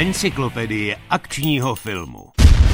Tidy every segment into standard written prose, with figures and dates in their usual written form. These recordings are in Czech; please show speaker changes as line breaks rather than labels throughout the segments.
Encyklopedie akčního filmu.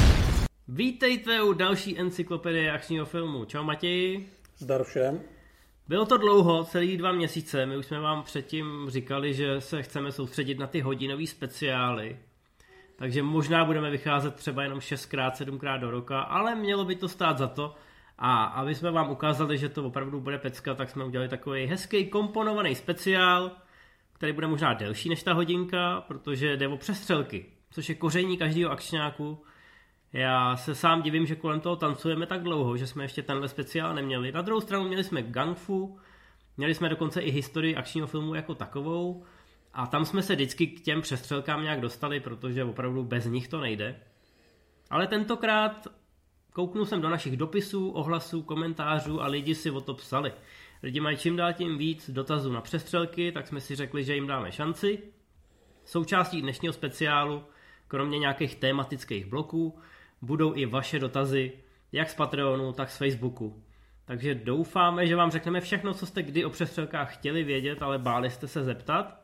Vítejte u další encyklopedie akčního filmu. Čau Matěji.
Zdar všem.
Bylo to dlouho, celý 2 měsíce. My už jsme vám předtím říkali, že se chceme soustředit na ty hodinové speciály. Takže možná budeme vycházet třeba jenom 6x, 7x do roka, ale mělo by to stát za to. A aby jsme vám ukázali, že to opravdu bude pecka, tak jsme udělali takový hezký komponovaný speciál, který bude možná delší než ta hodinka, protože jde o přestřelky, což je koření každého akčňáku. Já se sám divím, že kolem toho tancujeme tak dlouho, že jsme ještě tenhle speciál neměli. Na druhou stranu měli jsme Gang Fu, měli jsme dokonce i historii akčního filmu jako takovou a tam jsme se vždycky k těm přestřelkám nějak dostali, protože opravdu bez nich to nejde. Ale tentokrát kouknul jsem do našich dopisů, ohlasů, komentářů a lidi si o to psali. Lidi mají čím dál tím víc dotazů na přestřelky, tak jsme si řekli, že jim dáme šanci. Součástí dnešního speciálu, kromě nějakých tematických bloků, budou i vaše dotazy, jak z Patreonu, tak z Facebooku. Takže doufáme, že vám řekneme všechno, co jste kdy o přestřelkách chtěli vědět, ale báli jste se zeptat.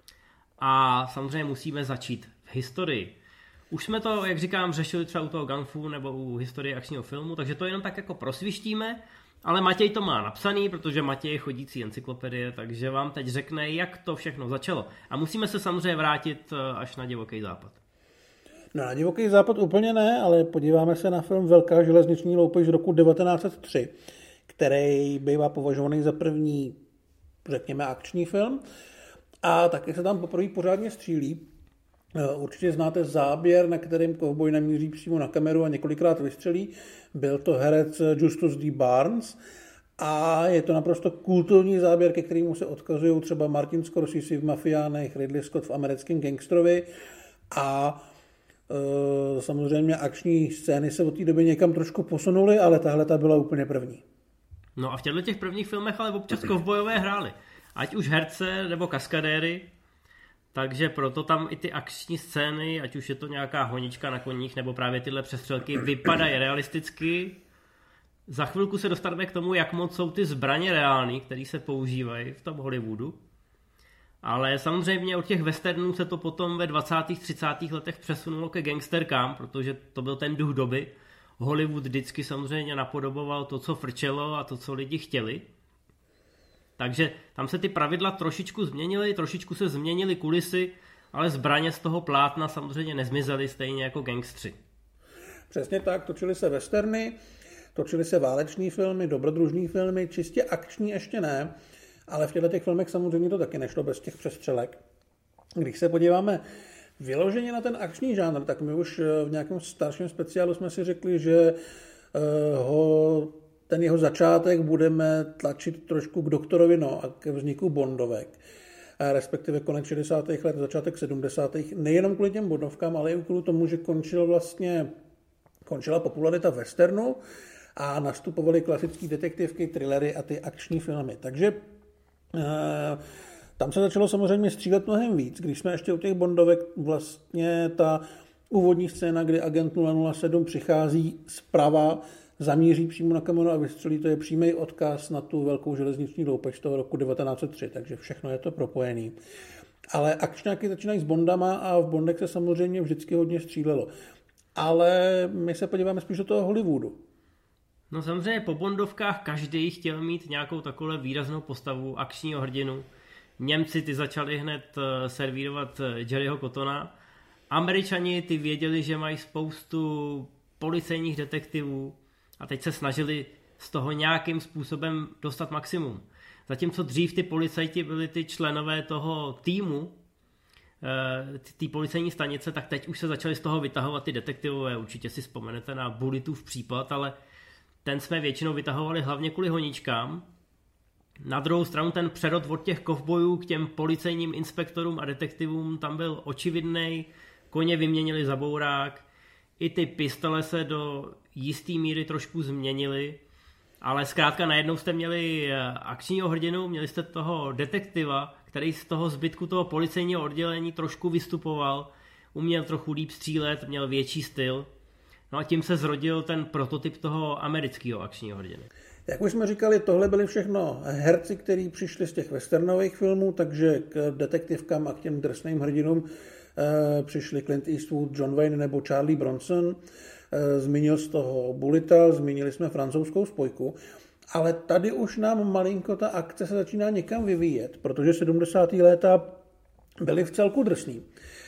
A samozřejmě musíme začít v historii. Už jsme to, jak říkám, řešili třeba u toho Gang Fu nebo u historie akčního filmu, takže to jenom tak jako prosvištíme, ale Matěj to má napsaný, protože Matěj je chodící encyklopedie, takže vám teď řekne, jak to všechno začalo. A musíme se samozřejmě vrátit až na Divoký západ.
No na Divoký západ úplně ne, ale podíváme se na film Velká železniční loupež z roku 1903, který bývá považovaný za první, řekněme, akční film. A taky se tam poprvé pořádně střílí. Určitě znáte záběr, na kterým kovboj namíří přímo na kameru a několikrát vystřelí. Byl to herec Justus D. Barnes a je to naprosto kultovní záběr, ke kterému se odkazují třeba Martin Scorsese v Mafiánech, Ridley Scott v Americkém gangstrovi a samozřejmě akční scény se od té doby někam trošku posunuly, ale tahle ta byla úplně první.
No a v těchto těch prvních filmech ale občas kovbojové hráli. Ať už herce nebo kaskadéry, takže proto tam i ty akční scény, ať už je to nějaká honička na koních nebo právě tyhle přestřelky, vypadají realisticky. Za chvilku se dostaneme k tomu, jak moc jsou ty zbraně reální, které se používají v tom Hollywoodu. Ale samozřejmě od těch westernů se to potom ve 20. 30. letech přesunulo ke gangsterkám, protože to byl ten duch doby. Hollywood vždycky samozřejmě napodoboval to, co frčelo a to, co lidi chtěli. Takže tam se ty pravidla trošičku změnily, trošičku se změnily kulisy, ale zbraně z toho plátna samozřejmě nezmizely stejně jako gangstři.
Přesně tak, točily se westerny, točily se váleční filmy, dobrodružní filmy, čistě akční ještě ne, ale v těchto těch filmech samozřejmě to taky nešlo bez těch přestřelek. Když se podíváme vyloženě na ten akční žánr, tak my už v nějakém starším speciálu jsme si řekli, že ten jeho začátek budeme tlačit trošku k doktorovi No a ke vzniku Bondovek, respektive konec 60. let, začátek 70. Nejenom kvůli těm Bondovkám, ale i kvůli tomu, že končila popularita westernu a nastupovaly klasické detektivky, thrillery a ty akční filmy. Takže tam se začalo samozřejmě střílet mnohem víc. Když jsme ještě u těch Bondovek, vlastně ta úvodní scéna, kdy agent 007 přichází zprava, zamíří přímo na kameru a vystřelí, to je přímý odkaz na tu velkou železniční loupež toho roku 1903, takže všechno je to propojený. Ale akčňáky začínají s Bondama a v Bondech se samozřejmě vždycky hodně střílelo. Ale my se podíváme spíš do toho Hollywoodu.
No samozřejmě po Bondovkách každý chtěl mít nějakou takovou výraznou postavu akčního hrdinu. Němci ty začali hned servírovat Jerryho Cottona. Američani ty věděli, že mají spoustu policejních detektivů a teď se snažili z toho nějakým způsobem dostat maximum. Zatímco dřív ty policajti byli ty členové toho týmu, ty policejní stanice, tak teď už se začali z toho vytahovat ty detektivové. Určitě si vzpomenete na Bullittův případ, ale ten jsme většinou vytahovali hlavně kvůli honičkám. Na druhou stranu ten přerod od těch kovbojů k těm policejním inspektorům a detektivům tam byl očividnej. Koně vyměnili za bourák, i ty pistole se do jisté míry trošku změnily, ale zkrátka najednou jste měli akčního hrdinu, měli jste toho detektiva, který z toho zbytku toho policejního oddělení trošku vystupoval, uměl trochu líp střílet, měl větší styl. No a tím se zrodil ten prototyp toho amerického akčního hrdiny.
Jak už jsme říkali, tohle byli všechno herci, kteří přišli z těch westernových filmů, takže k detektivkám a k těm drsným hrdinům přišli Clint Eastwood, John Wayne nebo Charlie Bronson, zmínil z toho Bullita, zmínili jsme francouzskou spojku, ale tady už nám malinko ta akce se začíná někam vyvíjet, protože 70. léta byly v celku drsný.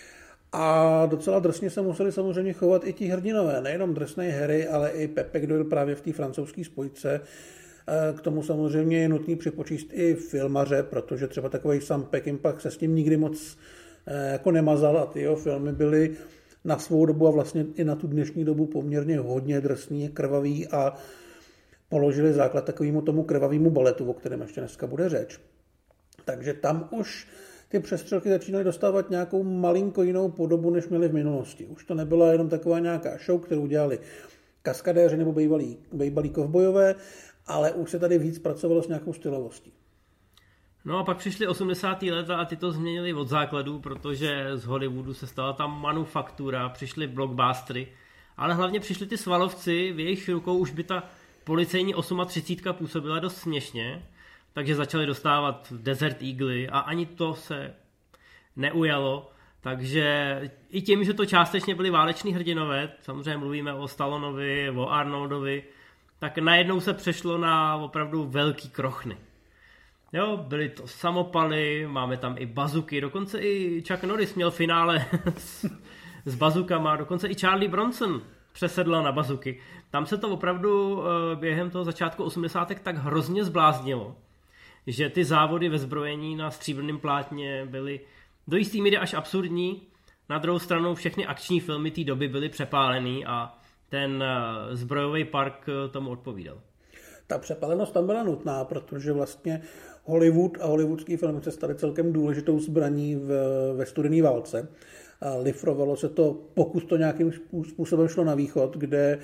A docela drsně se museli samozřejmě chovat i ti hrdinové, nejenom drsný Harry, ale i Pepek Doyle právě v té francouzské spojce. K tomu samozřejmě je nutný připočíst i filmaře, protože třeba takový Sam Peckinpah se s tím nikdy moc jako nemazal a ty jeho filmy byly na svou dobu a vlastně i na tu dnešní dobu poměrně hodně drsný, krvavý a položili základ takovému tomu krvavému baletu, o kterém ještě dneska bude řeč. Takže tam už ty přestřelky začínaly dostávat nějakou malinko jinou podobu, než měly v minulosti. Už to nebyla jenom taková nějaká show, kterou dělali kaskadéři nebo bývalí kovbojové, ale už se tady víc pracovalo s nějakou stylovostí.
No a pak přišly 80. léta a ty to změnili od základů, protože z Hollywoodu se stala ta manufaktura, přišly blockbustery, ale hlavně přišli ty svalovci, v jejich rukou už by ta policejní 38 působila dost směšně, takže začali dostávat Desert Eagle a ani to se neujalo. Takže i tím, že to částečně byli váleční hrdinové, samozřejmě mluvíme o Stallonovi, o Arnoldovi, tak najednou se přešlo na opravdu velký krochny. Jo, byly to samopaly, máme tam i bazuky, dokonce i Chuck Norris měl finále s bazukama, dokonce i Charlie Bronson přesedla na bazuky. Tam se to opravdu během toho začátku 80. tak hrozně zbláznilo, že ty závody ve zbrojení na stříbrném plátně byly do jistý míry až absurdní. Na druhou stranu všechny akční filmy té doby byly přepálený a ten zbrojový park tomu odpovídal. Ta
přepálenost tam byla nutná, protože vlastně Hollywood a hollywoodský filmy se staly celkem důležitou zbraní ve studené válce. Lifrovalo se to, pokud to nějakým způsobem šlo na východ, kde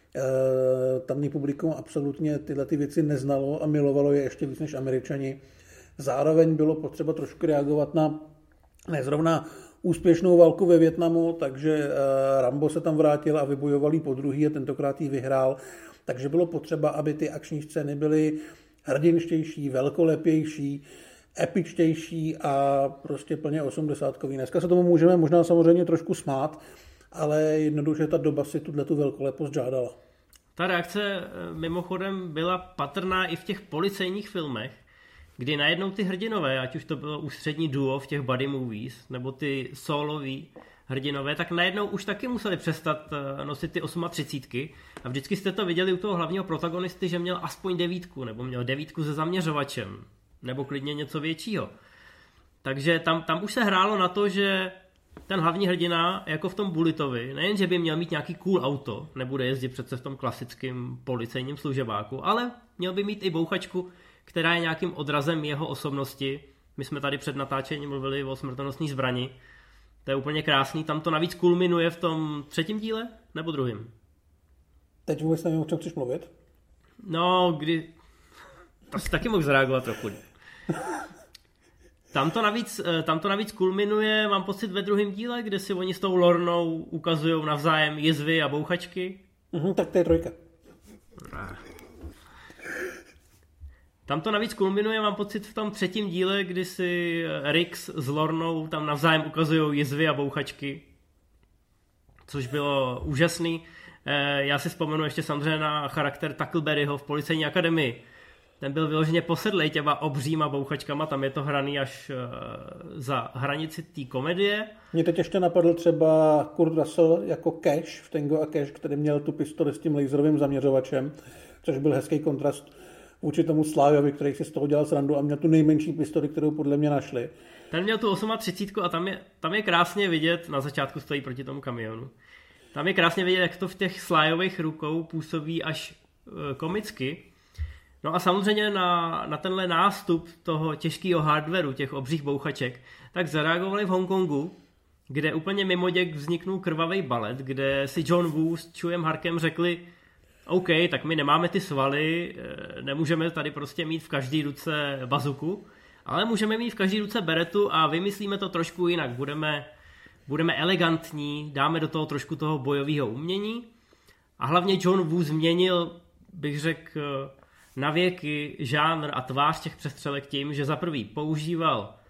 tamní publikum absolutně tyhle ty věci neznalo a milovalo je ještě víc než Američani. Zároveň bylo potřeba trošku reagovat na nezrovna úspěšnou válku ve Vietnamu, takže Rambo se tam vrátil a vybojoval jí podruhý a tentokrát jí vyhrál. Takže bylo potřeba, aby ty akční scény byly hrdinštější, velkolepější, epičtější a prostě plně 80kový. Dneska se tomu můžeme možná samozřejmě trošku smát, ale jednoduše ta doba si tu velkolepost žádala.
Ta reakce mimochodem byla patrná i v těch policejních filmech, kdy najednou ty hrdinové, ať už to bylo ústřední duo v těch buddy movies, nebo ty soloví hrdinové, tak najednou už taky museli přestat nosit ty 38. A vždycky jste to viděli u toho hlavního protagonisty, že měl aspoň 9, nebo měl 9 se zaměřovačem, nebo klidně něco většího. Takže tam už se hrálo na to, že ten hlavní hrdina, jako v tom Bullitovi, nejenže by měl mít nějaký cool auto, nebude jezdit přece v tom klasickém policejním služebáku, ale měl by mít i bouchačku, která je nějakým odrazem jeho osobnosti. My jsme tady před natáčením mluvili o smrtonosné zbrani. To je úplně krásný. Tam to navíc kulminuje v tom 3. díle nebo 2.
Teď vůbec nevím, o čem chceš mluvit.
No, to si taky mohl zareagovat trochu. Tam to navíc kulminuje, mám pocit, ve 2. díle, kde si oni s tou Lornou ukazují navzájem jizvy a bouchačky.
Tak to je 3.
Tam to navíc kulminuje, mám pocit, v tom 3. díle, kdy si Rix s Lornou tam navzájem ukazují jizvy a bouchačky, což bylo úžasný. Já si vzpomenu ještě samozřejmě na charakter Tackleberryho v Policejní akademii. Ten byl vyloženě posedlej těma obříma bouchačkama, tam je to hraný až za hranici té komedie.
Mě teď ještě napadl třeba Kurt Russell jako Cash v Tango a Cash, který měl tu pistoli s tím laserovým zaměřovačem, což byl hezký kontrast vůči tomu Sláviovi, který si z toho dělal srandu a měl tu nejmenší pistoli, kterou podle mě našli.
Ten měl tu 38 a tam je krásně vidět, na začátku stojí proti tomu kamionu. Tam je krásně vidět, jak to v těch Slyových rukou působí až komicky. No a samozřejmě na tenhle nástup toho těžkého hardwareu, těch obřích bouchaček, tak zareagovali v Hongkongu, kde úplně mimoděk vzniknul krvavý balet, kde si John Woo s Chuem Harkem řekli: OK, tak my nemáme ty svaly, nemůžeme tady prostě mít v každé ruce bazuku, ale můžeme mít v každé ruce beretu a vymyslíme to trošku jinak. Budeme elegantní, dáme do toho trošku toho bojového umění a hlavně John Woo změnil, bych řekl, na věky žánr a tvář těch přestřelek tím, že za prvý používal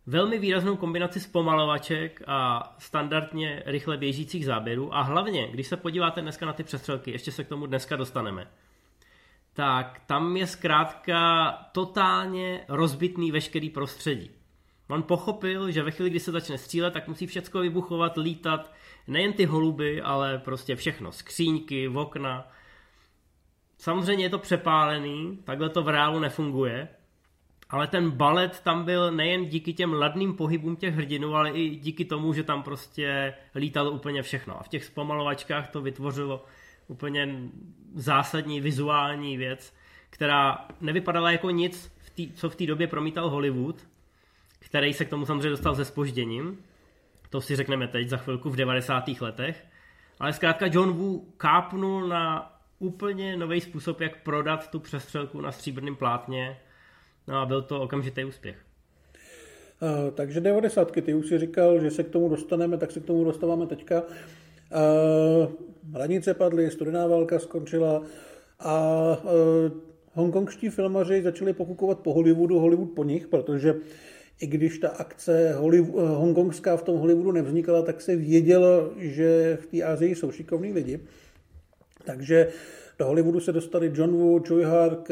velmi výraznou kombinaci zpomalovaček a standardně rychle běžících záběrů a hlavně, když se podíváte dneska na ty přestřelky, ještě se k tomu dneska dostaneme, tak tam je zkrátka totálně rozbitný veškerý prostředí. On pochopil, že ve chvíli, kdy se začne střílet, tak musí všecko vybuchovat, lítat, nejen ty holuby, ale prostě všechno, skříňky, okna. Samozřejmě je to přepálený, takhle to v reálu nefunguje, ale ten balet tam byl nejen díky těm ladným pohybům těch hrdinů, ale i díky tomu, že tam prostě lítalo úplně všechno. A v těch zpomalovačkách to vytvořilo úplně zásadní vizuální věc, která nevypadala jako nic, co v té době promítal Hollywood, který se k tomu samozřejmě dostal se zpožděním. To si řekneme teď za chvilku v 90. letech. Ale zkrátka John Woo kápnul na úplně nový způsob, jak prodat tu přestřelku na stříbrném plátně. No a byl to okamžitý úspěch.
Takže 90. Ty už si říkal, že se k tomu dostaneme, tak se k tomu dostáváme teďka. Hranice padly, studená válka skončila a hongkongští filmaři začali pokukovat po Hollywoodu, Hollywood po nich, protože i když ta akce hongkongská v tom Hollywoodu nevznikala, tak se vědělo, že v té Asii jsou šikovní lidi. Takže do Hollywoodu se dostali John Woo, Tsui Hark,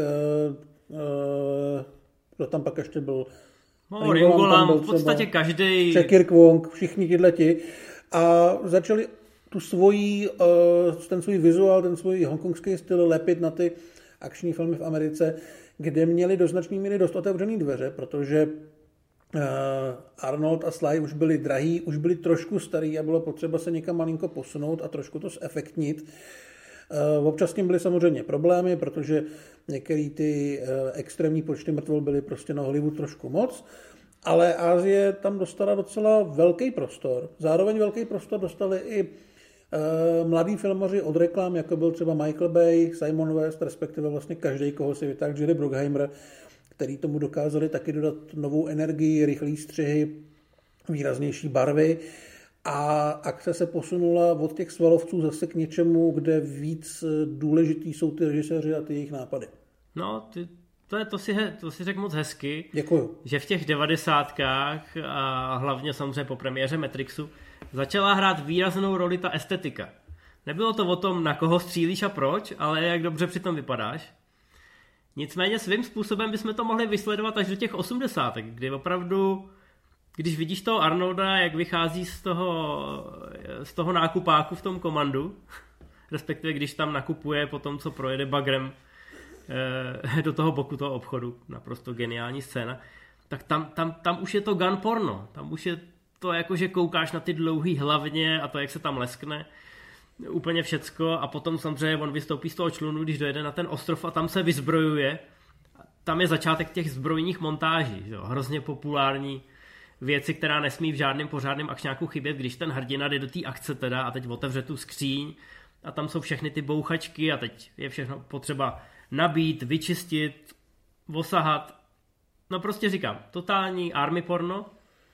kdo tam pak ještě byl?
Ringo Lam, v podstatě každý.
Checker Kwong, všichni tihleti. A začali ten svůj vizuál, ten svůj hongkongský styl lepit na ty akční filmy v Americe, kde měli do značné míry dost otevřený dveře, protože Arnold a Sly už byli drahý, už byli trošku starý a bylo potřeba se někam malinko posunout a trošku to zefektnit. Občas s tím byly samozřejmě problémy, protože některé ty extrémní počty mrtvol byly prostě na Hollywood trošku moc, ale Asie tam dostala docela velký prostor. Zároveň velký prostor dostali i mladí filmaři od reklam, jako byl třeba Michael Bay, Simon West, respektive vlastně každý, koho si vytáhl, Jerry Bruckheimer, který tomu dokázali taky dodat novou energii, rychlý střihy, výraznější barvy. A akce se posunula od těch svalovců zase k něčemu, kde víc důležitý jsou ty režiséři a ty jejich nápady.
No, to si řekl moc hezky.
Děkuju.
Že v těch 90kách a hlavně samozřejmě po premiéře Matrixu začala hrát výraznou roli ta estetika. Nebylo to o tom, na koho střílíš a proč, ale jak dobře přitom vypadáš. Nicméně svým způsobem bychom to mohli vysledovat až do těch 80, kdy opravdu, když vidíš toho Arnolda, jak vychází z toho nákupáku v tom Komandu, respektive když tam nakupuje po tom, co projede bagrem do toho boku toho obchodu, naprosto geniální scéna, tak tam už je to gun porno, tam už je to jako, že koukáš na ty dlouhý hlavně a to, jak se tam leskne, úplně všecko a potom samozřejmě on vystoupí z toho člunu, když dojede na ten ostrov a tam se vyzbrojuje. Tam je začátek těch zbrojních montáží, že? Hrozně populární věci, která nesmí v žádném pořádném akčňáku chybět, když ten hrdina jde do té akce teda a teď otevře tu skříň a tam jsou všechny ty bouchačky a teď je všechno potřeba nabít, vyčistit, osahat. No prostě říkám, totální army porno,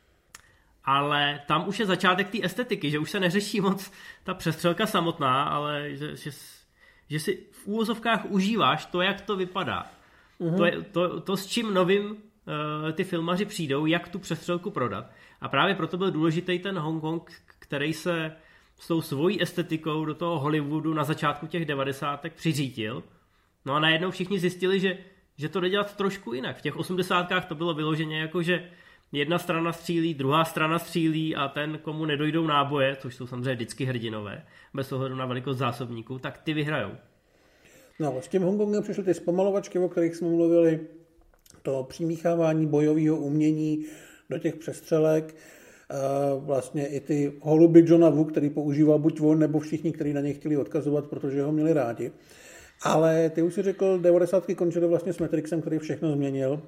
ale tam už je začátek té estetiky, že už se neřeší moc ta přestřelka samotná, ale že si v úvozovkách užíváš to, jak to vypadá. Mm-hmm. To s čím novým ty filmaři přijdou, jak tu přestřelku prodat. A právě proto byl důležitý ten Hongkong, který se s tou svojí estetikou do toho Hollywoodu na začátku těch 90. přiřítil. No a najednou všichni zjistili, že to jde dělat trošku jinak. V těch 80. to bylo vyloženě jako, že jedna strana střílí, druhá strana střílí a ten, komu nedojdou náboje, což jsou samozřejmě vždycky hrdinové, bez ohledu na velikost zásobníků, tak ty vyhrajou. No,
s tím Hongkongem přišly ty zpomalovačky, o kterých jsme mluvili, to přimíchávání bojového umění do těch přestřelek, vlastně i ty holuby Johna Woo, který používal buď on, nebo všichni, kteří na něj chtěli odkazovat, protože ho měli rádi. Ale ty už si řekl, 90. končily vlastně s Matrixem, který všechno změnil.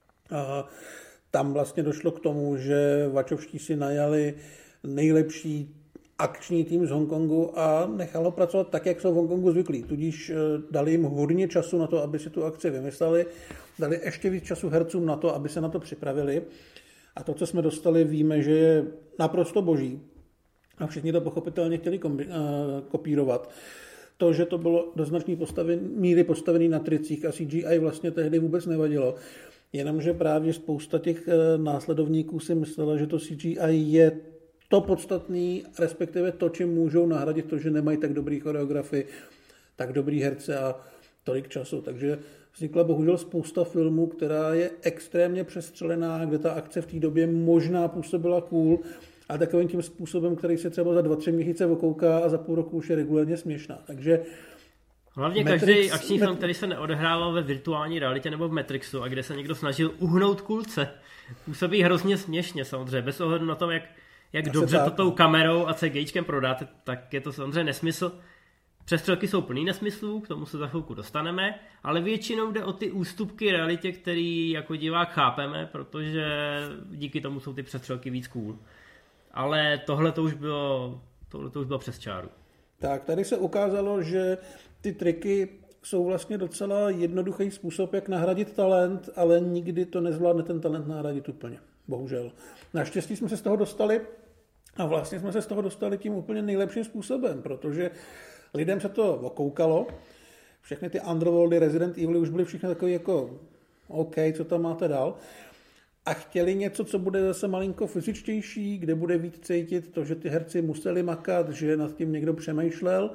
Tam vlastně došlo k tomu, že Wachowští si najali nejlepší akční tým z Hongkongu a nechalo pracovat tak, jak jsou v Hongkongu zvyklí. Tudíž dali jim hodně času na to, aby si tu akci vymysleli, dali ještě víc času hercům na to, aby se na to připravili. A to, co jsme dostali, víme, že je naprosto boží. A všichni to pochopitelně chtěli kopírovat. To, že to bylo do značné míry postavené na tricích a CGI vlastně tehdy vůbec nevadilo. Jenomže právě spousta těch následovníků si myslela, že to CGI je to podstatný, respektive to, čím můžou nahradit to, že nemají tak dobrý choreografy, tak dobrý herce a tolik času. Takže vznikla bohužel spousta filmů, která je extrémně přestřelená, kde ta akce v té době možná působila cool, a takovým tím způsobem, který se třeba za 2-3 měsíce okouká a za půl roku už je regulérně směšná. Takže
hlavně každý akční film, který se neodehrával ve virtuální realitě nebo v Matrixu a kde se někdo snažil uhnout kulce, působí hrozně směšně samozřejmě, bez ohledu na to, jak dobře to tou kamerou a CGIčkem prodáte, tak je to samozřejmě nesmysl. Přestřelky jsou plný nesmyslů, k tomu se za chvilku dostaneme, ale většinou jde o ty ústupky realitě, který jako divák chápeme, protože díky tomu jsou ty přestřelky víc cool. Ale tohle to už bylo přes čáru.
Tak, tady se ukázalo, že ty triky jsou vlastně docela jednoduchý způsob, jak nahradit talent, ale nikdy to nezvládne ten talent nahradit úplně. Bohužel. Naštěstí jsme se z toho dostali a vlastně jsme se z toho dostali tím úplně nejlepším způsobem, protože lidem se to okoukalo. Všechny ty Underworldy, Resident Evil už byly všechny takové jako OK, co tam máte dál. A chtěli něco, co bude zase malinko fyzičtější, kde bude víc cítit to, že ty herci museli makat, že nad tím někdo přemýšlel.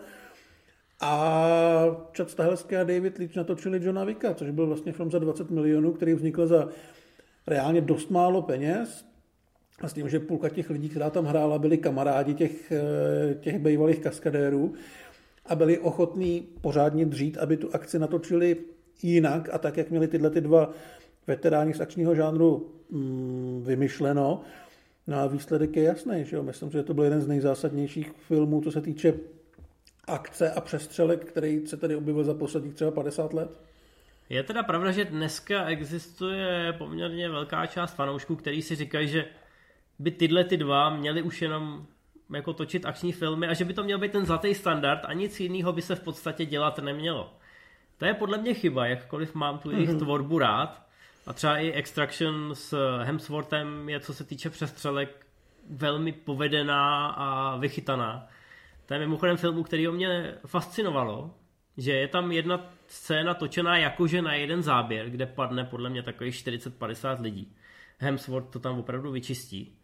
A Chad Stahelski a David Leitch natočili Johna Wicka, což byl vlastně film za 20 milionů, který vznikl za reálně dost málo peněz. A s tím, že půlka těch lidí, která tam hrála, byli kamarádi těch bývalých kaskadérů a byli ochotní pořádně dřít, aby tu akci natočili jinak a tak, jak měli tyhle ty dva veteráni z akčního žánru vymyšleno. No a výsledek je jasný, že jo? Myslím, že to byl jeden z nejzásadnějších filmů, co se týče akce a přestřelek, který se tady objevil za posledních třeba 50 let.
Je teda pravda, že dneska existuje poměrně velká část fanoušků, kteří si říkají, že by tyhle ty dva měli už jenom jako točit akční filmy a že by to měl být ten zlatý standard a nic jiného by se v podstatě dělat nemělo. To je podle mě chyba, jakkoliv mám tu jejich tvorbu rád. A třeba i Extraction s Hemsworthem je, co se týče přestřelek, velmi povedená a vychytaná. To je mimochodem film, který mě fascinovalo, že je tam jedna scéna točená jakože na jeden záběr, kde padne podle mě takových 40-50 lidí. Hemsworth to tam opravdu vyčistí.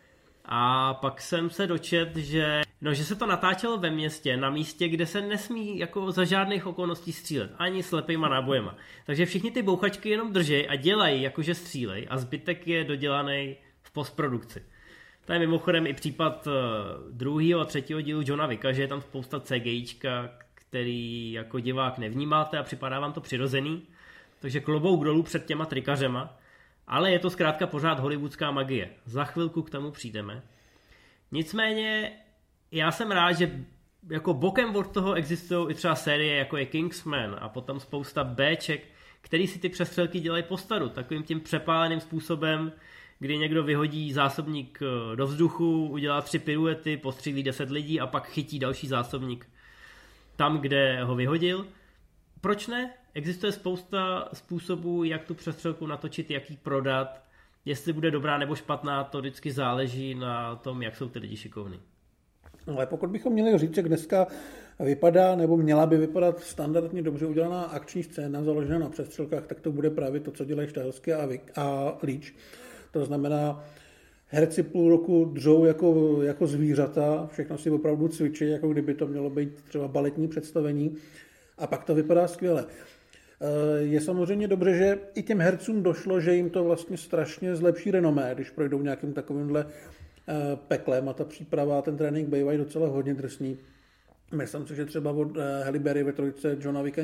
A pak jsem se dočet, že se to natáčelo ve městě, na místě, kde se nesmí jako za žádných okolností střílet, ani slepejma nábojema. Takže všichni ty bouchačky jenom držej a dělají, jakože střílej, a zbytek je dodělaný v postprodukci. To je mimochodem i případ druhého a třetího dílu Johna Wicka, že je tam spousta CGIčka, který jako divák nevnímáte a připadá vám to přirozený. Takže klobouk dolů před těma trikařema. Ale je to zkrátka pořád hollywoodská magie. Za chvilku k tomu přijdeme. Nicméně já jsem rád, že jako bokem od toho existují i třeba série, jako je Kingsman a potom spousta Bček, který si ty přestřelky dělají po staru. Takovým tím přepáleným způsobem, kdy někdo vyhodí zásobník do vzduchu, udělá 3 piruety, postřílí 10 lidí a pak chytí další zásobník tam, kde ho vyhodil. Proč ne? Existuje spousta způsobů, jak tu přestřelku natočit, jak ji prodat. Jestli bude dobrá nebo špatná, to vždycky záleží na tom, jak jsou ty lidi šikovní.
Ale pokud bychom měli říct, jak dneska vypadá, nebo měla by vypadat standardně dobře udělaná akční scéna založená na přestřelkách, tak to bude právě to, co dělají Stahelski a Leitch. To znamená, herci půl roku dřou jako zvířata, všechno si opravdu cvičí, jako kdyby to mělo být třeba baletní představení, a pak to vypadá skvěle. Je samozřejmě dobře, že i těm hercům došlo, že jim to vlastně strašně zlepší renomé, když projdou nějakým takovýmhle peklem, a ta příprava a ten trénink bývají docela hodně drsný. Myslím si, že třeba od Halle Berry ve trojce Johna Wicka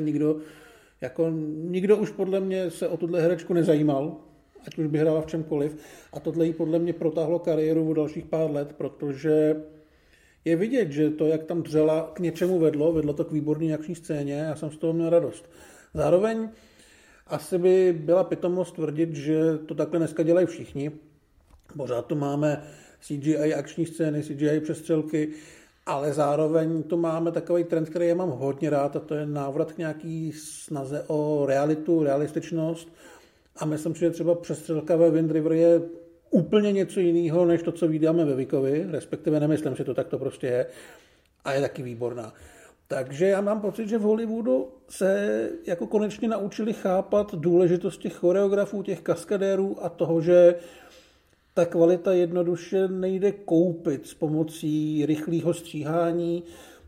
nikdo už podle mě se o tuhle herečku nezajímal, ať už by hrála v čemkoliv, a tohle jí podle mě protáhlo kariéru o dalších pár let, protože je vidět, že to, jak tam dřela, k něčemu vedlo to k výborné akční scéně, já jsem z toho měl radost. Zároveň asi by byla pitomost tvrdit, že to takhle dneska dělají všichni. Pořád tu máme CGI akční scény, CGI přestřelky, ale zároveň tu máme takový trend, který já mám hodně rád, a to je návrat k nějaký snaze o realističnost. A myslím si, že třeba přestřelka ve Wind River je úplně něco jiného, než to, co vidíme ve Wickovi, respektive nemyslím si to, tak to prostě je, a je taky výborná. Takže já mám pocit, že v Hollywoodu se jako konečně naučili chápat důležitost těch choreografů, těch kaskadérů a toho, že ta kvalita jednoduše nejde koupit s pomocí rychlého stříhání,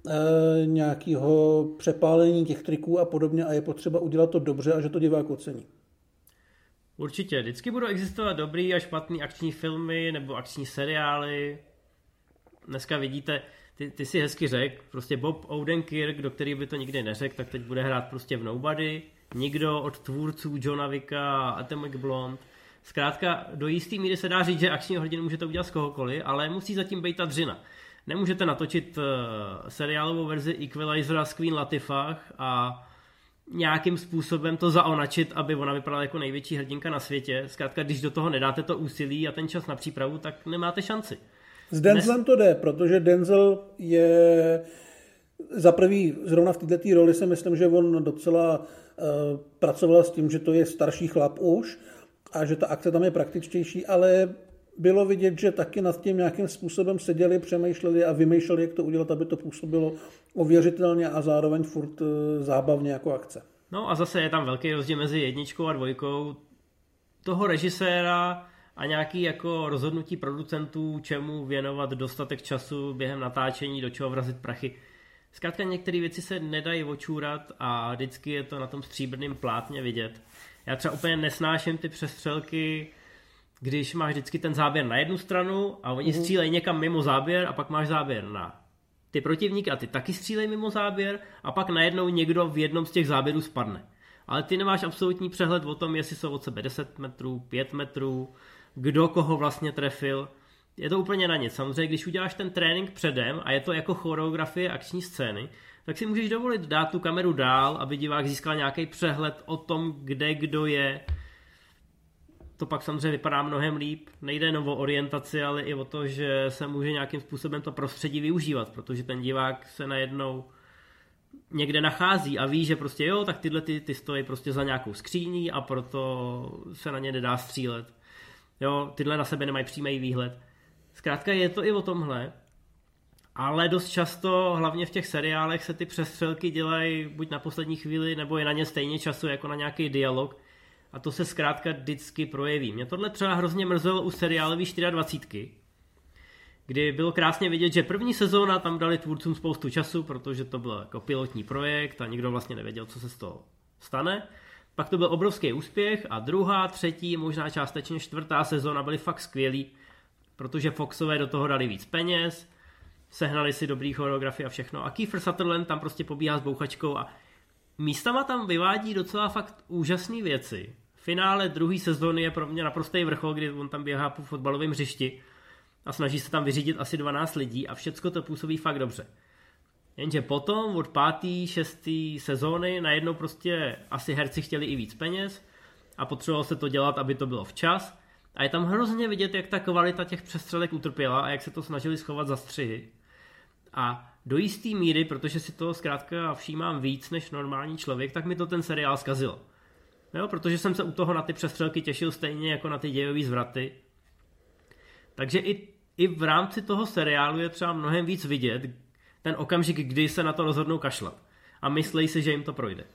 nějakého přepálení těch triků a podobně a je potřeba udělat to dobře a že to divák ocení.
Určitě, vždycky budou existovat dobrý a špatný akční filmy nebo akční seriály. Dneska vidíte, ty si hezky řekl, prostě Bob Odenkirk, do který by to nikdy neřekl, tak teď bude hrát prostě v Nobody. Nikdo od tvůrců Johna Wicka a Atomic Blonde. Zkrátka, do jistý míry se dá říct, že akčního hrdinu můžete udělat z kohokoliv, ale musí zatím být ta dřina. Nemůžete natočit seriálovou verzi Equalizera s Queen Latifah a nějakým způsobem to zaonačit, aby ona vypadala jako největší hrdinka na světě. Zkrátka, když do toho nedáte to úsilí a ten čas na přípravu, tak nemáte šanci.
S Denzelem to jde, protože Denzel je za prvý, zrovna v této roli si myslím, že on docela pracoval s tím, že to je starší chlap už a že ta akce tam je praktičtější, ale bylo vidět, že taky nad tím nějakým způsobem seděli, přemýšleli a vymýšleli, jak to udělat, aby to působilo ověřitelně a zároveň furt zábavně jako akce.
No a zase je tam velký rozdíl mezi 1 a 2. Toho režiséra a nějaký jako rozhodnutí producentů, čemu věnovat dostatek času během natáčení, do čeho vrazit prachy. Zkrátka některé věci se nedají očůrat a vždycky je to na tom stříbrném plátně vidět. Já třeba úplně nesnáším ty přestřelky, když máš vždycky ten záběr na jednu stranu a oni střílejí někam mimo záběr a pak máš záběr na ty protivníky a ty taky střílejí mimo záběr a pak najednou někdo v jednom z těch záběrů spadne. Ale ty nemáš absolutní přehled o tom, jestli jsou od sebe 10 metrů, 5 metrů, kdo koho vlastně trefil. Je to úplně na nic. Samozřejmě, když uděláš ten trénink předem a je to jako choreografie akční scény, tak si můžeš dovolit dát tu kameru dál, aby divák získal nějaký přehled o tom, kde kdo je. To pak samozřejmě vypadá mnohem líp. Nejde jenom o orientaci, ale i o to, že se může nějakým způsobem to prostředí využívat, protože ten divák se najednou někde nachází a ví, že prostě jo, tak tyhle ty stojí prostě za nějakou skříní a proto se na ně nedá střílet. Jo, tyhle na sebe nemají přímý výhled. Zkrátka je to i o tomhle, ale dost často, hlavně v těch seriálech, se ty přestřelky dělají buď na poslední chvíli, nebo je na ně stejně času jako na nějaký dialog a to se zkrátka vždycky projeví. Mě tohle třeba hrozně mrzelo u seriálový 24, kdy bylo krásně vidět, že první sezóna tam dali tvůrcům spoustu času, protože to byl jako pilotní projekt a nikdo vlastně nevěděl, co se z toho stane. Pak to byl obrovský úspěch a 2., 3., možná částečně 4. sezóna byly fakt skvělý, protože Foxové do toho dali víc peněz, sehnali si dobrý choreografii a všechno. A Kiefer Sutherland tam prostě pobíhá s bouchačkou a místama tam vyvádí docela fakt úžasné věci. Finále 2. sezóny je pro mě naprostý vrchol, kdy on tam běhá po fotbalovém hřišti a snaží se tam vyřídit asi 12 lidí a všecko to působí fakt dobře. Jenže potom od 5., 6. sezóny najednou prostě asi herci chtěli i víc peněz a potřebovalo se to dělat, aby to bylo včas. A je tam hrozně vidět, jak ta kvalita těch přestřelek utrpěla a jak se to snažili schovat za střihy. A do jistý míry, protože si toho zkrátka všímám víc než normální člověk, tak mi to ten seriál zkazilo. Jo, protože jsem se u toho na ty přestřelky těšil stejně jako na ty dějové zvraty. Takže i v rámci toho seriálu je třeba mnohem víc vidět ten okamžik, kdy se na to rozhodnou kašlat. A myslí si, že jim to projde.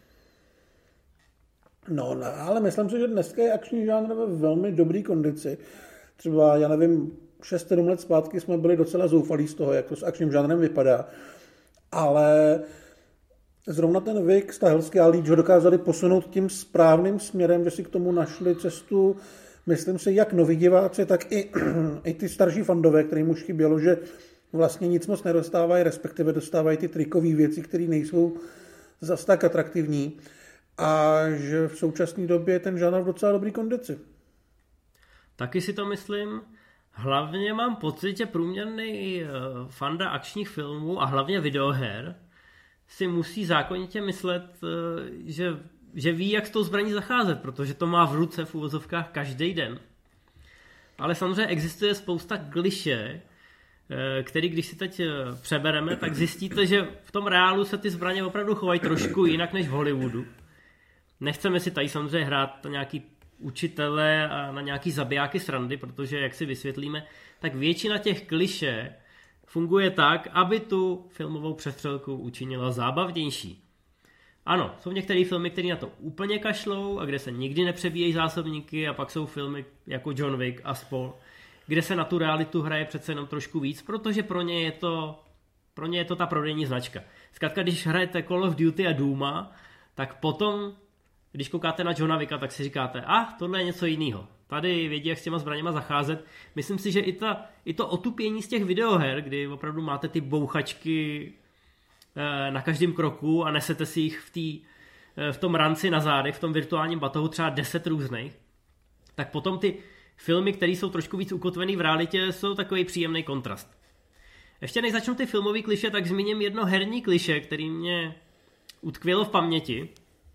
No, ale myslím si, že dneska je akční žánr ve velmi dobrý kondici. Třeba, já nevím, 6-7 let zpátky jsme byli docela zoufalí z toho, jak to s akčním žánrem vypadá. Ale zrovna ten Wick, Stahelský a Leach ho dokázali posunout tím správným směrem, že si k tomu našli cestu, myslím si, jak noví diváci, tak i ty starší fandové, kterým už chybělo, že vlastně nic moc nedostávají, respektive dostávají ty trikové věci, které nejsou zas tak atraktivní. A že v současné době je ten žánr v docela dobrý kondici.
Taky si to myslím. Hlavně mám pocit, že průměrný fanda akčních filmů a hlavně videoher si musí zákonitě myslet, že ví, jak s tou zbraní zacházet, protože to má v ruce v uvozovkách každý den. Ale samozřejmě existuje spousta klišé, který když si teď přebereme, tak zjistíte, že v tom reálu se ty zbraně opravdu chovají trošku jinak než v Hollywoodu. Nechceme si tady samozřejmě hrát na nějaký učitele a na nějaký zabijáky srandy, protože jak si vysvětlíme, tak většina těch klišé funguje tak, aby tu filmovou přestřelku učinila zábavnější. Ano, jsou některé filmy, které na to úplně kašlou a kde se nikdy nepřebíjejí zásobníky, a pak jsou filmy jako John Wick a spol, kde se na tu realitu hraje přece jenom trošku víc, protože pro ně je to ta prodejní značka. Zkrátka, když hrajete Call of Duty a Dooma, tak potom, když koukáte na Johna Wicka, tak si říkáte, tohle je něco jiného. Tady vědí, jak s těma zbraněma zacházet. Myslím si, že i to otupění z těch videoher, kdy opravdu máte ty bouchačky na každém kroku a nesete si jich v tom ranci na zádech, v tom virtuálním batohu třeba 10 různých, tak potom ty filmy, které jsou trošku víc ukotvený v realitě, jsou takový příjemný kontrast. Ještě než začnu ty filmový kliše, tak zmíním jedno herní kliše, který mě utkvělo v paměti.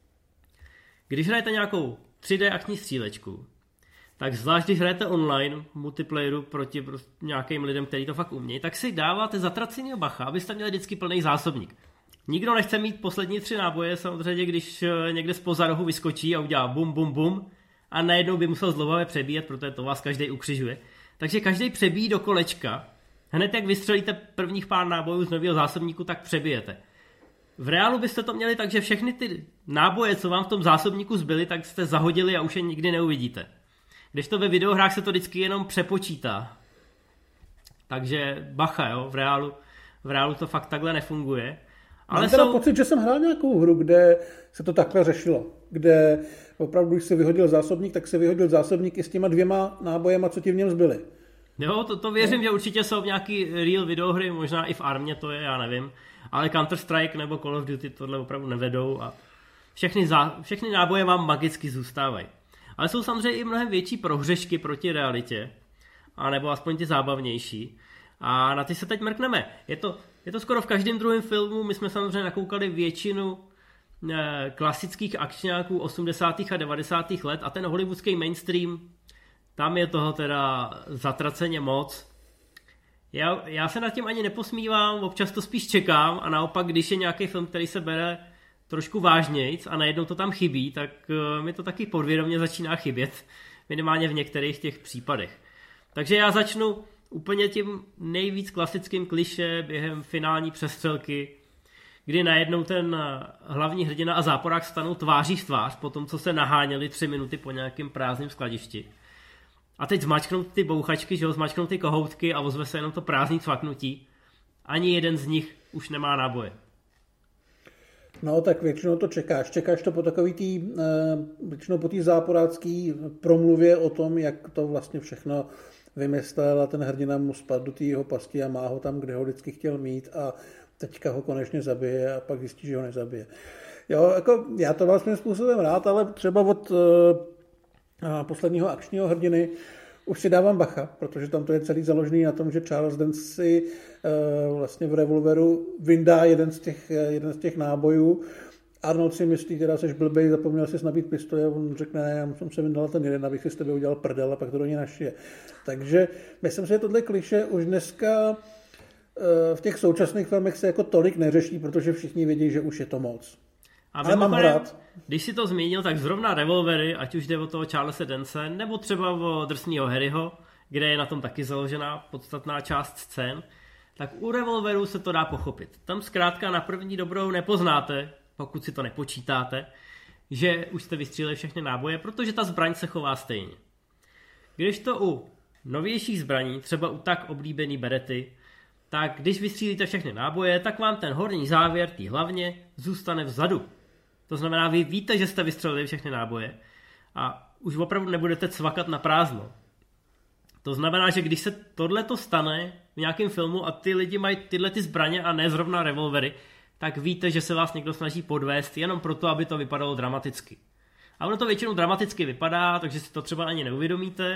Když hrajete nějakou 3D akční střílečku, tak zvlášť když hrajete online multiplayeru proti nějakým lidem, kteří to fakt umějí, tak si dáváte zatraceného bacha, abyste měli vždycky plný zásobník. Nikdo nechce mít poslední 3 náboje, samozřejmě, když někde zpoza rohu vyskočí a udělá bum, bum, bum a najednou by musel zlobavě přebíjet, protože to vás každý ukřižuje. Takže každý přebíjí do kolečka. Hned jak vystřelíte prvních pár nábojů z nového zásobníku, tak přebijete. V reálu byste to měli tak, že všechny ty náboje, co vám v tom zásobníku zbyly, tak jste zahodili a už je nikdy neuvidíte. Když to ve videohrách se to vždycky jenom přepočítá. Takže bacha, jo, v reálu to fakt takhle nefunguje. Ale
mám teda pocit, že jsem hrál nějakou hru, kde se to takhle řešilo. Kde opravdu, když se vyhodil zásobník, tak se vyhodil zásobník i s těma 2 nábojema, co ti v něm zbyly.
Jo, to věřím, že určitě jsou nějaký real videohry, možná i v armě to je, já nevím. Ale Counter-Strike nebo Call of Duty tohle opravdu nevedou a všechny náboje vám magicky zůstávají. Ale jsou samozřejmě i mnohem větší prohřešky proti realitě, anebo aspoň ty zábavnější. A na ty se teď mrkneme. Je to skoro v každém druhém filmu. My jsme samozřejmě nakoukali většinu klasických akčňáků 80. a 90. let a ten hollywoodský mainstream, tam je toho teda zatraceně moc. Já se nad tím ani neposmívám, občas to spíš čekám a naopak, když je nějaký film, který se bere trošku vážnějc a najednou to tam chybí, tak mi to taky podvědomě začíná chybět, minimálně v některých těch případech. Takže já začnu úplně tím nejvíc klasickým kliše během finální přestřelky, kdy najednou ten hlavní hrdina a záporák stanou tváří v tvář po tom, co se naháněli 3 minuty po nějakém prázdném skladišti. A teď zmačknou ty bouchačky, že jo, zmačknou ty kohoutky a ozve se jenom to prázdný cvaknutí. Ani jeden z nich už nemá náboje.
No, tak většinou to čekáš. Čekáš to po většinou po té záporácký promluvě o tom, jak to vlastně všechno vymyslel a ten hrdina mu spadl do té jeho pasti a má ho tam, kde ho vždycky chtěl mít a teďka ho konečně zabije a pak zjistí, že ho nezabije. Jo, jako já to vlastně způsobem rád, ale třeba od posledního akčního hrdiny už si dávám bacha, protože tam to je celý založený na tom, že Charles Dance si vlastně v revolveru vyndá jeden z těch nábojů. Arnold si myslí, teda seš blbej, zapomněl si nabít pistole a on řekne, ne, já jsem se vyndal ten jeden, abych si s tebe udělal prdel a pak to do něj našije. Takže myslím si, že tohle kliše už dneska v těch současných filmech se jako tolik neřeší, protože všichni vědí, že už je to moc.
Ale mám rád. Když si to zmínil, tak zrovna revolvery, ať už jde o toho Charlese Dance, nebo třeba o drsného Harryho, kde je na tom taky založená podstatná část scén, tak u revolveru se to dá pochopit. Tam zkrátka na první dobrou nepoznáte, pokud si to nepočítáte, že už jste vystříleli všechny náboje, protože ta zbraň se chová stejně. Když to u novějších zbraní, třeba u tak oblíbený Berety, tak když vystřílíte všechny náboje, tak vám ten horní závěr, tý hlavně, zůstane vzadu. To znamená, vy víte, že jste vystřelili všechny náboje a už opravdu nebudete cvakat na prázdno. To znamená, že když se tohleto stane v nějakém filmu a ty lidi mají tyhle ty zbraně a ne zrovna revolvery, tak víte, že se vás někdo snaží podvést jenom proto, aby to vypadalo dramaticky. A ono to většinou dramaticky vypadá, takže si to třeba ani neuvědomíte,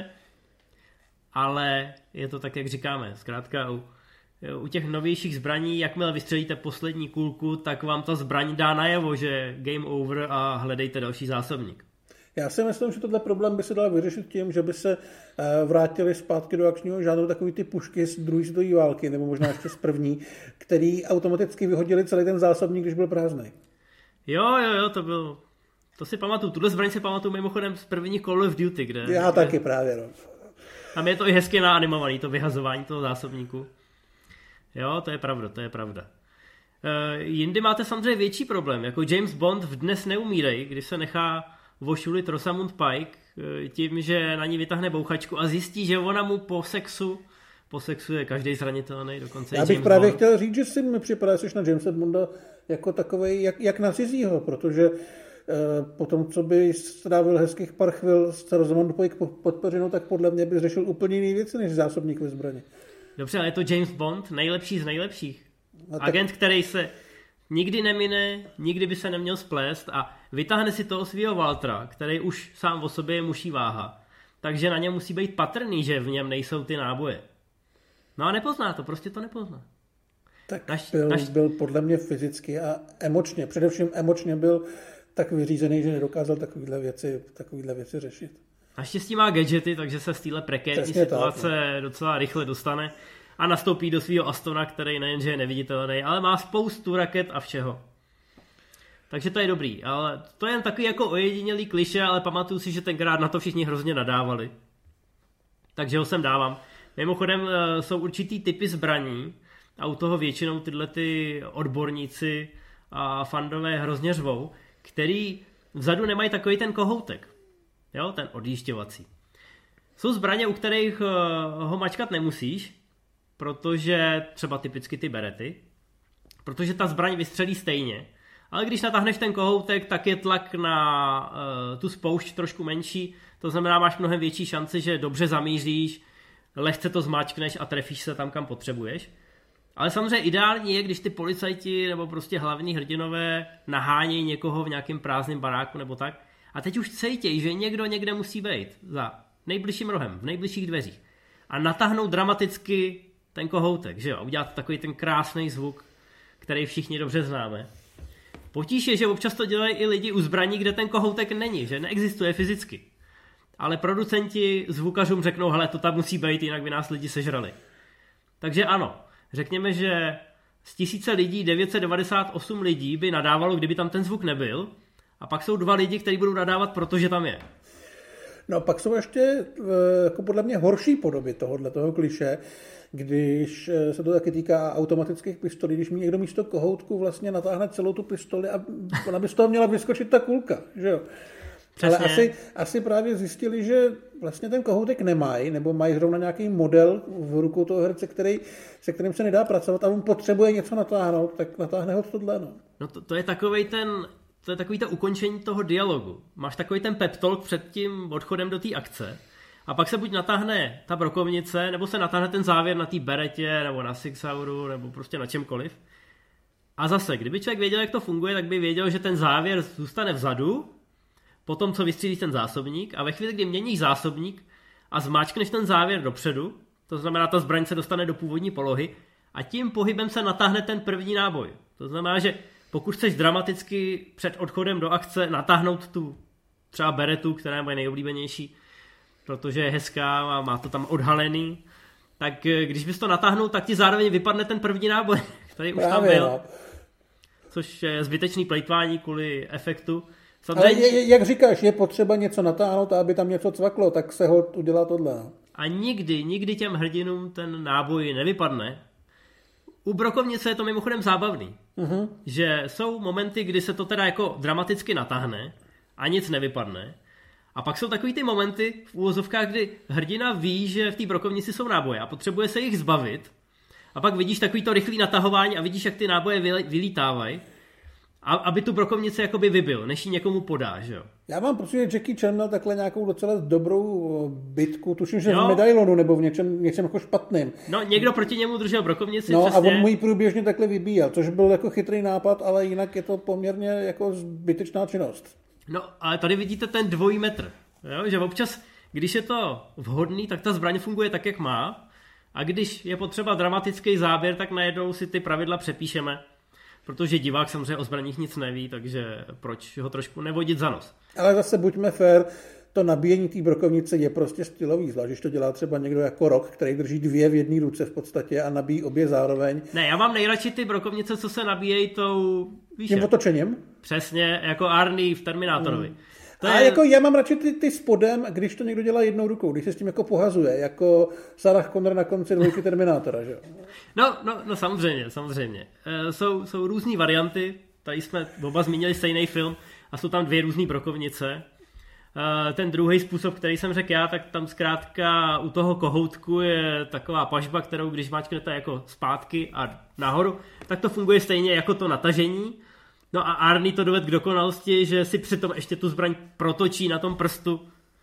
ale je to tak, jak říkáme. Zkrátka u těch novějších zbraní, jakmile vystřelíte poslední kulku, tak vám ta zbraň dá najevo, že game over a hledejte další zásobník.
Já si myslím, že tohle problém by se dal vyřešit tím, že by se vrátili zpátky do akčního žánru takový ty pušky z druhé světové války, nebo možná ještě z první, který automaticky vyhodili celý ten zásobník, když byl prázdný.
Jo, to si pamatuju. Tuhle zbraň si pamatuju mimochodem z první Call of Duty, kde...
Taky právě, no.
Tam je to i hezky naanimovaný, to vyhazování toho zásobníku. Jo, to je pravda. Jindy máte samozřejmě větší problém, jako James Bond v Dnes neumírej, kdy se nechá vošulit Rosamund Pike tím, že na ní vytáhne bouchačku a zjistí, že ona mu po sexu je každý zranitelný, dokonce
Já bych právě chtěl říct, že si mi připadá, že na Jamesa Bonda jako takovej, jak na cizího, protože potom, co by strávil hezkých pár chvil s Rosamund Pike pod peřinou, tak podle mě by řešil úplně jiný věci než zásobník ve zbraně.
Dobře, ale je to James Bond, nejlepší z nejlepších. Agent, který se nikdy nemine, nikdy by se neměl splést a vytáhne si toho svého Waltera, který už sám o sobě je muší váha. Takže na něm musí být patrný, že v něm nejsou ty náboje. No a nepozná to, prostě to nepozná.
Tak byl podle mě fyzicky a emočně, především emočně byl tak vyřízený, že nedokázal takovýhle věci řešit.
Naštěstí má gadgety, takže se z téhle prekérní situace docela rychle dostane a nastoupí do svého Astona, který nejenže je neviditelný, ale má spoustu raket a všeho. Takže to je dobrý, ale to je jen takový jako ojedinělý klišé, ale pamatuju si, že tenkrát na to všichni hrozně nadávali. Takže ho sem dávám. Mimochodem jsou určitý typy zbraní a u toho většinou tyhle ty odborníci a fandové hrozně řvou, který vzadu nemají takový ten kohoutek. Jo, ten odjížděvací. Jsou zbraně, u kterých ho mačkat nemusíš, protože třeba typicky ty berety, protože ta zbraň vystřelí stejně. Ale když natáhneš ten kohoutek, tak je tlak na tu spoušť trošku menší, to znamená, máš mnohem větší šanci, že dobře zamíříš, lehce to zmáčkneš a trefíš se tam, kam potřebuješ. Ale samozřejmě ideální je, když ty policajti nebo prostě hlavní hrdinové nahánějí někoho v nějakém prázdném baráku nebo tak a teď už cítějí, že někdo někde musí být za nejbližším rohem, v nejbližších dveřích a natáhnou dramaticky ten kohoutek, že jo, a udělat takový ten krásný zvuk, který všichni dobře známe. Potíž je, že občas to dělají i lidi u zbraní, kde ten kohoutek není, že neexistuje fyzicky. Ale producenti zvukařům řeknou, hele, to tam musí být, jinak by nás lidi sežrali. Takže ano, řekněme, že z 1000 lidí 998 lidí by nadávalo, kdyby tam ten zvuk nebyl, a pak jsou 2 lidi, kteří budou nadávat, protože tam je.
No pak jsou ještě jako podle mě horší podoby toho klišé, když se to taky týká automatických pistolí, když mi někdo místo kohoutku vlastně natáhne celou tu pistoli a ona by z toho měla vyskočit ta kulka, že jo. Přesně. Ale asi právě zjistili, že vlastně ten kohoutek nemají, nebo mají zrovna nějaký model v rukou toho herce, se kterým se nedá pracovat a on potřebuje něco natáhnout, tak natáhne ho tohle.
No to je takový to ukončení toho dialogu. Máš takový ten pep talk před tím odchodem do té akce a pak se buď natáhne ta brokovnice, nebo se natáhne ten závěr na té beretě, nebo na Sixauru, nebo prostě na čemkoliv. A zase, kdyby člověk věděl, jak to funguje, tak by věděl, že ten závěr zůstane vzadu, potom, co vystřílíš ten zásobník a ve chvíli, kdy měníš zásobník a zmáčkneš ten závěr dopředu, to znamená, ta zbraň se dostane do původní polohy a tím pohybem se natáhne ten první náboj. To znamená, že pokud chceš dramaticky před odchodem do akce natáhnout tu třeba beretu, která je moje nejoblíbenější, protože je hezká a má to tam odhalený, tak když bys to natáhnul, tak ti zároveň vypadne ten první náboj, který už tam byl. Což je zbytečný plejtvání kvůli efektu.
Ale jak říkáš, je potřeba něco natáhnout, aby tam něco cvaklo, tak se ho udělá tohle.
A nikdy těm hrdinům ten náboj nevypadne. U brokovnice je to mimochodem zábavný. Uh-huh. Že jsou momenty, kdy se to teda jako dramaticky natáhne a nic nevypadne. A pak jsou takový ty momenty v úvozovkách, kdy hrdina ví, že v té brokovnici jsou náboje a potřebuje se jich zbavit. A pak vidíš takový to rychlý natahování a vidíš, jak ty náboje vylítávají. Aby tu brokovnici jakoby vybil, než ji někomu podá, že jo? Já
mám pocit, že Jackie Chan měl takhle nějakou docela dobrou bitku, tuším, že v medailonu nebo v něčem jako špatným.
No, někdo proti němu držel brokovnici,
no,
přesně.
A on mu ji průběžně takhle vybíjel, což byl jako chytrý nápad, ale jinak je to poměrně jako zbytečná činnost.
No, ale tady vidíte ten 2 metr, jo? Že občas, když je to vhodný, tak ta zbraň funguje tak, jak má, a když je potřeba dramatický záběr, tak najednou si ty pravidla přepíšeme. Protože divák samozřejmě o zbraních nic neví, takže proč ho trošku nevodit za nos.
Ale zase buďme fair, to nabíjení té brokovnice je prostě stylový, zvlášť když to dělá třeba někdo jako Rock, který drží 2 v jedné ruce v podstatě a nabíjí obě zároveň.
Ne, já mám nejradši ty brokovnice, co se nabíjejí tou...
Tím otočením?
Přesně, jako Arnie v Terminátorovi.
A jako já mám radši ty spodem, když to někdo dělá jednou rukou, když se s tím jako pohazuje, jako Sarah Connor na konci 2 Terminátora, že jo?
No samozřejmě. Jsou různý varianty, tady jsme oba zmínili stejný film a jsou tam 2 různý brokovnice. Ten druhý způsob, který jsem řekl já, tak tam zkrátka u toho kohoutku je taková pažba, kterou když máčknete jako zpátky a nahoru, tak to funguje stejně jako to natažení. No a Arnie to dovede k dokonalosti, že si přitom ještě tu zbraň protočí na tom prstu.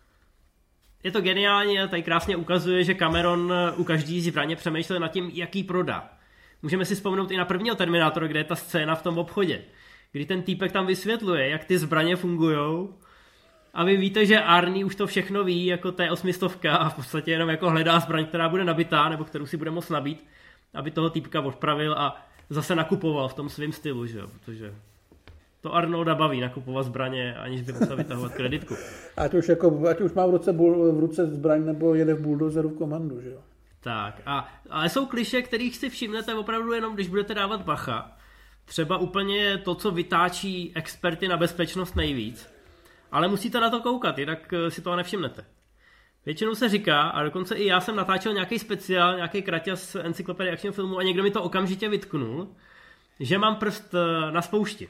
Je to geniální a tady krásně ukazuje, že Cameron u každý zbraně přemýšlel nad tím, jaký prodá. Můžeme si vzpomenout i na prvního Terminátora, kde je ta scéna v tom obchodě, kdy ten týpek tam vysvětluje, jak ty zbraně fungujou. A vy víte, že Arnie už to všechno ví, jako T800 a v podstatě jenom jako hledá zbraň, která bude nabitá, nebo kterou si bude moct nabít, aby toho týpka odpravil a zase nakupoval v tom svém stylu, že jo, protože to Arnolda baví nakupovat zbraně, aniž by musel vytahovat kreditku.
Ať už má v ruce zbraň, nebo jede v buldozeru v komandu, že jo.
Tak, ale jsou klišé, kterých si všimnete opravdu jenom, když budete dávat bacha. Třeba úplně to, co vytáčí experty na bezpečnost nejvíc. Ale musíte na to koukat, jinak si toho nevšimnete. Většinou se říká, a dokonce i já jsem natáčel nějaký speciál, nějaký kraťas z encyklopedie akčního filmu a někdo mi to okamžitě vytknul, že mám prst na spoušti.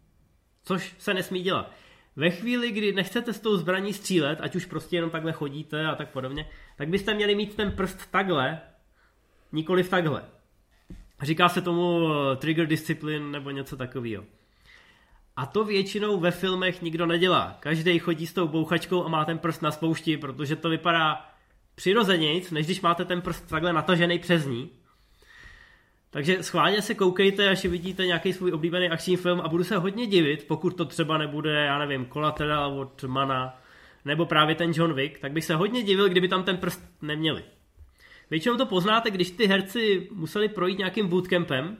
Což se nesmí dělat. Ve chvíli, kdy nechcete s tou zbraní střílet, ať už prostě jenom takhle chodíte a tak podobně, tak byste měli mít ten prst takhle, nikoliv takhle. Říká se tomu trigger discipline nebo něco takového. A to většinou ve filmech nikdo nedělá. Každý chodí s tou bouchačkou a má ten prst na spoušti, protože to vypadá přirozenějc, než když máte ten prst takhle natažený přes ní. Takže schválně se koukejte, až vidíte nějaký svůj oblíbený akční film a budu se hodně divit, pokud to třeba nebude, já nevím, Collateral od Mana, nebo právě ten John Wick, tak bych se hodně divil, kdyby tam ten prst neměli. Většinou to poznáte, když ty herci museli projít nějakým bootcampem,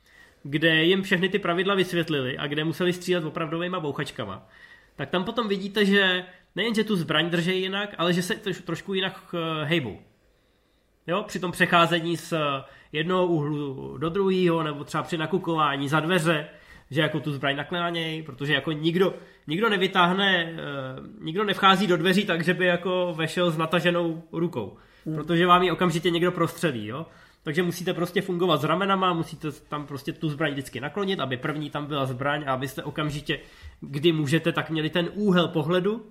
kde jim všechny ty pravidla vysvětlili a kde museli střílet opravdovýma bouchačkama. Tak tam potom vidíte, že nejen, že tu zbraň drží jinak, ale že se trošku jinak hejbou. Jo, při tom přecházení z jednoho úhlu do druhého, nebo třeba při nakukování za dveře, že jako tu zbraň naklánějí, protože jako nikdo nevytáhne, nikdo nevchází do dveří tak, že by jako vešel s nataženou rukou, protože vám ji okamžitě někdo prostřelí, jo. Takže musíte prostě fungovat s ramenama, musíte tam prostě tu zbraň vždycky naklonit, aby první tam byla zbraň a abyste okamžitě, kdy můžete, tak měli ten úhel pohledu.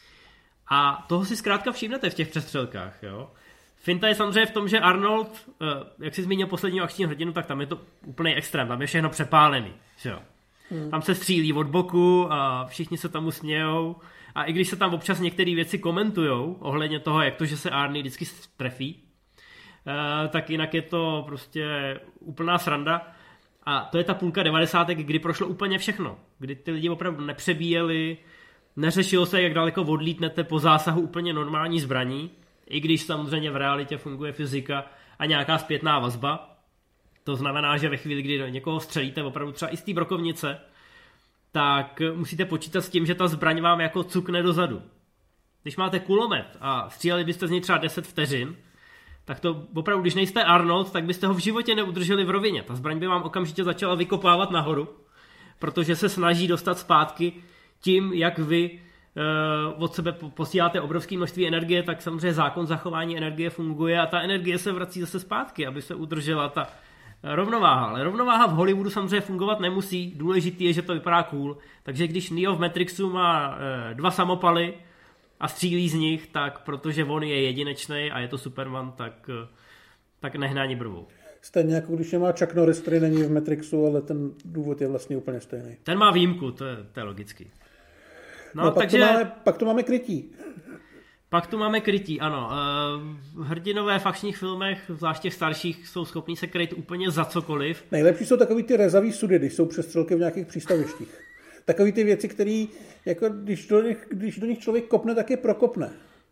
A toho si zkrátka všimnete v těch přestřelkách, jo. Finta je samozřejmě v tom, že Arnold, jak jsi zmínil posledního akčního hrdinu, tak tam je to úplný extrém, tam je všechno přepálený, jo. Tam se střílí od boku a všichni se tam smějou. A i když se tam občas některé věci komentujou ohledně toho, jak to, že se Arnie vždycky trefí, tak jinak je to prostě úplná sranda. A to je ta půlka 90. kdy prošlo úplně všechno. Kdy ty lidi opravdu nepřebíjeli, neřešilo se, jak daleko odlítnete po zásahu úplně normální zbraní, i když samozřejmě v realitě funguje fyzika a nějaká zpětná vazba. To znamená, že ve chvíli, kdy do někoho střelíte opravdu třeba i z té brokovnice, tak musíte počítat s tím, že ta zbraň vám jako cukne dozadu. Když máte kulomet a stříleli byste z něj třeba 10 vteřin, tak to opravdu, když nejste Arnold, tak byste ho v životě neudrželi v rovině. Ta zbraň by vám okamžitě začala vykopávat nahoru, protože se snaží dostat zpátky tím, jak vy od sebe posíláte obrovské množství energie, tak samozřejmě zákon zachování energie funguje a ta energie se vrací zase zpátky, aby se udržela ta rovnováha. Ale rovnováha v Hollywoodu samozřejmě fungovat nemusí. Důležitý je, že to vypadá cool. Takže když Neo v Matrixu má 2 samopaly a střílí z nich, tak protože on je jedinečný a je to Superman, tak nehne ani brvou. Stejně
jako když je má Chuck Norris, který není v Matrixu, ale ten důvod je vlastně úplně stejný.
Ten má výjimku, to je logický.
No takže pak tu máme krytí.
Pak tu máme krytí, ano. Hrdinové v akčních filmech, zvláště starších, jsou schopní se kryt úplně za cokoliv.
Nejlepší jsou takový ty rezavý sudy, když jsou přestřelky v nějakých přístavištích. Takový ty věci, které, jako, když do nich člověk kopne, tak je prokopne.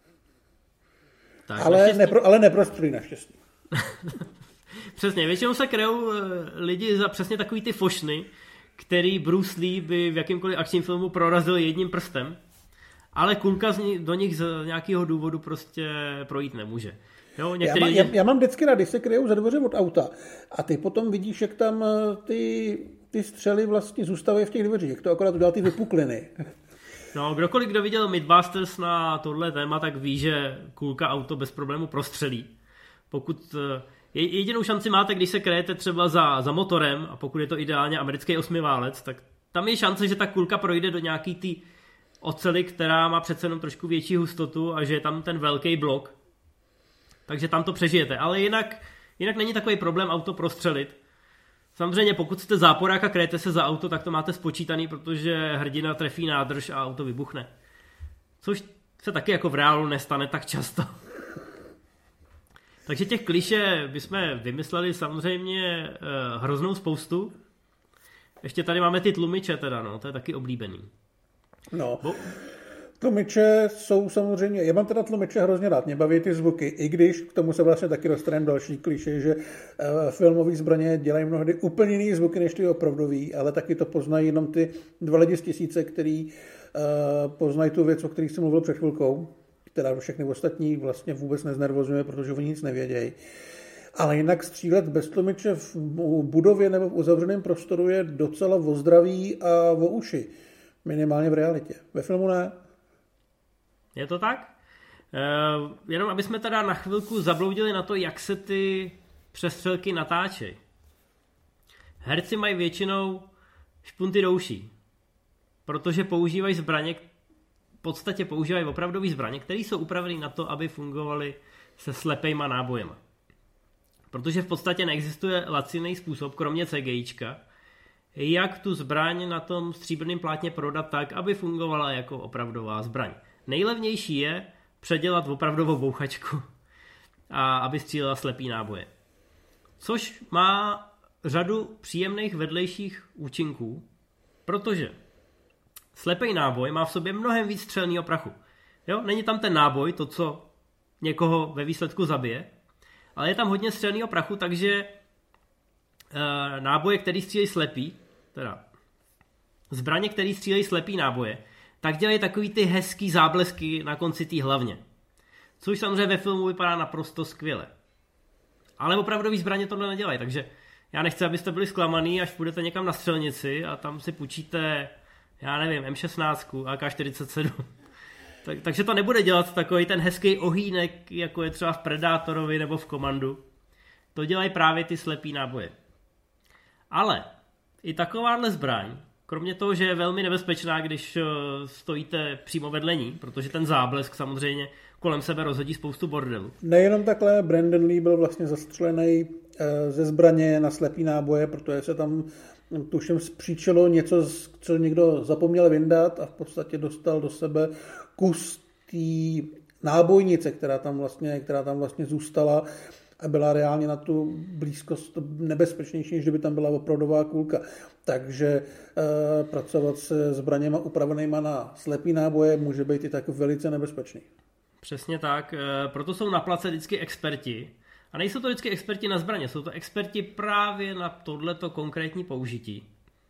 Tak, ale neprostřelí naštěstí.
Přesně, většinou se kryjou lidi za přesně takový ty fošny, který Bruce Lee by v jakýmkoliv akčním filmu prorazil jedním prstem, ale kulka do nich z nějakého důvodu prostě projít nemůže. Jo,
já mám vždycky rád, když se kryjou za dveře od auta a ty potom vidíš, jak tam ty střely vlastně zůstávají v těch dveřích, jak to akorát udělal ty vypukliny.
No, kdokoliv, kdo viděl Mythbusters na tohle téma, tak ví, že kulka auto bez problému prostřelí. Pokud jedinou šanci máte, když se krejete třeba za motorem, a pokud je to ideálně americký osmiválec, tak tam je šance, že ta kulka projde do nějaký té oceli, která má přece jenom trošku větší hustotu a že je tam ten velký blok. Takže tam to přežijete. Ale jinak není takový problém auto prostřelit. Samozřejmě pokud jste záporák a krejete se za auto, tak to máte spočítaný, protože hrdina trefí nádrž a auto vybuchne. Což se taky jako v reálu nestane tak často. Takže těch klišé bychom vymysleli samozřejmě hroznou spoustu. Ještě tady máme ty tlumiče teda, no, to je taky oblíbený.
No, tlumiče jsou samozřejmě, já mám teda tlumiče hrozně rád, mě baví ty zvuky, i když k tomu se vlastně taky dostaneme další klišé, že filmové zbraně dělají mnohdy úplně jiný zvuky než ty opravdový, ale taky to poznají jenom ty 2 lidi z 1000, který poznají tu věc, o kterých jsem mluvil před chvilkou, která všechny ostatní vlastně vůbec neznervozňuje, protože oni nic nevědějí. Ale jinak střílet bez tlumiče v budově nebo v uzavřeném prostoru je docela o zdraví a o uši. Minimálně v realitě. Ve filmu ne.
Je to tak? Jenom aby jsme teda na chvilku zabloudili na to, jak se ty přestřelky natáčejí. Herci mají většinou špunty do uší, protože používají zbraně, v podstatě používají opravdové zbraně, které jsou upraveny na to, aby fungovaly se slepejma nábojema. Protože v podstatě neexistuje laciný způsob, kromě CGIčka, jak tu zbraň na tom stříbrném plátně prodat tak, aby fungovala jako opravdová zbraň. Nejlevnější je předělat opravdovou bouchačku a aby střílela slepý náboje. Což má řadu příjemných vedlejších účinků, protože slepý náboj má v sobě mnohem víc střelného prachu. Jo? Není tam ten náboj, to, co někoho ve výsledku zabije, ale je tam hodně střelného prachu, takže náboje, který střílejí slepý, teda zbraně, který střílejí slepý náboje, tak dělají takový ty hezký záblesky na konci té hlavně. Což samozřejmě ve filmu vypadá naprosto skvěle. Ale opravdový zbraně tohle nedělají, takže já nechci, abyste byli zklamaný, až půjdete někam na střelnici a tam si půjčíte, já nevím, M16, AK-47. Takže to nebude dělat takový ten hezký ohýnek, jako je třeba v Predátorovi nebo v Komandu. To dělají právě ty slepý náboje. Ale i takováhle zbraň, kromě toho, že je velmi nebezpečná, když stojíte přímo vedle ní, protože ten záblesk samozřejmě kolem sebe rozhodí spoustu bordelu.
Nejenom takhle, Brandon Lee byl vlastně zastřelený ze zbraně na slepý náboje, protože se tam tuším spříčilo něco, co někdo zapomněl vyndat a v podstatě dostal do sebe kus té nábojnice, která tam vlastně zůstala a byla reálně na tu blízkost nebezpečnější, než kdyby tam byla opravdová kulka. Takže pracovat se zbraněma upravenýma na slepý náboje může být i tak velice nebezpečný.
Přesně tak, proto jsou na place vždycky experti. A nejsou to vždycky experti na zbraně, jsou to experti právě na tohleto konkrétní použití.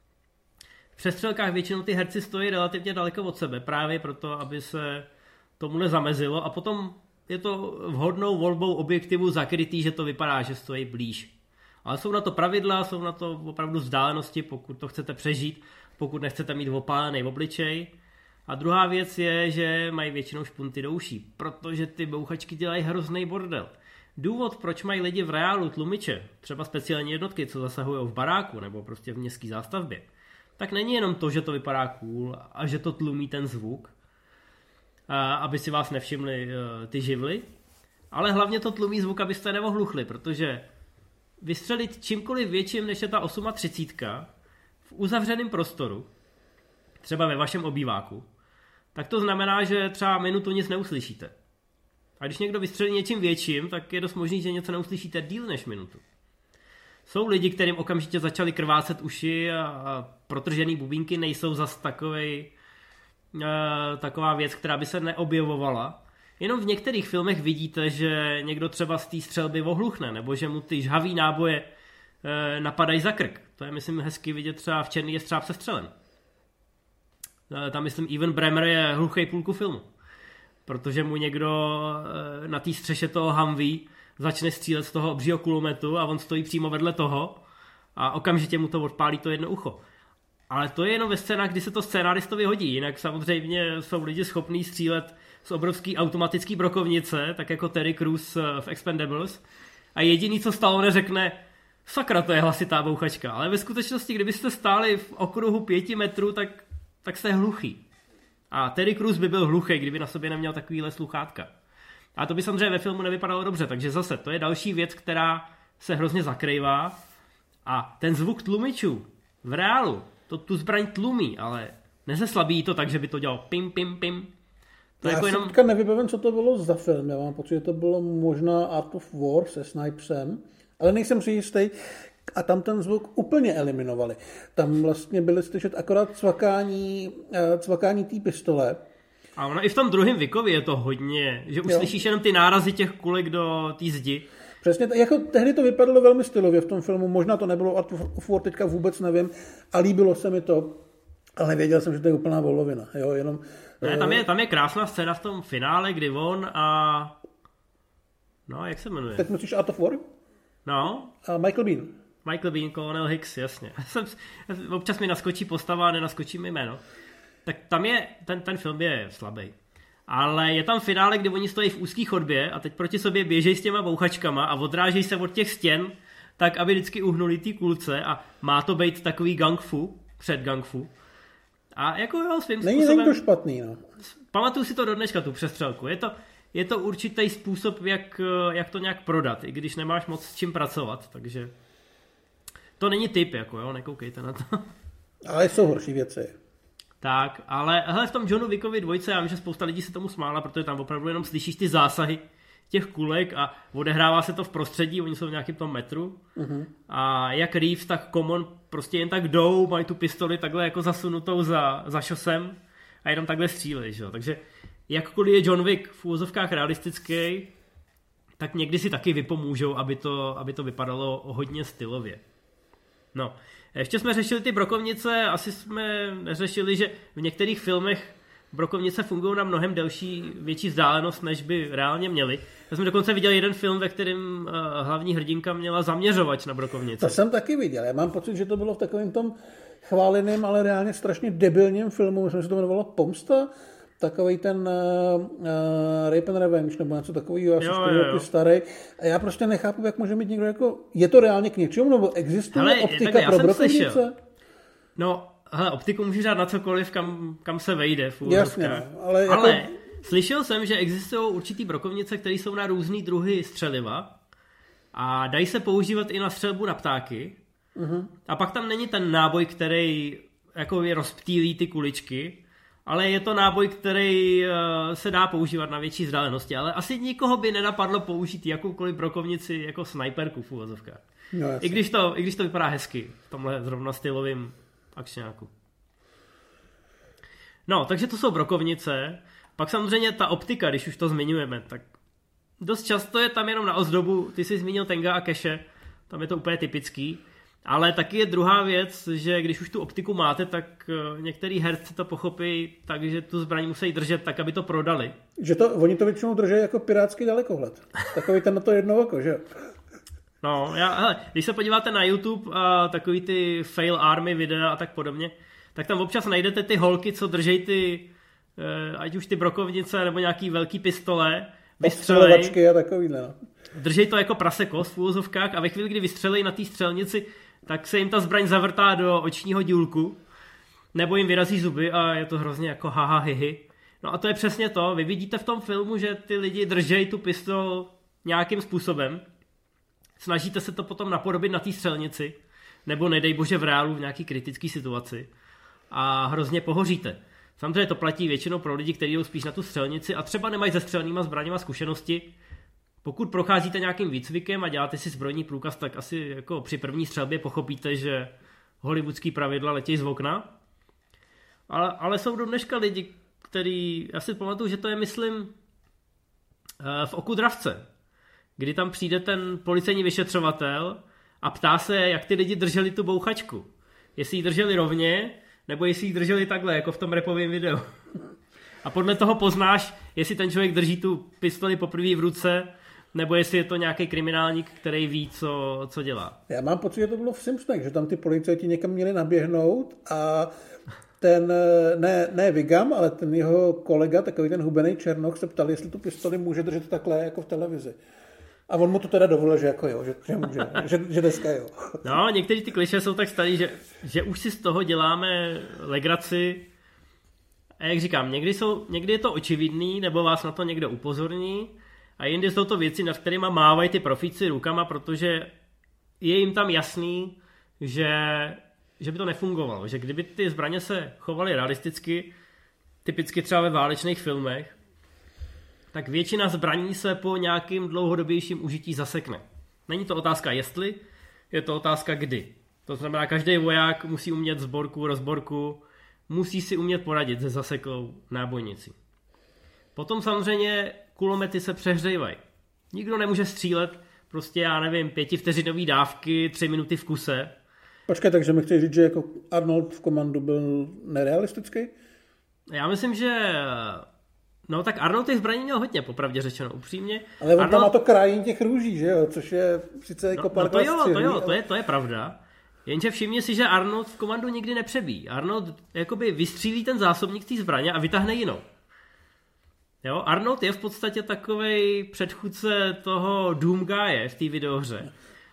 V přestřelkách většinou ty herci stojí relativně daleko od sebe, právě proto, aby se tomuhle zamezilo a potom je to vhodnou volbou objektivu zakrytý, že to vypadá, že stojí blíž. Ale jsou na to pravidla, jsou na to opravdu vzdálenosti, pokud to chcete přežít, pokud nechcete mít opálený obličej. A druhá věc je, že mají většinou špunty do uší, protože ty bouchačky dělají hrozný bordel. Důvod, proč mají lidi v reálu tlumiče, třeba speciální jednotky, co zasahují v baráku nebo prostě v městské zástavbě, tak není jenom to, že to vypadá cool a že to tlumí ten zvuk, aby si vás nevšimli ty živly, ale hlavně to tlumí zvuk, abyste neohluchli, protože vystřelit čímkoliv větším, než je ta 38 v uzavřeném prostoru, třeba ve vašem obýváku, tak to znamená, že třeba minutu nic neuslyšíte. A když někdo vystřelí něčím větším, tak je dost možný, že něco neuslyšíte díl než minutu. Jsou lidi, kterým okamžitě začaly krvácet uši a protržený bubínky nejsou zas taková věc, která by se neobjevovala. Jenom v některých filmech vidíte, že někdo třeba z té střelby ohluchne, nebo že mu ty žhavý náboje napadají za krk. To je, myslím, hezky vidět třeba v Černý je střáb se střelem. Tam, myslím, Ewan Bremer je hluchý půlku filmu. Protože mu někdo na té střeše toho Humvee začne střílet z toho obřího kulometu a on stojí přímo vedle toho a okamžitě mu to odpálí to jedno ucho. Ale to je jenom ve scénách, kdy se to scénáristovi hodí. Jinak samozřejmě jsou lidi schopní střílet z obrovský automatický brokovnice, tak jako Terry Crews v Expendables. A jediný, co Stallone řekne, sakra, to je hlasitá bouchačka. Ale ve skutečnosti, kdybyste stáli v okruhu 5 metrů, tak jste hluchý. A Terry Crews by byl hluchý, kdyby na sobě neměl takovýhle sluchátka. A to by samozřejmě ve filmu nevypadalo dobře, takže zase to je další věc, která se hrozně zakrývá. A ten zvuk tlumičů v reálu, to tu zbraň tlumí, ale nezeslabí to tak, že by to dělalo pim, pim, pim. To
já
jako
si teďka nevybavím, co to bylo za film. Já mám pocit, že to bylo možná Art of War se Snipesem, ale nejsem si jistý. A tam ten zvuk úplně eliminovali. Tam vlastně byly slyšet akorát cvakání té pistole.
A ono i v tom druhém Vickovi je to hodně, že už slyšíš jenom ty nárazy těch kulek do té zdi.
Přesně, jako tehdy to vypadalo velmi stylově v tom filmu, možná to nebylo Art of War, teďka vůbec nevím, a líbilo se mi to, ale věděl jsem, že to je úplná volovina. Jo, jenom,
ne, tam je krásná scéna v tom finále, kdy on a... No, jak se jmenuje?
Teď myslíš Art of War?
No.
A Michael Biehn,
Colonel Hicks, jasně. Občas mi naskočí postava a nenaskočí mi jméno. Tak tam je, ten film je slabý. Ale je tam finále, kdy oni stojí v úzký chodbě a teď proti sobě běžejí s těma bouchačkama a odrážejí se od těch stěn, tak aby vždycky uhnuli ty kulce a má to být takový gang-fu, před gang-fu. A jako jo, svým způsobem...
Není to špatný, no.
Pamatuju si to do dneška, tu přestřelku. Je to určitý způsob, jak to nějak prodat, i když nemáš moc s čím pracovat, takže... To není tip, jako jo, nekoukejte na to.
Ale jsou horší věci.
Tak, ale hele, v tom Johnu Wickovi 2, já vím, že spousta lidí se tomu smála, protože tam opravdu jenom slyšíš ty zásahy těch kulek a odehrává se to v prostředí, oni jsou v nějakém tom metru. Uh-huh. A jak Reeves, tak Common prostě jen tak jdou, mají tu pistoli takhle jako zasunutou za šosem a jenom takhle střílej, že jo. Takže jakkoliv je John Wick v úvozovkách realistický, tak někdy si taky vypomůžou, aby to vypadalo hodně stylově. No, ještě jsme řešili ty brokovnice, asi jsme neřešili, že v některých filmech brokovnice fungují na mnohem větší vzdálenost, než by reálně měly. Já jsem dokonce viděl jeden film, ve kterém hlavní hrdinka měla zaměřovač na brokovnice.
To jsem taky viděl. Já mám pocit, že to bylo v takovém tom chváleném, ale reálně strašně debilním filmu, myslím, že to jmenovalo Pomsta, takovej ten Rape and Revenge, nebo něco takového, asi 4 roky starý. A já prostě nechápu, jak může mít někdo jako... Je to reálně k něčemu, nebo existuje optika pro brokovnice?
No, hele, optiku můžeš dát na cokoliv, kam se vejde.
Jasně,
ale jako... slyšel jsem, že existují určitý brokovnice, které jsou na různý druhy střeliva a dají se používat i na střelbu na ptáky. Uh-huh. A pak tam není ten náboj, který jako rozptýlí ty kuličky, ale je to náboj, který se dá používat na větší vzdálenosti. Ale asi nikoho by nenapadlo použít jakoukoliv brokovnici jako snajperku v úvozovkách. No, I když to vypadá hezky v tomhle zrovna stylovým akčňáku. No, takže to jsou brokovnice. Pak samozřejmě ta optika, když už to zmiňujeme, tak dost často je tam jenom na ozdobu. Ty jsi zmínil Tenga a Keše, tam je to úplně typický. Ale taky je druhá věc, že když už tu optiku máte, tak některý herci to pochopí tak, že tu zbraň musí držet tak, aby to prodali.
Že oni to většinou drží jako pirátský dalekohled. Takový ten na to jedno oko, že?
No, hele, když se podíváte na YouTube a takový ty fail army videa a tak podobně, tak tam občas najdete ty holky, co držej ty, ať už ty brokovnice nebo nějaký velký pistole,
vystřelevačky a takovýhle, no.
Držej to jako prase kost v úvozovkách a ve chvíli, kdy vystřelej na té střelnici, tak se jim ta zbraň zavrtá do očního dílku, nebo jim vyrazí zuby a je to hrozně jako haha hihi. No a to je přesně to, vy vidíte v tom filmu, že ty lidi držej tu pistol nějakým způsobem, snažíte se to potom napodobit na té střelnici, nebo nedej bože v reálu v nějaký kritické situaci a hrozně pohoříte. Samozřejmě to platí většinou pro lidi, kteří jdou spíš na tu střelnici a třeba nemají se střelnýma zbraněma zkušenosti. Pokud procházíte nějakým výcvikem a děláte si zbrojní průkaz, tak asi jako při první střelbě pochopíte, že hollywoodský pravidla letějí z okna. Ale jsou do dneška lidi, kteří, já si pamatuju, že to je, myslím, v Oku dravce, kdy tam přijde ten policejní vyšetřovatel a ptá se, jak ty lidi drželi tu bouchačku. Jestli ji drželi rovně, nebo jestli ji drželi takhle, jako v tom rapovém videu. A podle toho poznáš, jestli ten člověk drží tu pistoli poprvé v ruce, nebo jestli je to nějaký kriminálník, který ví, co dělá.
Já mám pocit, že to bylo v Simpsonech, že tam ty policajti někam měli naběhnout a ten, ne Vigam, ale ten jeho kolega, takový ten hubený černoch, se ptal, jestli tu pistoli může držet takhle jako v televizi. A on mu to teda dovolil, že jako jo, že může, že dneska jo.
No, některé ty klišé jsou tak starý, že už si z toho děláme legraci. A jak říkám, někdy je to očividný, nebo vás na to někdo upozorní, a jindy jsou to věci, nad kterýma mávají ty profíci rukama, protože je jim tam jasný, že by to nefungovalo. Že kdyby ty zbraně se chovaly realisticky, typicky třeba ve válečných filmech, tak většina zbraní se po nějakým dlouhodobějším užití zasekne. Není to otázka jestli, je to otázka kdy. To znamená, každý voják musí umět sborku, rozborku, musí si umět poradit se zaseklou nábojnicí. Potom samozřejmě kulomety se přehřívají. Nikdo nemůže střílet prostě, já nevím, 5vteřinové dávky, 3 minuty v kuse.
Počkej, takže mi chceš říct, že jako Arnold v Komandu byl nerealistický?
Já myslím, že... No tak Arnold těch zbraní měl hodně, popravdě řečeno, upřímně.
Ale on tam má to krájení těch růží, že jo? Což je sice jako pár
to je pravda. Jenže všimni si, že Arnold v Komandu nikdy nepřebíjí. Arnold jakoby vystřílí ten zásobník té zbraně a vytáhne jinou. Jo? Arnold je v podstatě takovej předchůdce toho Doomguye v té videohře.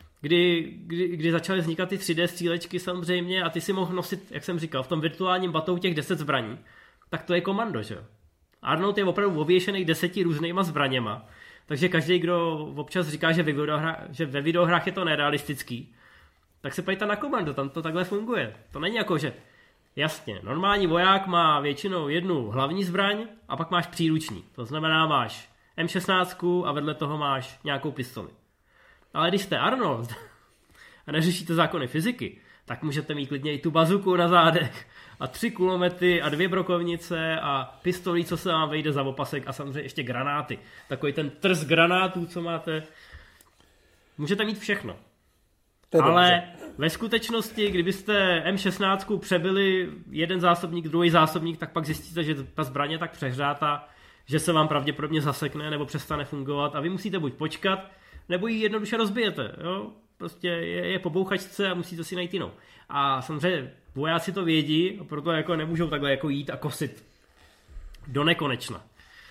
Kdy začaly vznikat ty 3D střílečky samozřejmě a ty si mohl nosit, jak jsem říkal, v tom virtuálním batou těch 10 zbraní. Tak to je Komando, že jo? Arnold je opravdu obvěšený 10 různýma zbraněma. Takže každý, kdo občas říká, že ve videohrách je to nerealistický, tak se pojďte na Komando, tam to takhle funguje. To není jako, že jasně, normální voják má většinou jednu hlavní zbraň a pak máš příruční. To znamená, máš M16 a vedle toho máš nějakou pistoli. Ale když jste Arnold a neřešíte zákony fyziky, tak můžete mít klidně i tu bazuku na zádech a 3 kulomety a 2 brokovnice a pistolí, co se vám vejde za opasek a samozřejmě ještě granáty. Takový ten trs granátů, co máte. Můžete mít všechno. Ale ve skutečnosti, kdybyste M16 přebili jeden zásobník, druhý zásobník, tak pak zjistíte, že ta zbraně je tak přehřátá, že se vám pravděpodobně zasekne nebo přestane fungovat a vy musíte buď počkat, nebo ji jednoduše rozbijete. Jo? Prostě je po bouchačce a musíte si najít jinou. A samozřejmě vojáci to vědí, a proto jako nemůžou takhle jako jít a kosit do nekonečna.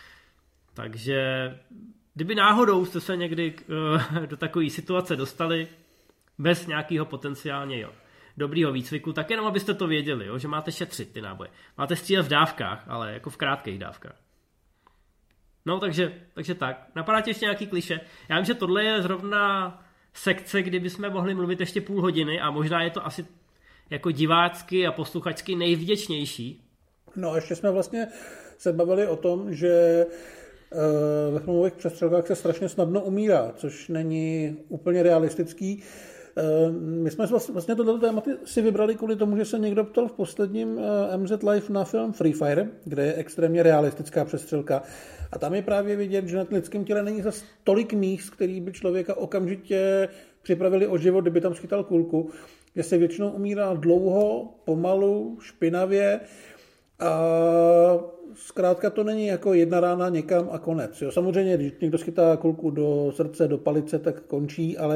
Takže kdyby náhodou jste se někdy do takové situace dostali bez nějakého potenciálně dobrýho výcviku, tak jenom abyste to věděli, že máte šetřit ty náboje. Máte střílet v dávkách, ale jako v krátkých dávkách. No, takže tak. Napadá tě ještě nějaký kliše? Já vím, že tohle je zrovna sekce, kdy bychom mohli mluvit ještě půl hodiny a možná je to asi jako divácky a posluchačsky nejvděčnější.
No a ještě jsme vlastně se bavili o tom, že ve filmových přestřelkách se strašně snadno umírá, což není úplně realistický. My jsme vlastně tohle téma si vybrali kvůli tomu, že se někdo ptal v posledním MZ Live na film Free Fire, kde je extrémně realistická přestřelka. A tam je právě vidět, že na lidském těle není zas tolik míst, který by člověka okamžitě připravili o život, kdyby tam schytal kulku. Že se většinou umírá dlouho, pomalu, špinavě a zkrátka to není jako jedna rána někam a konec. Jo, samozřejmě, když někdo schytá kulku do srdce, do palice, tak končí, ale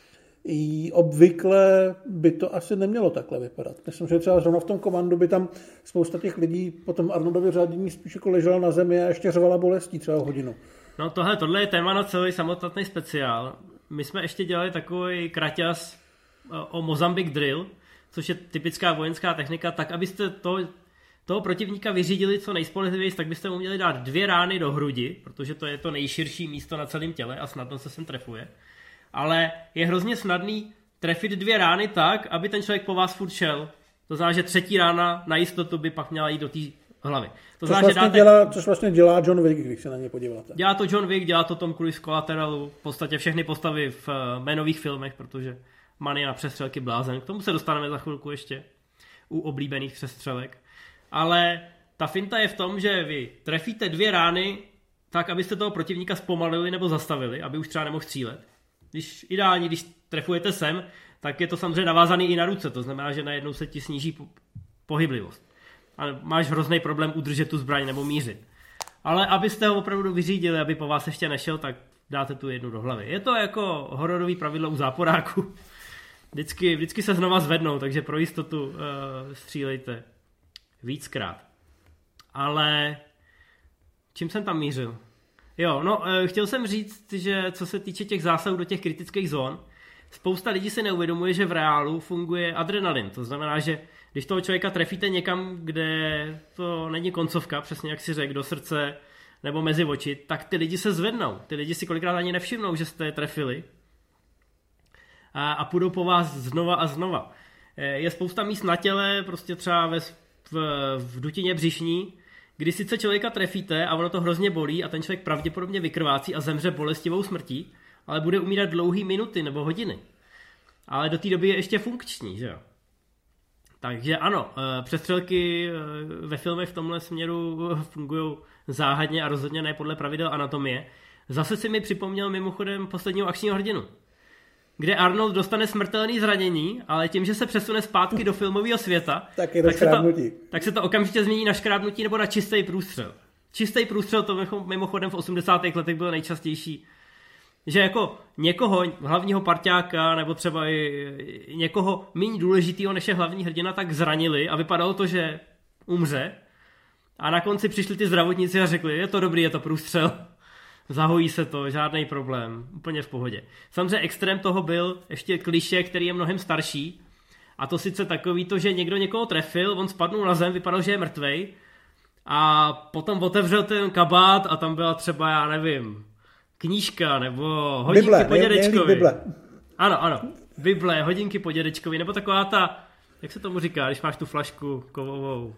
i obvykle by to asi nemělo takhle vypadat. Myslím, že třeba zrovna v tom Komandu by tam spousta těch lidí po tom Arnoldově řádění spíš jako ležela na zemi a ještě řvala bolestí třeba hodinu.
No tohle je téma na celý samostatný speciál. My jsme ještě dělali takový kraťas o Mozambique Drill, což je typická vojenská technika, tak abyste toho protivníka vyřídili co nejspolehlivěji, tak byste mu měli dát 2 rány do hrudi, protože to je to nejširší místo na celém těle a snadno se sem trefuje. Ale je hrozně snadný trefit 2 rány tak, aby ten člověk po vás furt šel. To znamená, že 3. rána na jistotu by pak měla jít do té hlavy.
Což vlastně dělá John Wick, když se na ně podíváte.
Dělá to John Wick, dělá to Tom Cruise v Collateral, v podstatě všechny postavy v jménových filmech, protože mania na přestřelky blázen. K tomu se dostaneme za chvilku ještě u oblíbených přestřelek. Ale ta finta je v tom, že vy trefíte 2 rány tak, abyste toho protivníka zpomalili nebo zastavili, aby už třeba nemohl střílet. Když trefujete sem, tak je to samozřejmě navázaný i na ruce, to znamená, že najednou se ti sníží pohyblivost. A máš hrozný problém udržet tu zbraň nebo mířit. Ale abyste ho opravdu vyřídili, aby po vás ještě nešel, tak dáte tu jednu do hlavy. Je to jako hororový pravidlo u záporáku. Vždycky se znova zvednou, takže pro jistotu střílejte víckrát. Ale čím jsem tam mířil? Jo, no, chtěl jsem říct, že co se týče těch zásahů do těch kritických zón, spousta lidí si neuvědomuje, že v reálu funguje adrenalin. To znamená, že když toho člověka trefíte někam, kde to není koncovka, přesně jak si řekl, do srdce nebo mezi oči, tak ty lidi se zvednou. Ty lidi si kolikrát ani nevšimnou, že jste je trefili a půjdou po vás znova a znova. Je spousta míst na těle, prostě třeba v dutině břišní, kdy sice člověka trefíte a ono to hrozně bolí a ten člověk pravděpodobně vykrvácí a zemře bolestivou smrtí, ale bude umírat dlouhý minuty nebo hodiny. Ale do té doby je ještě funkční, že jo? Takže ano, přestřelky ve filmech v tomhle směru fungují záhadně a rozhodně ne podle pravidel anatomie. Zase si mi připomněl mimochodem posledního akčního hrdinu, kde Arnold dostane smrtelné zranění, ale tím, že se přesune zpátky do filmového světa, tak se to okamžitě změní na škrábnutí nebo na čistý průstřel. Čistý průstřel, to mimochodem v 80. letech bylo nejčastější, že jako někoho, hlavního parťáka, nebo třeba i někoho méně důležitýho než je hlavní hrdina, tak zranili a vypadalo to, že umře. A na konci přišli ty zdravotníci a řekli, je to dobrý, je to průstřel. Zahojí se to, žádný problém, úplně v pohodě. Samozřejmě extrém toho byl ještě klišé, který je mnohem starší. A to sice takový to, že někdo někoho trefil, on spadnul na zem, vypadal, že je mrtvej. A potom otevřel ten kabát a tam byla třeba, já nevím, knížka nebo hodinky po dědečkovi. Ano, Bible, hodinky po dědečkovi, nebo taková ta, jak se tomu říká, když máš tu flašku kovovou.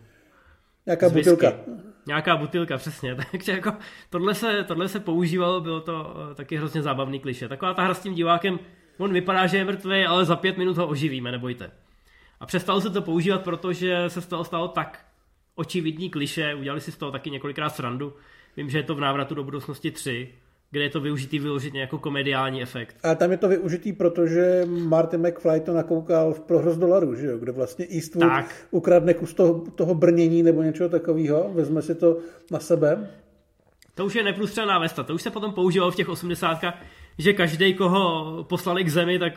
Nějaká butylka, přesně. Takže jako tohle se používalo, bylo to taky hrozně zábavný klišé. Taková ta hra s tím divákem, on vypadá, že je mrtvý, ale za 5 minut ho oživíme, nebojte. A přestalo se to používat, protože se z toho stalo tak očividný klišé, udělali si z toho taky několikrát srandu. Vím, že je to v Návratu do budoucnosti 3, kde je to využitý vyloženě jako komediální efekt.
A tam je to využitý, protože Martin McFly to nakoukal v Pro hroz dolarů, že jo? Kde vlastně Eastwood ukradne kus toho brnění nebo něčeho takového, vezme si to na sebe.
To už je neprůstřelná vesta, to už se potom používalo v těch 80kách, že každej, koho poslali k zemi, tak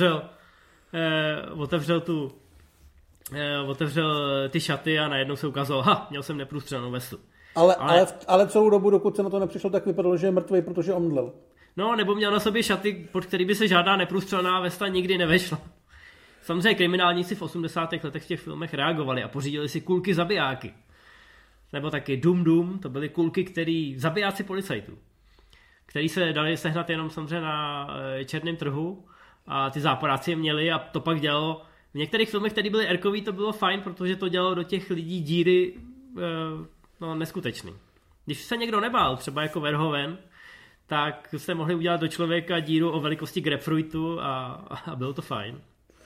otevřel ty šaty a najednou se ukázalo, měl jsem neprůstřelnou vestu.
Ale celou dobu, dokud se na to nepřišlo, tak vypadalo, že je mrtvej, protože omdlel.
No, nebo měl na sobě šaty, pod který by se žádná neprůstřelná vesta nikdy nevešla. Samozřejmě kriminálníci v 80. letech v těch filmech reagovali a pořídili si kulky zabijáky. Nebo taky Dum, to byly kulky, který zabijáci policajtů, který se dali sehnat jenom samozřejmě na černém trhu a ty záporáci je měli a to pak dělalo. V některých filmech, které byly erkový, to bylo fajn, protože to dělalo do těch lidí díry neskutečný. Když se někdo nebál, třeba jako Verhoeven, tak jste mohli udělat do člověka díru o velikosti grapefruitu a bylo to fajn.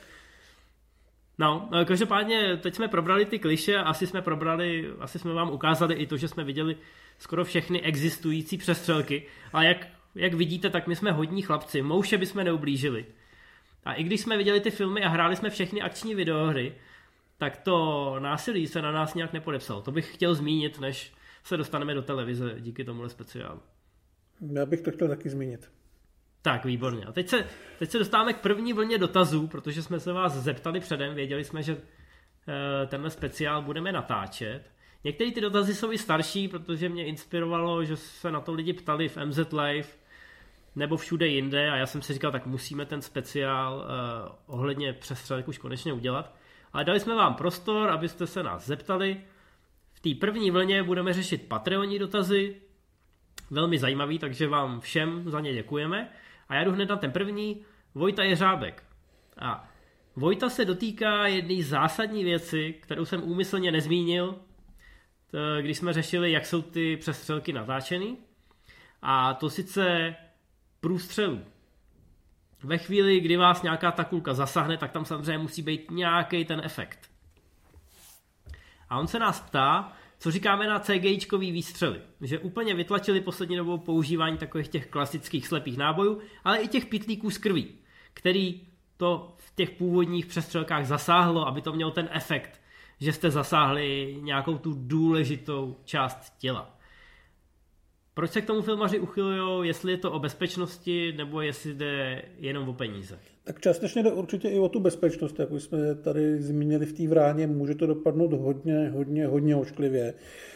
No, každopádně teď jsme probrali ty kliše, asi jsme vám ukázali i to, že jsme viděli skoro všechny existující přestřelky. A jak vidíte, tak my jsme hodní chlapci, mouše bychom neublížili. A i když jsme viděli ty filmy a hráli jsme všechny akční videohry, tak to násilí se na nás nějak nepodepsalo. To bych chtěl zmínit, než se dostaneme do televize díky tomuhle speciálu.
Já bych to chtěl taky zmínit.
Tak, výborně. A teď se dostáváme k první vlně dotazů, protože jsme se vás zeptali předem, věděli jsme, že tenhle speciál budeme natáčet. Některé ty dotazy jsou i starší, protože mě inspirovalo, že se na to lidi ptali v MZ Live nebo všude jinde a já jsem si říkal, tak musíme ten speciál ohledně přestřelek už konečně udělat. Ale dali jsme vám prostor, abyste se nás zeptali. V té první vlně budeme řešit Patreonní dotazy, velmi zajímavý, takže vám všem za ně děkujeme. A já jdu hned na ten první, Vojta Jeřábek. A Vojta se dotýká jedné zásadní věci, kterou jsem úmyslně nezmínil, když jsme řešili, jak jsou ty přestřelky natáčeny. A to sice průstřelů. Ve chvíli, kdy vás nějaká ta kulka zasahne, tak tam samozřejmě musí být nějaký ten efekt. A on se nás ptá, co říkáme na CGIčkový výstřely. Že úplně vytlačili poslední dobou používání takových těch klasických slepých nábojů, ale i těch pytlíků z krví, který to v těch původních přestřelkách zasáhlo, aby to mělo ten efekt, že jste zasáhli nějakou tu důležitou část těla. Proč se k tomu filmaři uchylujou, jestli je to o bezpečnosti, nebo jestli jde jenom o peníze?
Tak částečně jde určitě i o tu bezpečnost, jak už jsme tady zmínili v té vráně, může to dopadnout hodně ošklivě.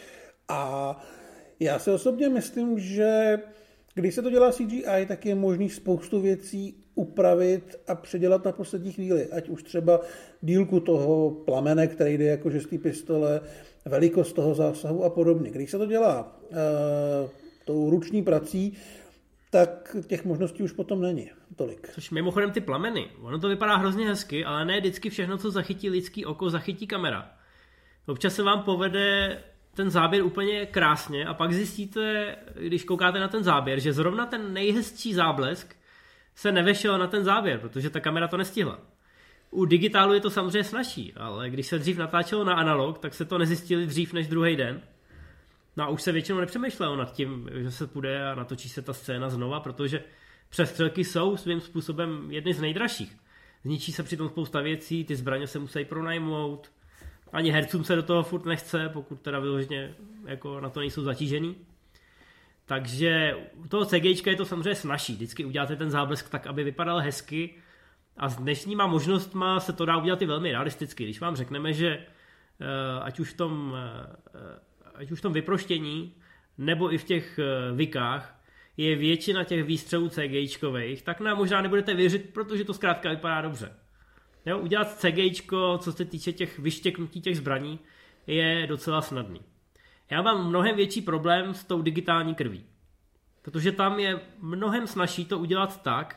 A já si osobně myslím, že když se to dělá CGI, tak je možný spoustu věcí upravit a předělat na poslední chvíli. Ať už třeba dílku toho plamene, který jde jako z té pistole, velikost toho zásahu a podobně. Když se to dělá tou ruční prací, tak těch možností už potom není tolik.
Což mimochodem ty plameny, ono to vypadá hrozně hezky, ale ne vždycky všechno, co zachytí lidský oko, zachytí kamera. Občas se vám povede ten záběr úplně krásně a pak zjistíte, když koukáte na ten záběr, že zrovna ten nejhezčí záblesk se nevešel na ten záběr, protože ta kamera to nestihla. U digitálu je to samozřejmě snazší, ale když se dřív natáčelo na analog, tak se to nezjistili dřív než druhý den. No a už se většinou nepřemýšlelo nad tím, že se půjde a natočí se ta scéna znova, protože přestřelky jsou svým způsobem jedny z nejdražších. Zničí se přitom spousta věcí, ty zbraně se musí pronajmout, ani hercům se do toho furt nechce, pokud teda vyloženě jako na to nejsou zatížený. Takže u toho CGIčka je to samozřejmě snazší. Vždycky uděláte ten záblesk tak, aby vypadal hezky a s dnešníma možnostma se to dá udělat i velmi realisticky. Když vám řekneme, že ať už v tom vyproštění nebo i v těch vikách je většina těch výstřelů CGIčkových, tak nám možná nebudete věřit, protože to zkrátka vypadá dobře. Jo, udělat CGIčko, co se týče těch vyštěknutí těch zbraní, je docela snadný. Já mám mnohem větší problém s tou digitální krví. Protože tam je mnohem snazší to udělat tak,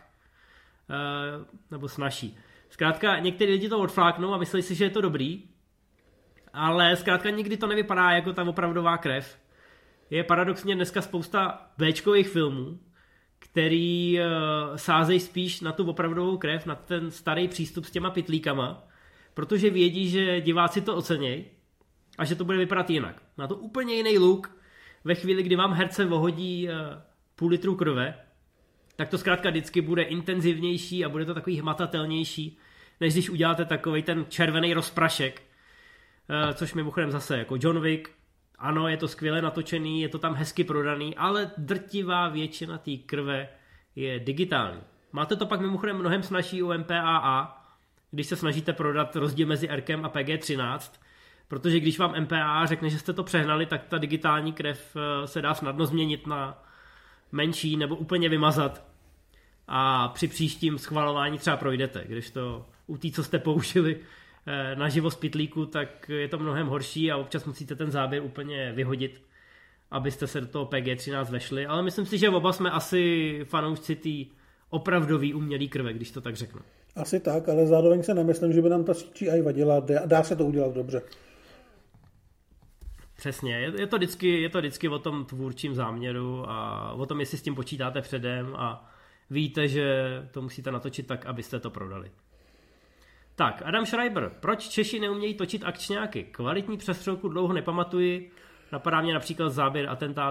nebo snazší. Zkrátka někteří lidi to odfláknou a myslí si, že je to dobrý, ale zkrátka nikdy to nevypadá jako ta opravdová krev. Je paradoxně dneska spousta Bčkových filmů, který sázejí spíš na tu opravdovou krev, na ten starý přístup s těma pytlíkama, protože vědí, že diváci to ocenějí a že to bude vypadat jinak. Má to úplně jiný look. Ve chvíli, kdy vám herce vohodí půl litru krve, tak to zkrátka vždycky bude intenzivnější a bude to takový hmatatelnější, než když uděláte takovej ten červený rozprašek, což mimochodem zase jako John Wick. Ano, je to skvěle natočený, je to tam hezky prodaný, ale drtivá většina té krve je digitální. Máte to pak mimochodem mnohem snazší u MPAA, když se snažíte prodat rozdíl mezi RKem a PG-13, protože když vám MPAA řekne, že jste to přehnali, tak ta digitální krev se dá snadno změnit na menší nebo úplně vymazat a při příštím schvalování třeba projdete, když to u té, co jste použili naživo z pytlíku, tak je to mnohem horší a občas musíte ten záběr úplně vyhodit, abyste se do toho PG-13 vešli, ale myslím si, že oba jsme asi fanoušci té opravdový umělý krve, když to tak řeknu.
Asi tak, ale zároveň se nemyslím, že by nám ta CGI vadila, dá se to udělat dobře.
Přesně, je to vždycky o tom tvůrčím záměru a o tom, jestli s tím počítáte předem a víte, že to musíte natočit tak, abyste to prodali. Tak, Adam Schreiber. Proč Češi neumějí točit akčňáky? Kvalitní přestřelku dlouho nepamatuji. Napadá mě například závěr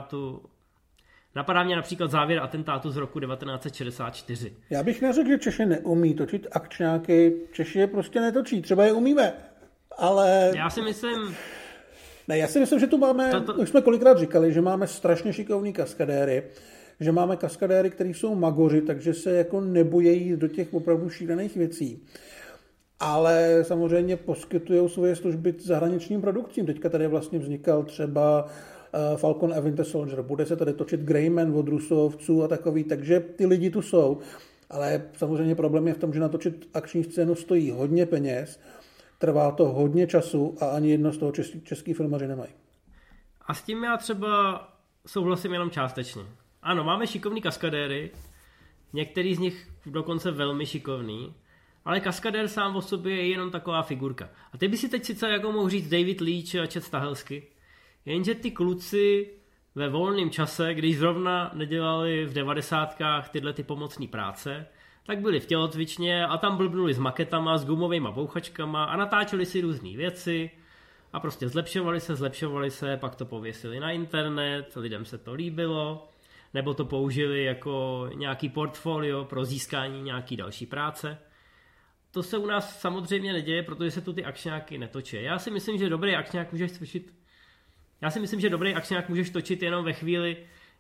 atentátu z roku 1964.
Já bych neřekl, že Češi neumí točit akčňáky. Češi je prostě netočí. Třeba je umíme, ale...
Já si myslím,
že tu máme, už jsme kolikrát říkali, že máme strašně šikovný kaskadéry, že máme kaskadéry, který jsou magoři, takže se jako nebojejí do těch opravdu šílených věcí. Ale samozřejmě poskytují svoje služby zahraničním produkcím. Teďka tady vlastně vznikal třeba Falcon and Winter Soldier. Bude se tady točit Greyman od Rusovců a takový, takže ty lidi tu jsou. Ale samozřejmě problém je v tom, že natočit akční scénu stojí hodně peněz, trvá to hodně času a ani jedno z toho český filmaři nemají.
A s tím já třeba souhlasím jenom částečně. Ano, máme šikovný kaskadéry, některý z nich dokonce velmi šikovný, ale kaskadér sám o sobě je jenom taková figurka. A ty by si teď sice jako mohl říct David Leitch a Chad Stahelsky, jenže ty kluci ve volném čase, když zrovna nedělali v 90kách tyhle ty pomocné práce, tak byli v tělocvičně a tam blbnuli s maketama, s gumovými bouchačkama a natáčeli si různé věci a prostě zlepšovali se, pak to pověsili na internet, lidem se to líbilo, nebo to použili jako nějaký portfolio pro získání nějaký další práce. To se u nás samozřejmě neděje, protože se tu ty akčňáky netočí. Já si myslím, že dobrý akčňák můžeš točit jenom ve chvíli,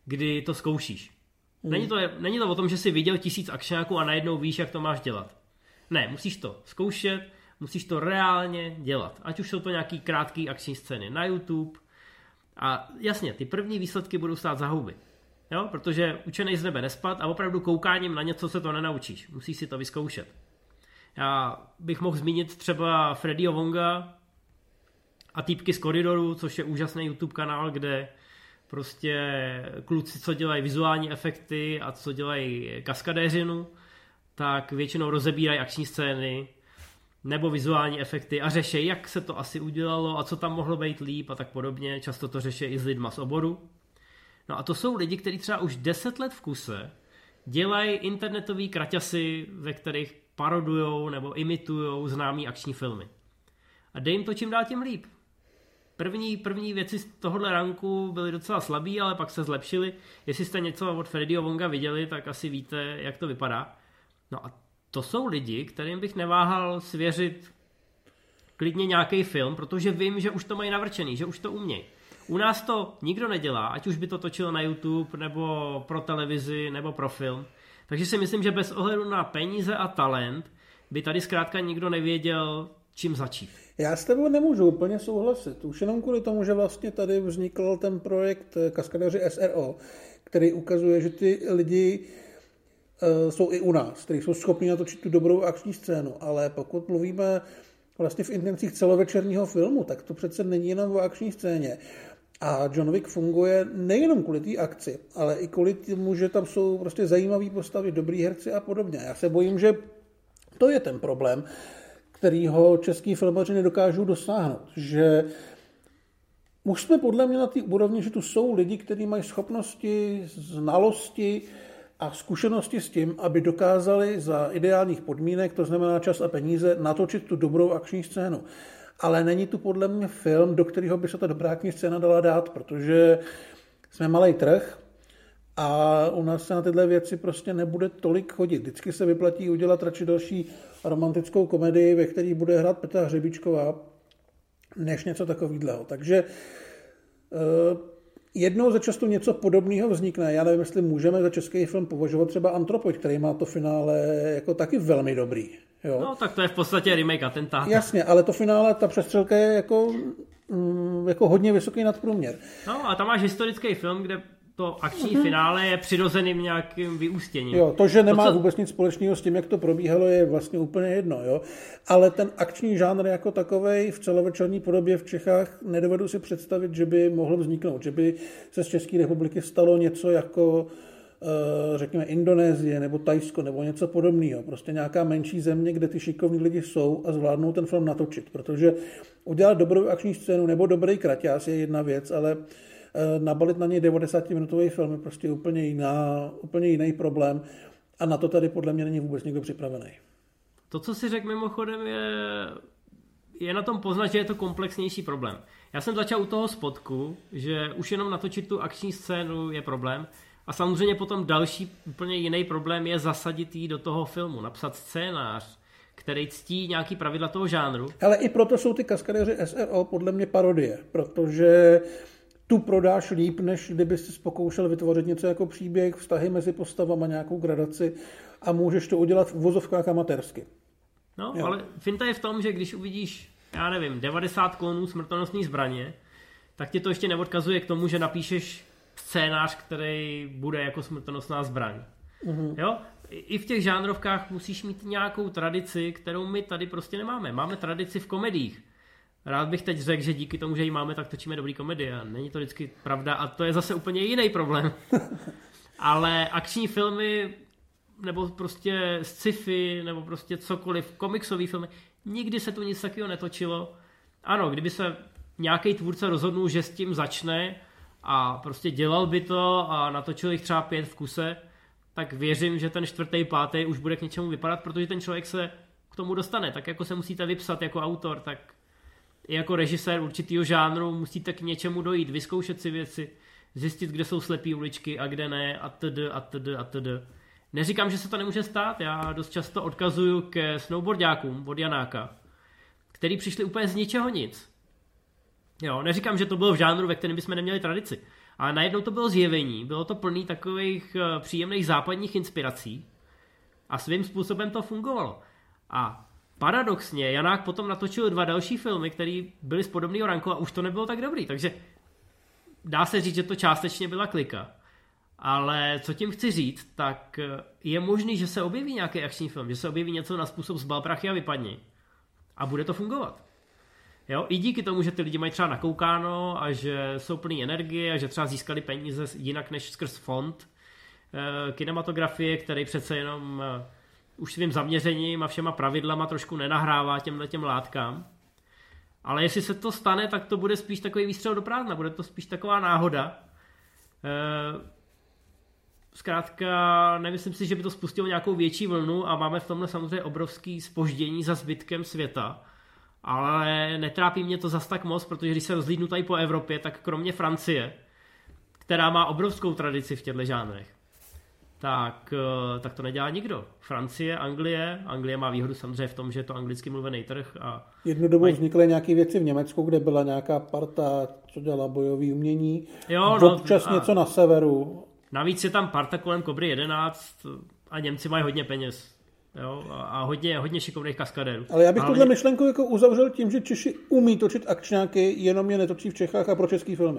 kdy to zkoušíš. Není to o tom, že jsi viděl 1000 akčňáků a najednou víš, jak to máš dělat. Ne, musíš to zkoušet, musíš to reálně dělat. Ať už jsou to nějaký krátký akční scény na YouTube. A jasně, ty první výsledky budou stát za houby. Jo? Protože učenej z nebe nespad a opravdu koukáním na něco se to nenaučíš. Musíš si to vyzkoušet. Já bych mohl zmínit třeba Freddyho Wonga a Týpky z koridoru, což je úžasný YouTube kanál, kde prostě kluci, co dělají vizuální efekty a co dělají kaskadéřinu, tak většinou rozebírají akční scény nebo vizuální efekty a řeší, jak se to asi udělalo a co tam mohlo být líp a tak podobně. Často to řeší i s lidma z oboru. No a to jsou lidi, kteří třeba už 10 let v kuse dělají internetový kraťasy, ve kterých parodujou nebo imitujou známý akční filmy. A dej jim to čím dál tím líp. První věci z tohohle ranku byly docela slabý, ale pak se zlepšily. Jestli jste něco od Freddyho Wonga viděli, tak asi víte, jak to vypadá. No a to jsou lidi, kterým bych neváhal svěřit klidně nějaký film, protože vím, že už to mají navrčený, že už to umějí. U nás to nikdo nedělá, ať už by to točilo na YouTube, nebo pro televizi, nebo pro film. Takže si myslím, že bez ohledu na peníze a talent by tady zkrátka nikdo nevěděl, čím začít.
Já s tebou nemůžu úplně souhlasit. Už jenom kvůli tomu, že vlastně tady vznikl ten projekt Kaskadeři SRO, který ukazuje, že ty lidi jsou i u nás, kteří jsou schopni natočit tu dobrou akční scénu, ale pokud mluvíme vlastně v intencích celovečerního filmu, tak to přece není jenom o akční scéně. A John Wick funguje nejenom kvůli té akci, ale i kvůli tomu, že tam jsou prostě zajímavý postavy, dobrý herci a podobně. Já se bojím, že to je ten problém, kterýho český filmaři nedokážou dosáhnout. Že už jsme podle mě na té úrovni, že tu jsou lidi, kteří mají schopnosti, znalosti a zkušenosti s tím, aby dokázali za ideálních podmínek, to znamená čas a peníze, natočit tu dobrou akční scénu. Ale není tu podle mě film, do kterého by se ta dobrá akční scéna dala dát, protože jsme malý trh a u nás se na tyhle věci prostě nebude tolik chodit. Vždycky se vyplatí udělat radši další romantickou komedii, ve které bude hrát Petra Hřebíčková, než něco takového. Takže jednou za často něco podobného vznikne. Já nevím, jestli můžeme za český film považovat třeba Antropoid, který má to finále jako taky velmi dobrý. Jo?
No, tak to je v podstatě remake Atentáta.
Jasně, ale to finále, ta přestřelka je jako hodně vysoký nadprůměr.
No a tam máš historický film, kde to akční finále je přirozeným nějakým vyústěním.
Jo, to, že nemá vůbec nic společného s tím, jak to probíhalo, je vlastně úplně jedno. Jo? Ale ten akční žánr jako takovej v celovečerní podobě v Čechách nedovedu si představit, že by mohl vzniknout, že by se z České republiky stalo něco jako řekněme Indonésie nebo Thajsko nebo něco podobného. Prostě nějaká menší země, kde ty šikovní lidi jsou a zvládnou ten film natočit. Protože udělat dobrou akční scénu nebo dobrý kraťás je jedna věc, ale nabalit na něj 90-minutový film je prostě úplně jiný problém a na to tady podle mě není vůbec nikdo připravený.
To, co si řekl mimochodem, je na tom poznat, že je to komplexnější problém. Já jsem začal u toho spotku, že už jenom natočit tu akční scénu je problém a samozřejmě potom další úplně jiný problém je zasadit ji do toho filmu, napsat scénář, který ctí nějaký pravidla toho žánru.
Ale i proto jsou ty Kaskadeři SRO podle mě parodie, protože tu prodáš líp, než kdyby si pokoušel vytvořit něco jako příběh, vztahy mezi postavama, nějakou gradaci a můžeš to udělat v uvozovkách amatérsky.
No, jo. Ale finta je v tom, že když uvidíš, já nevím, 90 klonů smrtonosné zbraně, tak ti to ještě neodkazuje k tomu, že napíšeš scénář, který bude jako smrtonosná zbraň. Mm-hmm. Jo? I v těch žánrovkách musíš mít nějakou tradici, kterou my tady prostě nemáme. Máme tradici v komediích. Rád bych teď řekl, že díky tomu, že ji máme, tak točíme dobrý komedie. A není to vždycky pravda a to je zase úplně jiný problém. Ale akční filmy, nebo prostě sci-fi, nebo prostě cokoliv, komiksový filmy, nikdy se tu nic takového netočilo. Ano, kdyby se nějaký tvůrce rozhodnul, že s tím začne a prostě dělal by to a natočil jich třeba 5 v kuse, tak věřím, že ten 4., 5. už bude k něčemu vypadat, protože ten člověk se k tomu dostane. Tak jako se musíte vypsat jako autor, tak i jako režisér určitýho žánru musíte k něčemu dojít, vyzkoušet si věci, zjistit, kde jsou slepý uličky a kde ne a td. Neříkám, že se to nemůže stát, já dost často odkazuju ke snowboardákům od Janáka, který přišli úplně z ničeho nic. Jo, neříkám, že to bylo v žánru, ve kterém bychom neměli tradici, A najednou to bylo zjevení, bylo to plný takových příjemných západních inspirací a svým způsobem to fungovalo. A paradoxně Janák potom natočil 2 další filmy, které byly z podobného ranku a už to nebylo tak dobrý, takže dá se říct, že to částečně byla klika. Ale co tím chci říct, tak je možný, že se objeví nějaký akční film, že se objeví něco na způsob zbal prachy a vypadni a bude to fungovat. Jo? I díky tomu, že ty lidi mají třeba nakoukáno a že jsou plný energie a že třeba získali peníze jinak než skrz fond kinematografie, který přece jenom už svým zaměřením a všema pravidlama trošku nenahrává těm látkám. Ale jestli se to stane, tak to bude spíš takový výstřel do prázdna, bude to spíš taková náhoda. Zkrátka, nemyslím si, že by to spustilo nějakou větší vlnu a máme v tomhle samozřejmě obrovský zpoždění za zbytkem světa. Ale netrápí mě to zas tak moc, protože když se rozhlídnu tady po Evropě, tak kromě Francie, která má obrovskou tradici v těchto žánrech, tak to nedělá nikdo. Francie, Anglie má výhodu samozřejmě v tom, že je to anglicky mluvený trh. A
jednu dobu vznikly nějaké věci v Německu, kde byla nějaká parta, co dělala bojové umění, občas něco na severu.
Navíc je tam parta kolem Kobry 11 a Němci mají hodně peněz. Jo? A hodně šikovných kaskadérů.
Ale já bych tuhle myšlenku jako uzavřel tím, že Češi umí točit akčňáky, jenom je netočí v Čechách a pro český filmy.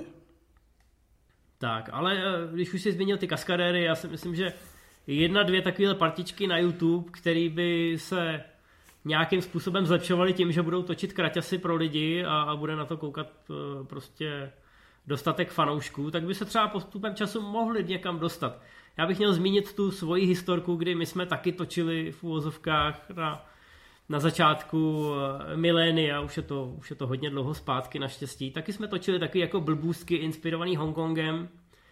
Tak, ale když už jsi zmínil ty kaskadéry, já si myslím, že 1-2 takovéhle partičky na YouTube, který by se nějakým způsobem zlepšovaly tím, že budou točit kraťasy pro lidi a bude na to koukat prostě dostatek fanoušků, tak by se třeba postupem času mohli někam dostat. Já bych měl zmínit tu svoji historku, kdy my jsme taky točili v uvozovkách na začátku milénia, už je to hodně dlouho zpátky naštěstí. Taky jsme točili taky jako blbůstky inspirovaný Hongkongem.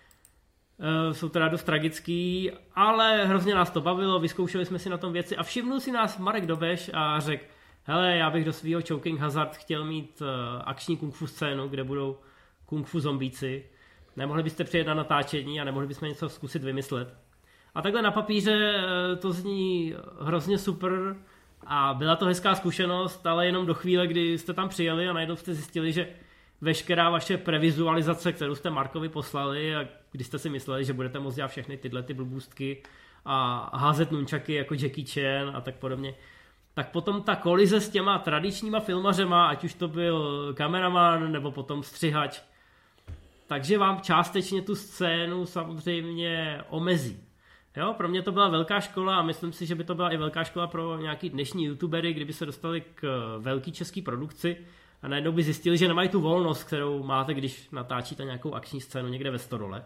Jsou teda dost tragický, ale hrozně nás to bavilo, vyzkoušeli jsme si na tom věci a všimnul si nás Marek Dobeš a řekl, hele, já bych do svýho Choking Hazard chtěl mít akční kung fu scénu, kde budou kung fu zombíci. Nemohli byste přijet na natáčení a nemohli bychom něco zkusit vymyslet. A takhle na papíře to zní hrozně super a byla to hezká zkušenost, ale jenom do chvíle, kdy jste tam přijeli a najednou jste zjistili, že veškerá vaše previzualizace, kterou jste Markovi poslali a když jste si mysleli, že budete moct dělat všechny tyhle ty blbůstky a házet nunčaky jako Jackie Chan a tak podobně, tak potom ta kolize s těma tradičníma filmařema, ať už to byl kameraman nebo potom střihač, takže vám částečně tu scénu samozřejmě omezí. Jo, pro mě to byla velká škola a myslím si, že by to byla i velká škola pro nějaký dnešní youtubery, kdyby se dostali k velký český produkci a najednou by zjistili, že nemají tu volnost, kterou máte, když natáčíte nějakou akční scénu někde ve stodole.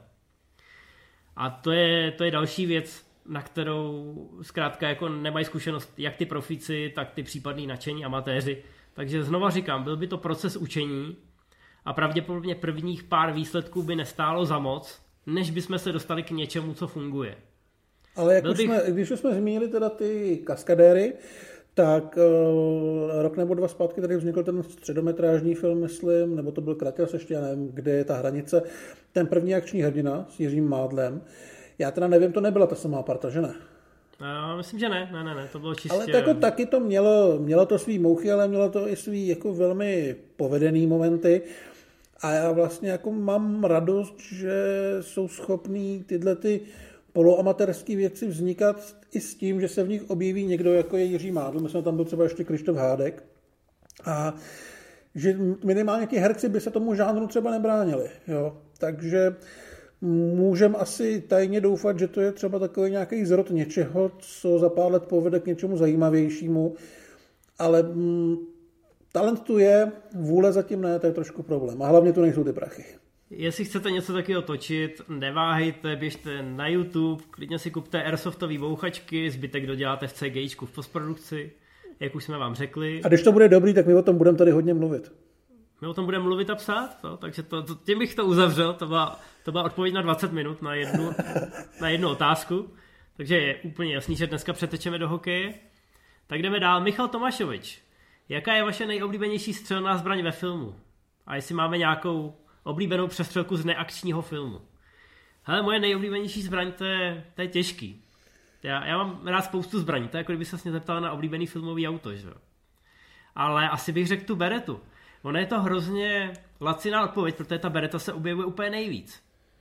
A to je další věc, na kterou zkrátka jako nemají zkušenost jak ty profíci, tak ty případní nadšení amatéři. Takže znova říkám, byl by to proces učení a pravděpodobně prvních pár výsledků by nestálo za moc, než bychom se dostali k něčemu, co funguje.
Ale když jsme zmínili teda ty kaskadéry, tak rok nebo 2 zpátky tady vznikl ten středometrážní film, myslím, nebo to byl Kraťas, ještě já nevím, kde je ta hranice, ten první akční hrdina s Jiřím Mádlem. Já teda nevím, to nebyla ta samá parta, že ne?
Myslím, že ne, to bylo čistě...
Ale jako taky to mělo to svý mouchy, ale mělo to i svý jako velmi povedený momenty. A já vlastně jako mám radost, že jsou schopný tyhle ty poloamatérské věci vznikat i s tím, že se v nich objeví někdo, jako je Jiří Mádl. Myslím, tam byl třeba ještě Krištof Hádek. A že minimálně ti herci by se tomu žánru třeba nebránili. Jo? Takže můžeme asi tajně doufat, že to je třeba takový nějaký zrod něčeho, co za pár let povede k něčemu zajímavějšímu. Ale talent tu je, vůle zatím ne, to je trošku problém. A hlavně tu nejsou ty prachy.
Jestli chcete něco takového točit, neváhejte, běžte na YouTube, klidně si kupte airsoftové bouchačky, zbytek doděláte v CGIčku v postprodukci, jak už jsme vám řekli.
A když to bude dobrý, tak my o tom budeme tady hodně mluvit.
My o tom budeme mluvit a psát, takže tím bych to uzavřel, to byla odpověď na 20 minut na jednu otázku, takže je úplně jasný, že dneska přetečeme do hokeje. Tak jdeme dál. Michal Tomášovič, jaká je vaše nejoblíbenější střelná zbraň ve filmu? A jestli máme nějakou oblíbenou přestřelku z neakčního filmu. Hele, moje nejoblíbenější zbraň, to je těžký. Já mám rád spoustu zbraní, to je jako kdyby se mě zeptala na oblíbený filmový auto, že? Ale asi bych řekl tu beretu. Ono je to hrozně laciná odpověď, protože ta bereta se objevuje úplně nejvíc.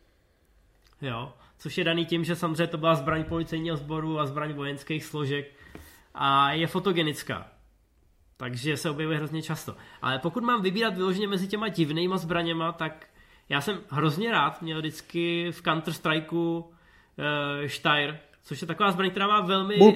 Jo, což je daný tím, že samozřejmě to byla zbraň policejního sboru a zbraň vojenských složek a je fotogenická. Takže se objevuje hrozně často. Ale pokud mám vybírat vyloženě mezi těma divnýma zbraněma, tak já jsem hrozně rád měl vždycky v Counter-Strikeu Steyr, což je taková zbraň, která má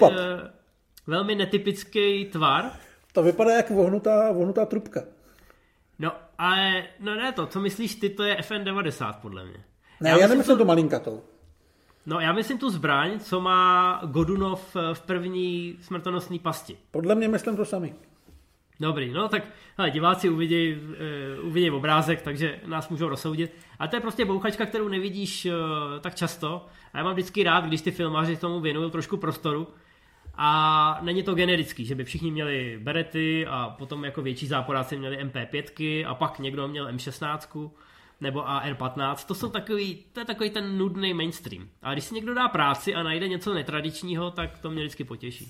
velmi netypický tvar.
To vypadá jak vohnutá trubka.
No, ale ne to, co myslíš ty, to je FN-90 podle mě.
Ne, já nemyslím tu malinkatou.
No, já myslím tu zbraň, co má Godunov v první smrtonosné pasti.
Podle mě myslím to samý.
Dobrý, no tak hele, diváci uvidí obrázek, takže nás můžou rozsoudit. A to je prostě bouchačka, kterou nevidíš tak často. A já mám vždycky rád, když ty filmaři tomu věnují trošku prostoru. A není to generický, že by všichni měli berety a potom jako větší záporáci měli MP5 a pak někdo měl M16 nebo AR-15. To je takový ten nudný mainstream. A když si někdo dá práci a najde něco netradičního, tak to mě vždycky potěší.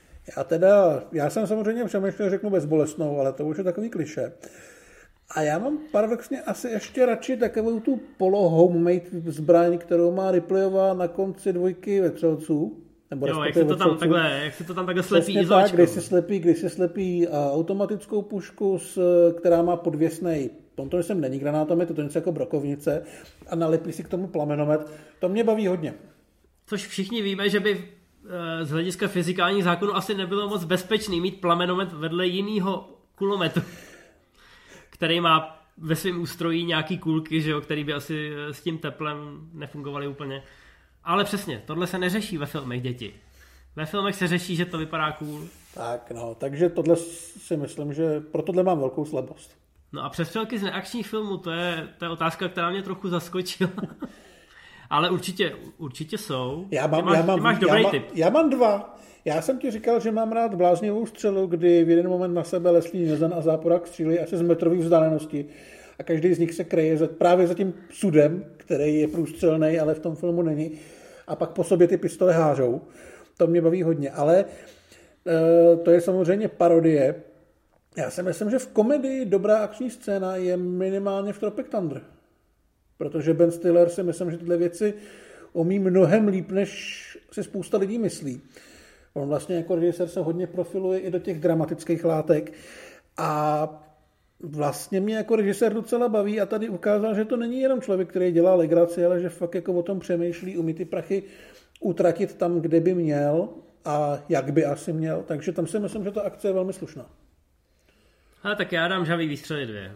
Já jsem samozřejmě přemýšlel, řeknu bezbolestnou, ale to už je takový klišé. A já mám paradoxně asi ještě radši takovou tu polo-homemade zbraň, kterou má Ripleyová na konci 2 vetřelců.
Jo, jak se to tam takhle slepí izolačkou.
Když se slepí automatickou pušku, která má podvěsnej, to myslím není granátomet, to je něco jako brokovnice, a nalepí si k tomu plamenomet. To mě baví hodně.
Což všichni víme, že by z hlediska fyzikálních zákonů asi nebylo moc bezpečný mít plamenomet vedle jiného kulometu, který má ve svém ústrojí nějaký kulky, že jo, který by asi s tím teplem nefungovaly úplně. Ale přesně, tohle se neřeší ve filmech, děti. Ve filmech se řeší, že to vypadá cool.
Tak no, takže tohle si myslím, že pro tohle mám velkou slabost.
No a přestřelky z neakčních filmů, to je otázka, která mě trochu zaskočila. Ale určitě jsou. Máš dobrý tip.
Já mám 2. Já jsem ti říkal, že mám rád bláznivou střelu, kdy v jeden moment na sebe leslí Nezan a záporák střílí asi z metrových vzdálenosti. A každý z nich se kryje právě za tím sudem, který je průstřelný, ale v tom filmu není. A pak po sobě ty pistole hážou. To mě baví hodně. Ale to je samozřejmě parodie. Já si myslím, že v komedii dobrá akční scéna je minimálně v Tropic Thunder. Protože Ben Stiller si myslím, že tyhle věci umí mnohem líp, než si spousta lidí myslí. On vlastně jako režisér se hodně profiluje i do těch dramatických látek. A vlastně mě jako režisér docela baví a tady ukázal, že to není jenom člověk, který dělá legraci, ale že fakt jako o tom přemýšlí, umí ty prachy utratit tam, kde by měl a jak by asi měl. Takže tam si myslím, že ta akce je velmi slušná.
Ale tak já dám Žhavý výstřely 2.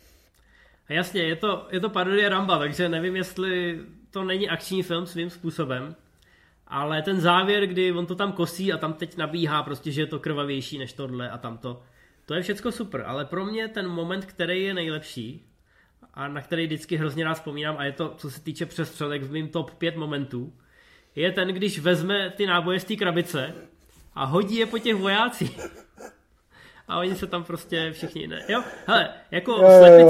A jasně, je to parodie Ramba, takže nevím, jestli to není akční film svým způsobem, ale ten závěr, kdy on to tam kosí a tam teď nabíhá prostě, že je to krvavější než tohle a tamto, to je všecko super, ale pro mě ten moment, který je nejlepší a na který vždycky hrozně rád vzpomínám, a je to, co se týče přestřelek v mým top 5 momentů, je ten, když vezme ty náboje z té krabice a hodí je po těch vojácích. A oni se tam prostě všichni ne. Jo, hele, jako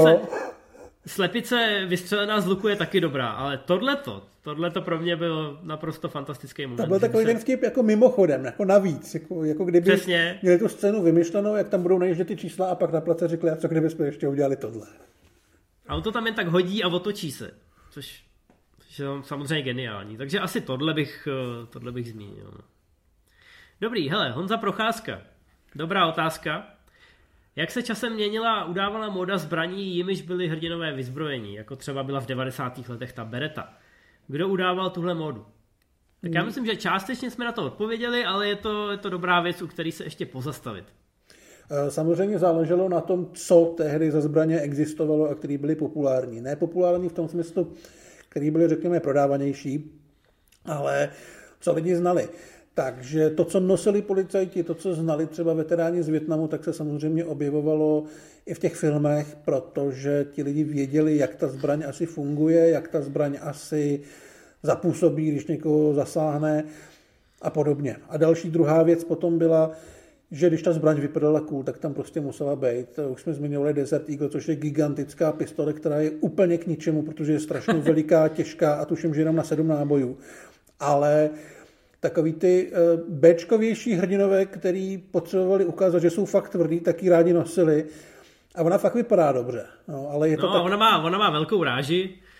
slepice vystřelená z luku je taky dobrá, ale tohleto pro mě byl naprosto fantastický moment.
To byl takový ten vtip jako mimochodem, jako navíc, jako kdyby
přesně
měli tu scénu vymyšlenou, jak tam budou najíždět ty čísla a pak na place řekli, a co kdybychom ještě udělali tohle.
A on to tam jen tak hodí a otočí se, což je samozřejmě geniální. Takže asi tohle bych zmínil. Dobrý, hele, Honza Procházka. Dobrá otázka. Jak se časem měnila a udávala móda zbraní, jimiž byly hrdinové vyzbrojení, jako třeba byla v 90. letech ta Beretta? Kdo udával tuhle módu? Tak já myslím, že částečně jsme na to odpověděli, ale je to dobrá věc, u který se ještě pozastavit.
Samozřejmě záleželo na tom, co tehdy za zbraně existovalo a který byly populární. Ne populární v tom smyslu, který byly, řekněme, prodávanější, ale co lidi znali. Takže to, co nosili policajti, to, co znali třeba veteráni z Vietnamu, tak se samozřejmě objevovalo i v těch filmech, protože ti lidi věděli, jak ta zbraň asi funguje, jak ta zbraň asi zapůsobí, když někoho zasáhne a podobně. A další druhá věc potom byla, že když ta zbraň vypadala cool, tak tam prostě musela být. Už jsme zmiňovali Desert Eagle, což je gigantická pistole, která je úplně k ničemu, protože je strašně veliká, těžká a tuším, že jenom na 7 nábojů. Ale takový ty béčkovější hrdinové, který potřebovali ukázat, že jsou fakt tvrdý, tak ji rádi nosili. A ona fakt vypadá dobře. No, ale je to
ona má velkou ráži.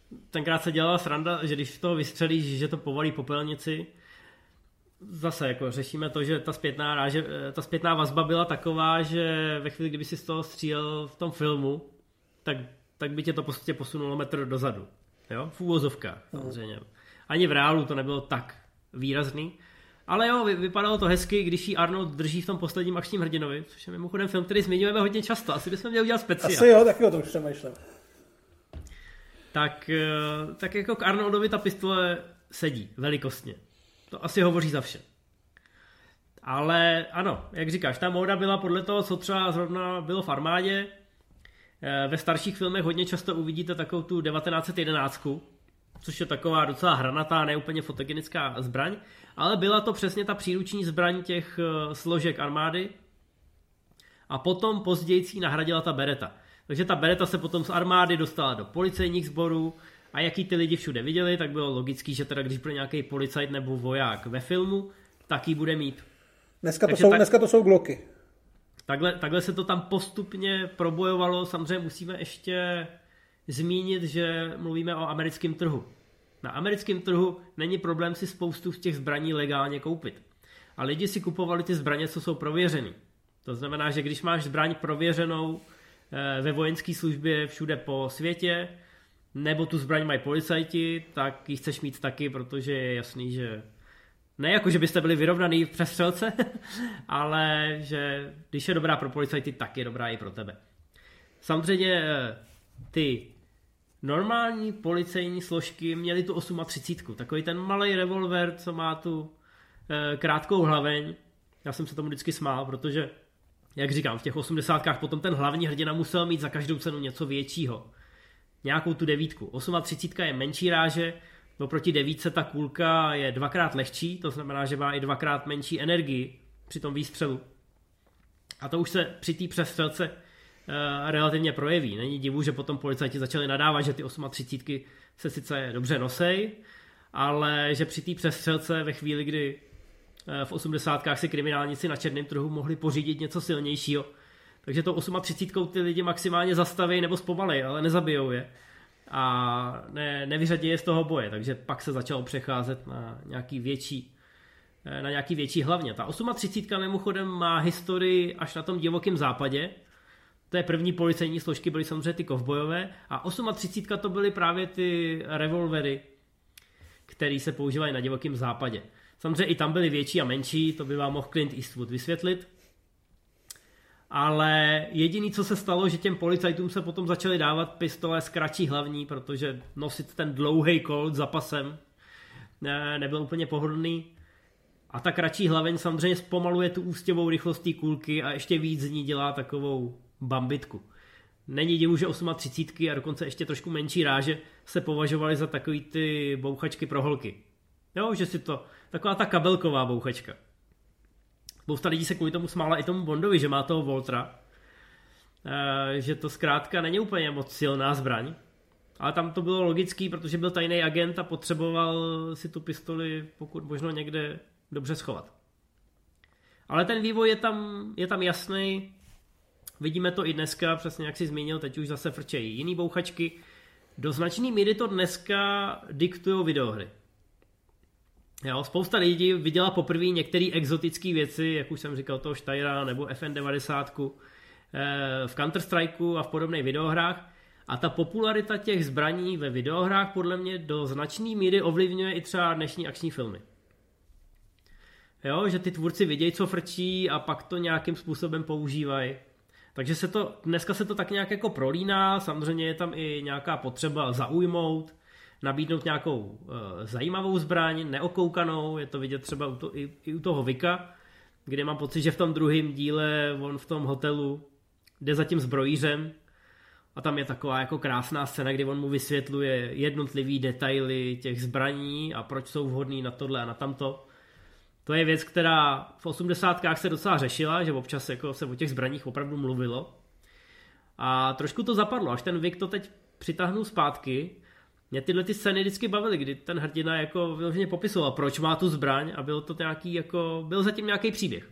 tenkrát se dělala sranda, že když toho vystřelíš, že to povolí popelnici. Zase jako řešíme to, že ta zpětná vazba byla taková, že ve chvíli, kdyby si z toho střílel v tom filmu, tak by tě to prostě posunulo metr dozadu. Jo? V úvozovkách samozřejmě. Ani v reálu to nebylo tak výrazný. Ale jo, vypadalo to hezky, když ji Arnold drží v tom posledním akčním hrdinovi, což je mimochodem film, který zmiňujeme hodně často. Asi bychom měli udělat speciál.
Asi jo, taky o tom přemýšlím.
Tak jako k Arnoldovi ta pistole sedí velikostně. To asi hovoří za vše. Ale ano, jak říkáš, ta móda byla podle toho, co třeba zrovna bylo v armádě. Ve starších filmech hodně často uvidíte takovou tu 1911, což je taková docela hranatá, neúplně fotogenická zbraň, ale byla to přesně ta příruční zbraň těch složek armády a potom později ji nahradila ta bereta. Takže ta bereta se potom z armády dostala do policejních sborů a jaký ty lidi všude viděli, tak bylo logický, že teda když bude nějaký policajt nebo voják ve filmu, tak ji bude mít.
Dneska to jsou Glocky.
Takhle se to tam postupně probojovalo. Samozřejmě musíme ještě zmínit, že mluvíme o americkém trhu. Na americkém trhu není problém si spoustu z těch zbraní legálně koupit. A lidi si kupovali ty zbraně, co jsou prověřený. To znamená, že když máš zbraň prověřenou ve vojenské službě všude po světě, nebo tu zbraň mají policajti, tak ji chceš mít taky, protože je jasný, že ne jako, že byste byli vyrovnaný v přestřelce, ale že když je dobrá pro policajty, tak je dobrá i pro tebe. Samozřejmě ty normální policejní složky měly tu 38, takový ten malej revolver, co má tu krátkou hlaveň. Já jsem se tomu vždycky smál, protože, jak říkám, v těch 80kách potom ten hlavní hrdina musel mít za každou cenu něco většího. Nějakou tu 9. 38 je menší ráže, oproti 9 ta kulka je 2x lehčí, to znamená, že má i 2x menší energii při tom výstřelu. A to už se při té přestřelce relativně projeví. Není divu, že potom policajti začali nadávat, že ty 38 se sice dobře nosej, ale že při té přestřelce ve chvíli, kdy v 80kách si kriminálníci na černém trhu mohli pořídit něco silnějšího, takže tou 38 ty lidi maximálně zastaví nebo zpomalej, ale nezabijou je. A nevyřadí je z toho boje, takže pak se začalo přecházet na nějaký větší hlavně. Ta 38 mimochodem má historii až na tom divokém západě. To je první policejní složky, byly samozřejmě ty kovbojové a 38 to byly právě ty revolvery, které se používají na divokém západě. Samozřejmě i tam byly větší a menší, to by vám mohl Clint Eastwood vysvětlit. Ale jediný, co se stalo, že těm policajtům se potom začaly dávat pistole s kratší hlavní, protože nosit ten dlouhý Colt za pasem nebyl úplně pohodlný. A ta kratší hlaveň samozřejmě zpomaluje tu ústěvou rychlost té kulky a ještě víc z ní dělá takovou bambitku. Není divu, že 38 a dokonce ještě trošku menší ráže se považovaly za takový ty bouchačky pro holky. Jo, že si to, taková ta kabelková bouchačka. Spousta lidí se kvůli tomu smála i tomu Bondovi, že má toho Waltera, že to zkrátka není úplně moc silná zbraň, ale tam to bylo logický, protože byl tajný agent a potřeboval si tu pistoli pokud možno někde dobře schovat. Ale ten vývoj je tam jasný, vidíme to i dneska, přesně jak jsi zmínil, teď už zase frčejí jiný bouchačky. Do značný míry to dneska diktujou videohry. Jo, spousta lidí viděla poprvé některé exotické věci, jak už jsem říkal, toho Steyra nebo FN90 v Counter-Strikeu a v podobných videohrách. A ta popularita těch zbraní ve videohrách podle mě do značné míry ovlivňuje i třeba dnešní akční filmy. Jo, že ty tvůrci vidějí, co frčí a pak to nějakým způsobem používají. Takže dneska se to tak nějak jako prolíná, samozřejmě je tam i nějaká potřeba zaujmout, nabídnout nějakou zajímavou zbraň, neokoukanou, je to vidět třeba i u toho Vika, kde mám pocit, že v tom druhém díle on v tom hotelu jde za tím zbrojířem a tam je taková jako krásná scéna, kdy on mu vysvětluje jednotlivý detaily těch zbraní a proč jsou vhodný na tohle a na tamto. To je věc, která v 80kách se docela řešila, že občas jako se o těch zbraních opravdu mluvilo. A trošku to zapadlo, až ten Vic to teď přitáhnul zpátky. Mě tyhle ty scény vždycky bavily, kdy ten hrdina jako vyloženě popisoval, proč má tu zbraň a byl zatím nějaký příběh.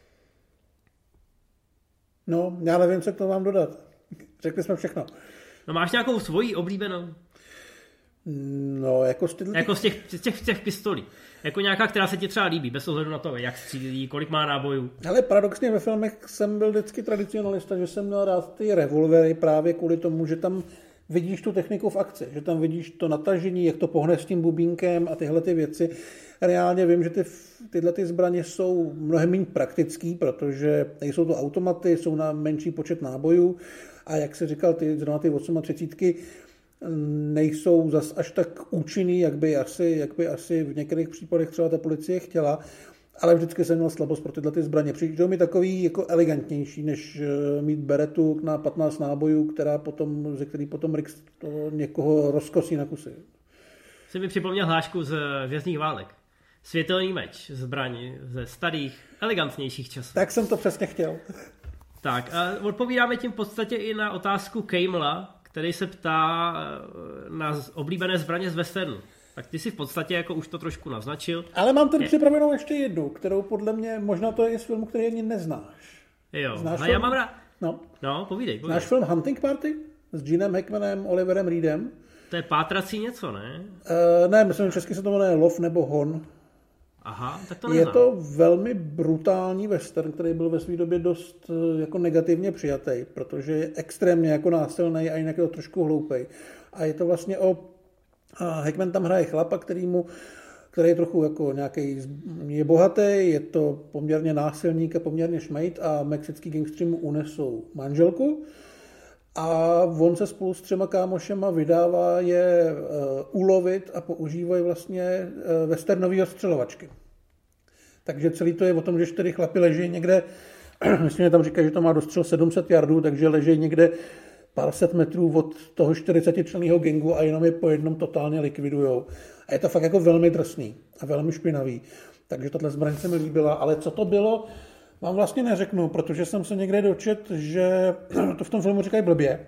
No, já nevím, co k tomu mám dodat. Řekli jsme všechno.
No máš nějakou svoji oblíbenou?
No, jako
z těch pistolí. Jako nějaká, která se ti třeba líbí, bez ohledu na to, jak střílí, kolik má nábojů.
Ale paradoxně ve filmech jsem byl vždycky tradicionalista, že jsem měl rád ty revolvery právě kvůli tomu, že tam vidíš tu techniku v akci, že tam vidíš to natažení, jak to pohne s tím bubínkem a tyhle ty věci. Reálně vím, že tyhle ty zbraně jsou mnohem méně praktický, protože nejsou to automaty, jsou na menší počet nábojů a jak se říkal, zrovna ty 38 nejsou zas až tak účinný, jak by asi v některých případech třeba ta policie chtěla, ale vždycky jsem měl slabost pro tyhle ty zbraně. Přijdou mi takový jako elegantnější, než mít beretu na 15 nábojů, ze který potom Rix to někoho rozkosí na kusy.
Jsi mi připomněl hlášku z Hvězdných válek. Světelný meč, zbraň ze starých, elegantnějších časů.
Tak jsem to přesně chtěl.
Tak a odpovídáme tím v podstatě i na otázku Kejmla, který se ptá na oblíbené zbraně z westernu. Tak ty si v podstatě jako už to trošku naznačil.
Ale mám tady připravenou ještě jednu, kterou podle mě, možná to je z filmu, který ani neznáš.
Jo,
znáš
a já mám rád. No, povídej.
Znáš film Hunting Party? S Genem Hackmanem, Oliverem Reedem?
To je pátrací něco, ne?
Ne, myslím, že česky se to jmenuje Lov nebo Hon.
Aha, tak to neznám.
Je to velmi brutální western, který byl ve své době dost jako negativně přijatý, protože je extrémně jako násilný a jinak je to trošku hloupej. A je to vlastně Hackman tam hraje chlapa, který je trochu jako nějaký, je bohatý, je to poměrně násilník a poměrně šmejt a mexický gangstři mu unesou manželku a on se spolu s 3 kámošema vydává je ulovit a používají vlastně westernový střelovačky. Takže celý to je o tom, že 4 chlapi leží někde, myslím, že tam říkají, že to má dostřel 700 yardů, takže leží někde pár set metrů od toho 40členného gangu a jenom je po jednom totálně likvidujou. A je to fakt jako velmi drsný a velmi špinavý. Takže tato zbraň se mi líbila, ale co to bylo, vám vlastně neřeknu, protože jsem se někde dočet, že to v tom filmu říkají blbě.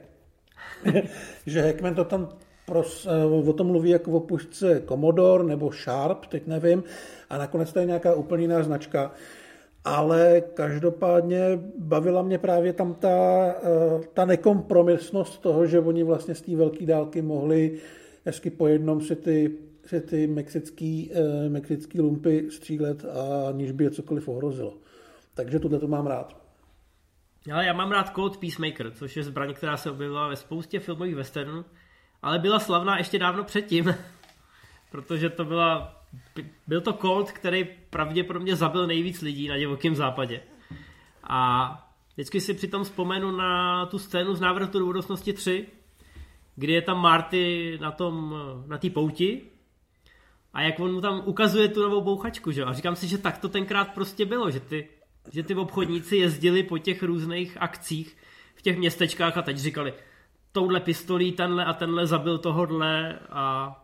Že Hackman to tam o tom mluví jako o pušce Commodore nebo Sharp, teď nevím, a nakonec to je nějaká úplně jiná značka. Ale každopádně bavila mě právě tam ta nekompromisnost toho, že oni vlastně z té velké dálky mohli hezky po jednom si ty mexický lumpy střílet a aniž by je cokoliv ohrozilo. Takže tohle to mám rád.
Ale já mám rád Colt Peacemaker, což je zbraň, která se objevila ve spoustě filmových westernů, ale byla slavná ještě dávno předtím, protože byl to Colt, který pravděpodobně zabil nejvíc lidí na divokém západě. A vždycky si přitom vzpomenu na tu scénu z Návratu do budoucnosti 3, kdy je tam Marty na té pouti a jak on mu tam ukazuje tu novou bouchačku, že? A říkám si, že tak to tenkrát prostě bylo, že ty obchodníci jezdili po těch různých akcích v těch městečkách a teď říkali, touhle pistolí tenhle a tenhle zabil tohodle a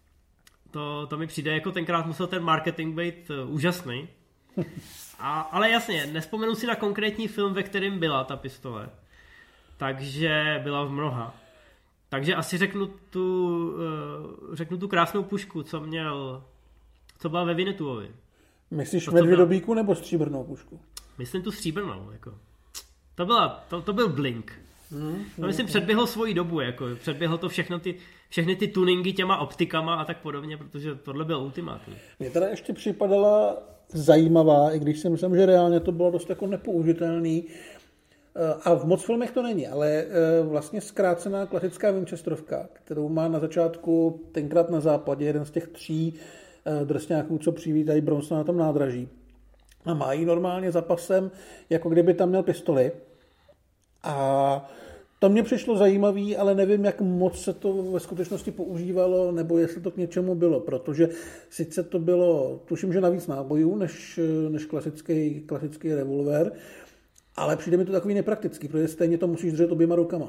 to mi přijde, jako tenkrát musel ten marketing být úžasný. Ale jasně, nespomenu si na konkrétní film, ve kterém byla ta pistole. Takže byla v mnoha. Takže asi řeknu tu krásnou pušku, co byla ve Vinetuovi.
Myslíš medvědobíku nebo stříbrnou pušku?
Myslím tu stříbrnou. Jako. To byl Blink. To myslím předběhlo svoji dobu, jako předběhlo to všechny ty tuningy těma optikama a tak podobně, protože tohle bylo ultimátní.
Mně teda ještě připadala zajímavá, i když si myslím, že reálně to bylo dost jako nepoužitelný. A v moc filmech to není, ale vlastně zkrácená klasická Winchesterovka, kterou má na začátku tenkrát na západě jeden z těch 3 drsňáků, co přivítají Bronsona na tom nádraží. A má ji normálně za pasem, jako kdyby tam měl pistoli. A to mě přišlo zajímavý, ale nevím, jak moc se to ve skutečnosti používalo, nebo jestli to k něčemu bylo, protože sice to bylo, tuším, že navíc nábojů, než klasický revolver, ale přijde mi to takový nepraktický, protože stejně to musíš držet oběma rukama.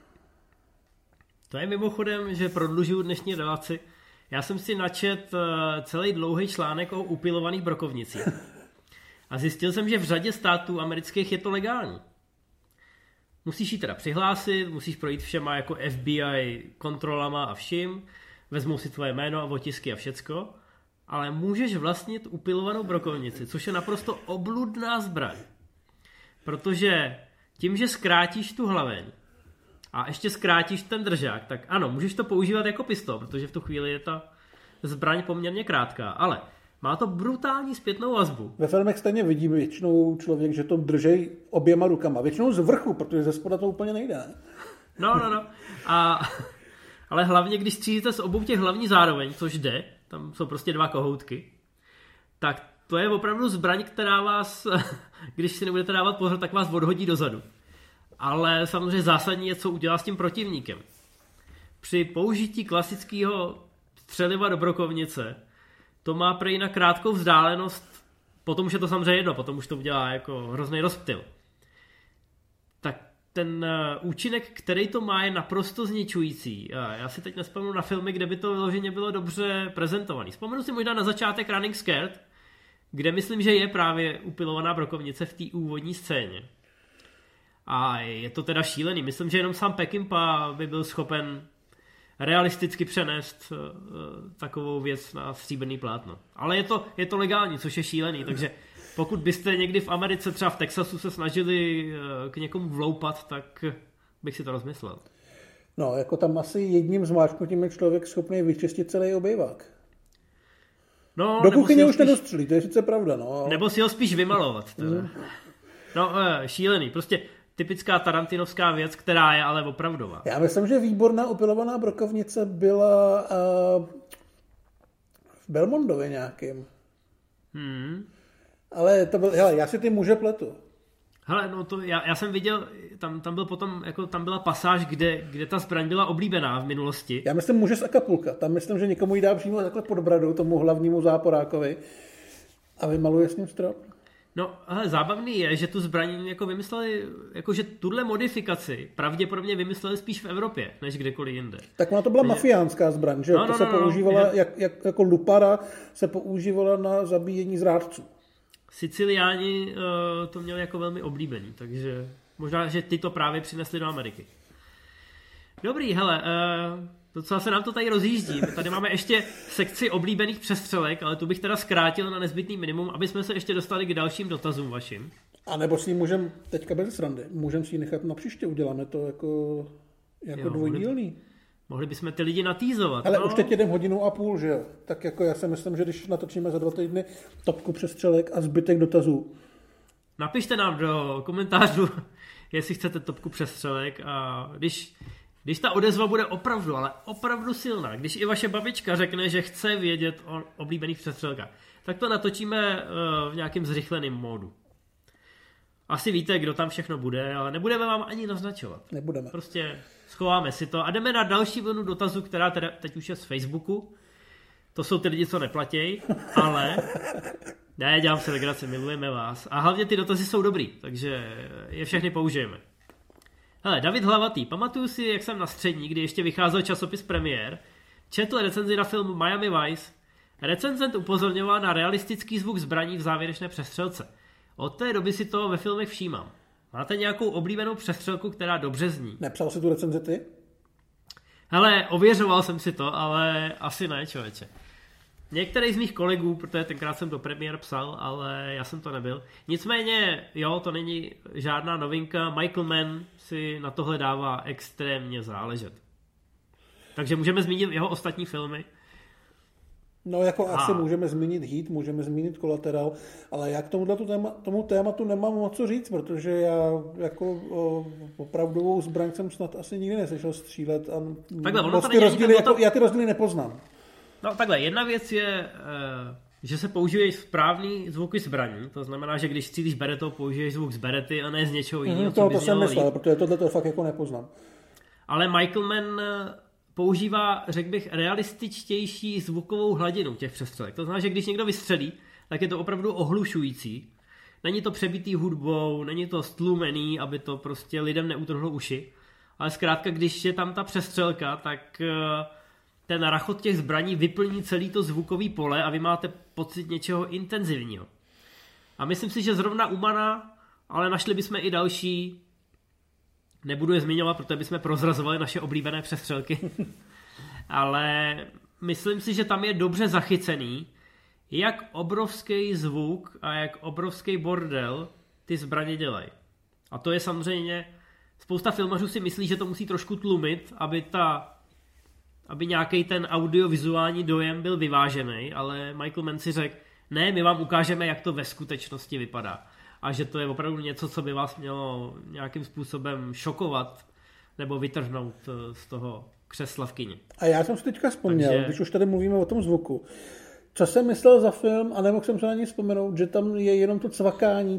To je mimochodem, že prodlužuju dnešní relaci. Já jsem si načet celý dlouhý článek o upilovaných brokovnicích. A zjistil jsem, že v řadě států amerických je to legální. Musíš ji teda přihlásit, musíš projít všema jako FBI kontrolama a vším, vezmou si tvoje jméno a otisky a všecko, ale můžeš vlastnit upilovanou brokovnici, což je naprosto obludná zbraň. Protože tím, že zkrátíš tu hlaveň a ještě zkrátíš ten držák, tak ano, můžeš to používat jako pistol, protože v tu chvíli je ta zbraň poměrně krátká, ale má to brutální zpětnou vazbu.
Ve filmech stejně vidí většinou člověk, že to držej oběma rukama. Většinou z vrchu, protože ze spoda to úplně nejde. Ne?
No. Ale hlavně, když střílíte z obou těch hlavní zároveň, což jde, tam jsou prostě 2 kohoutky, tak to je opravdu zbraň, která vás, když si nebudete dávat pozor, tak vás odhodí dozadu. Ale samozřejmě zásadní je, co udělá s tím protivníkem. Při použití klasického střeliva do brokovnice to má prej na krátkou vzdálenost, potom už je to samozřejmě jedno, potom už to udělá jako hrozný rozptyl. Tak ten účinek, který to má, je naprosto zničující. Já si teď nespomenu na filmy, kde by to vyloženě bylo dobře prezentovaný. Vzpomenu si možná na začátek Running Scared, kde myslím, že je právě upilovaná brokovnice v té úvodní scéně. A je to teda šílený. Myslím, že jenom sám Peckinpah by byl schopen realisticky přenést takovou věc na stříbrný plátno. Ale je to legální, což je šílený, takže pokud byste někdy v Americe, třeba v Texasu, se snažili k někomu vloupat, tak bych si to rozmyslel.
No, jako tam asi jedním zmáčknutím je člověk schopný vyčistit celý obývák.
No,
do kuchyně už nedostřelí, to je sice pravda. No.
Nebo si ho spíš vymalovat. No, šílený. Prostě typická tarantinovská věc, která je ale opravdová. Já
myslím, že výborná opilovaná brokovnice byla v Belmondově nějakým. Ale to byl, hele, já si ty muže pletu.
Hele, no to já jsem viděl, tam byl potom, jako tam byla pasáž, kde ta zbraň byla oblíbená v minulosti.
Já myslím muže z Acapulca. Tam myslím, že někomu jí dá přímo takhle pod bradou, tomu hlavnímu záporákovi a vymaluje s ním strop.
No, ale zábavný je, že tu zbraň jako vymysleli, jakože tuhle modifikaci pravděpodobně vymysleli spíš v Evropě, než kdekoliv jinde.
Tak ona to byla mafiánská zbraň, že? To se používala, jako lupara se používala na zabíjení zrádců.
Siciliáni to měli jako velmi oblíbený, takže možná, že ty to právě přinesli do Ameriky. Dobrý, hele, docela se nám to tady rozjíždí. Tady máme ještě sekci oblíbených přestřelek, ale tu bych teda zkrátil na nezbytný minimum, aby jsme se ještě dostali k dalším dotazům vašim.
A nebo si ji můžeme, teďka bez srandy, můžeme si ji nechat na příště, uděláme to jako dvojdílný.
Mohli bychom ty lidi natýzovat.
Ale už teď 1,5 hodiny, že jo? Tak jako já si myslím, že když natočíme za 2 týdny topku přestřelek a zbytek dotazů.
Napište nám do komentářů, jestli chcete topku přestřelek, a když ta odezva bude opravdu, ale opravdu silná, když i vaše babička řekne, že chce vědět o oblíbených přestřelkách, tak to natočíme v nějakém zrychleném módu. Asi víte, kdo tam všechno bude, ale nebudeme vám ani naznačovat.
Nebudeme.
Prostě schováme si to a jdeme na další vlnu dotazů, která teda teď už je z Facebooku. To jsou ty lidi, co neplatí, ale já dělám si legraci, milujeme vás. A hlavně ty dotazy jsou dobrý, takže je všechny použijeme. Hele, David Hlavatý, pamatuju si, jak jsem na střední, kdy ještě vycházel časopis Premiér, četl recenzi na film Miami Vice. Recenzent upozorňoval na realistický zvuk zbraní v závěrečné přestřelce. Od té doby si to ve filmech všímám. Máte nějakou oblíbenou přestřelku, která dobře zní?
Nepsal si tu recenzi ty?
Hele, ověřoval jsem si to, ale asi ne, člověče. Některý z mých kolegů, protože tenkrát jsem to Premiér psal, ale já jsem to nebyl. Nicméně, jo, to není žádná novinka. Michael Mann si na tohle dává extrémně záležet. Takže můžeme zmínit jeho ostatní filmy.
No jako asi můžeme zmínit Heat, můžeme zmínit Collateral, ale já k tomu tématu nemám moc co říct, protože já jako opravdovou zbraň jsem snad asi nikdy neslyšel střílet a já ty rozdíly nepoznám.
No takhle, jedna věc je, že se používají správný zvuky zbraní, to znamená, že když střílíš beretou, použiješ zvuk z berety a ne z něčeho jiného,
to jsem myslel, protože tohle fakt jako nepoznám.
Ale Michael Mann používá, řekl bych, realističtější zvukovou hladinu těch přestřelek. To znamená, že když někdo vystřelí, tak je to opravdu ohlušující. Není to přebitý hudbou, není to stlumený, aby to prostě lidem neutrhlo uši. Ale zkrátka, když je tam ta přestřelka, tak ten rachot těch zbraní vyplní celý to zvukový pole a vy máte pocit něčeho intenzivního. A myslím si, že zrovna u Mana, ale našli bychom i další, nebudu je zmiňovat, protože bychom prozrazovali naše oblíbené přestřelky, ale myslím si, že tam je dobře zachycený, jak obrovský zvuk a jak obrovský bordel ty zbraně dělají. A to je samozřejmě spousta filmařů si myslí, že to musí trošku tlumit, aby nějaký ten audiovizuální dojem byl vyvážený, ale Michael Mann si řekl, ne, my vám ukážeme, jak to ve skutečnosti vypadá. A že to je opravdu něco, co by vás mělo nějakým způsobem šokovat nebo vytrhnout z toho křesla v kině.
A já jsem si teďka vzpomněl, když už tady mluvíme o tom zvuku, co jsem myslel za film a nemohl jsem se na něj vzpomenout, že tam je jenom to cvakání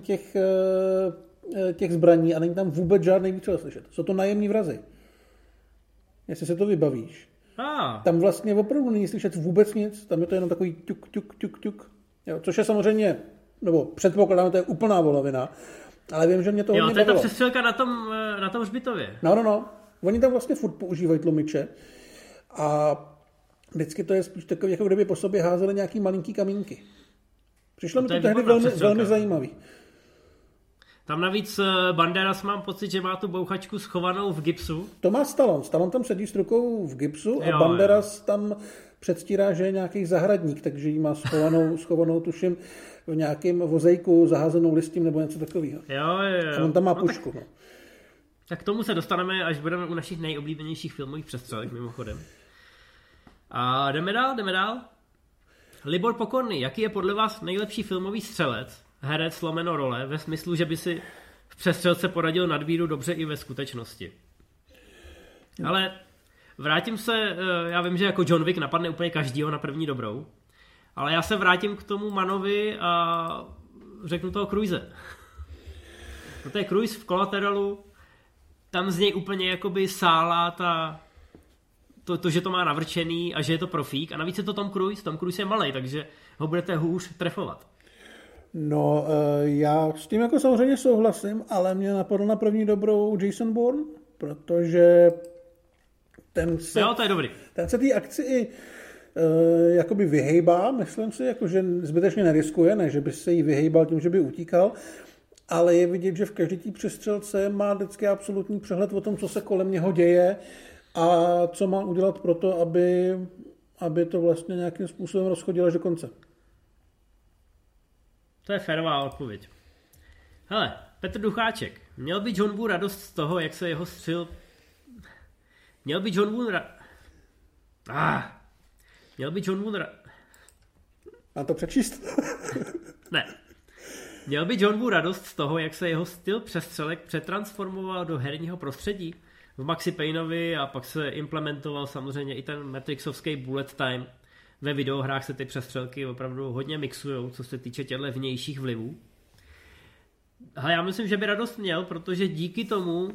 těch zbraní a není tam vůbec žádný výstřel slyšet. Jsou to nájemní vrazy. Jestli se to vybavíš. Tam vlastně opravdu není slyšet vůbec nic, tam je to jenom takový tuk, tuk, tuk, tuk. Jo, což je samozřejmě, nebo předpokládám, to je úplná volavina, ale vím, že mě to hodně bavilo.
Jo, to je ta přestřelka na tom hřbitově.
No. Oni tam vlastně furt používají tlumiče a vždycky to je spíš takový, jako kdyby po sobě házeli nějaký malinký kamínky. Přišlo mi to tehdy velmi zajímavý.
Tam navíc Banderas mám pocit, že má tu bouchačku schovanou v gipsu.
To má Stallone. Stallone tam sedí s rukou v gipsu a Banderas tam předstírá, že je nějaký zahradník, takže ji má schovanou tuším v nějakém vozejku zaházenou listím nebo něco takového.
Jo.
A on tam má pušku.
Tak k tomu se dostaneme, až budeme u našich nejoblíbenějších filmových přestřelek mimochodem. A jdeme dál. Libor Pokorný, jaký je podle vás nejlepší filmový střelec, herec lomeno role, ve smyslu, že by si v přestřelce poradil nadbíru dobře i ve skutečnosti? Ale vrátím se, já vím, že jako John Wick napadne úplně každýho na první dobrou, ale já se vrátím k tomu Mannovi a řeknu toho Cruise. Protože Cruise v Collateralu, tam z něj úplně jakoby sálá to, že to má navrčený a že je to profík. A navíc je to Tom Cruise. Tom Cruise je malej, takže ho budete hůř trefovat.
No, já s tím jako samozřejmě souhlasím, ale mě napadl na první dobrou Jason Bourne, protože
jo, to je dobrý.
Ten se té akci i jakoby vyhejbá, myslím si, jako, že zbytečně neriskuje, ne, že by se jí vyhejbal tím, že by utíkal, ale je vidět, že v každé té přestřelce má vždycky absolutní přehled o tom, co se kolem něho děje a co má udělat pro to, aby to vlastně nějakým způsobem rozchodilo až do konce.
To je férová odpověď. Hele, Petr Ducháček. Měl by John Woo radost z toho, jak se jeho střel... Měl by John Woo
Mám to přečíst?
Ne. Měl by John Woo radost z toho, jak se jeho styl přestřelek přetransformoval do herního prostředí v Maxi Payneovi a pak se implementoval samozřejmě i ten Matrixovský bullet time. Ve videohrách se ty přestřelky opravdu hodně mixujou, co se týče těchto vnějších vlivů. Ale já myslím, že by radost měl, protože díky tomu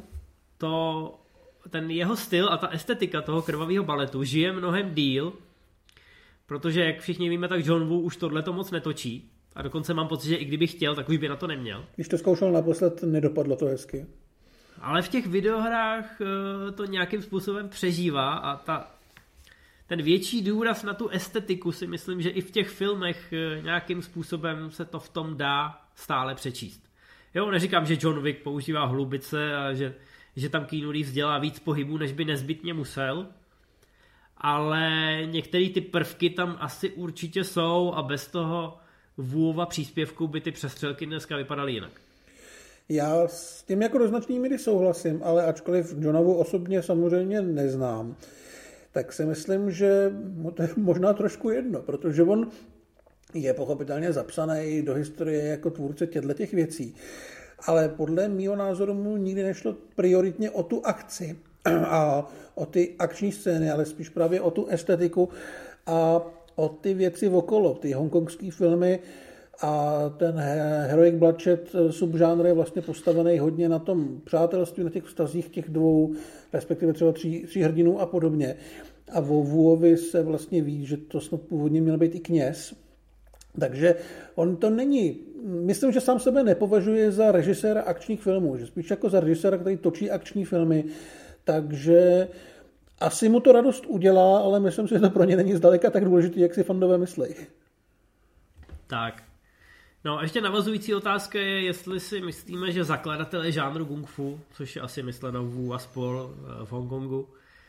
ten jeho styl a ta estetika toho krvavého baletu žije mnohem díl, protože jak všichni víme, tak John Woo už tohleto moc netočí. A dokonce mám pocit, že i kdyby chtěl, tak už by na to neměl.
Když to zkoušel naposled, nedopadlo to hezky.
Ale v těch videohrách to nějakým způsobem přežívá a ten větší důraz na tu estetiku si myslím, že i v těch filmech nějakým způsobem se to v tom dá stále přečíst. Jo, neříkám, že John Wick používá hlubice a že tam Keanu Reeves dělá víc pohybů, než by nezbytně musel, ale některé ty prvky tam asi určitě jsou a bez toho Woova příspěvku by ty přestřelky dneska vypadaly jinak.
Já s tím jako do značné míry souhlasím, ale ačkoliv Johnovu osobně samozřejmě neznám, tak si myslím, že to je možná trošku jedno, protože on je pochopitelně zapsaný do historie jako tvůrce těch věcí. Ale podle mýho názoru mu nikdy nešlo prioritně o tu akci a o ty akční scény, ale spíš právě o tu estetiku a o ty věci okolo, ty hongkongské filmy a ten Heroic Bloodshed subžánr je vlastně postavený hodně na tom přátelství, na těch vztazích těch dvou, respektive třeba tří hrdinů a podobně. A o Woovi se vlastně ví, že to snad původně měl být i kněz. Takže on to není, myslím, že sám sebe nepovažuje za režiséra akčních filmů, že spíš jako za režiséra, který točí akční filmy, takže asi mu to radost udělá, ale myslím si, že to pro ně není zdaleka tak důležitý, jak si fandové myslí. Tak.
No a ještě navazující otázka je, jestli si myslíme, že zakladatelé žánru kung fu, což je asi mysleno Wu a spol v Hongkongu,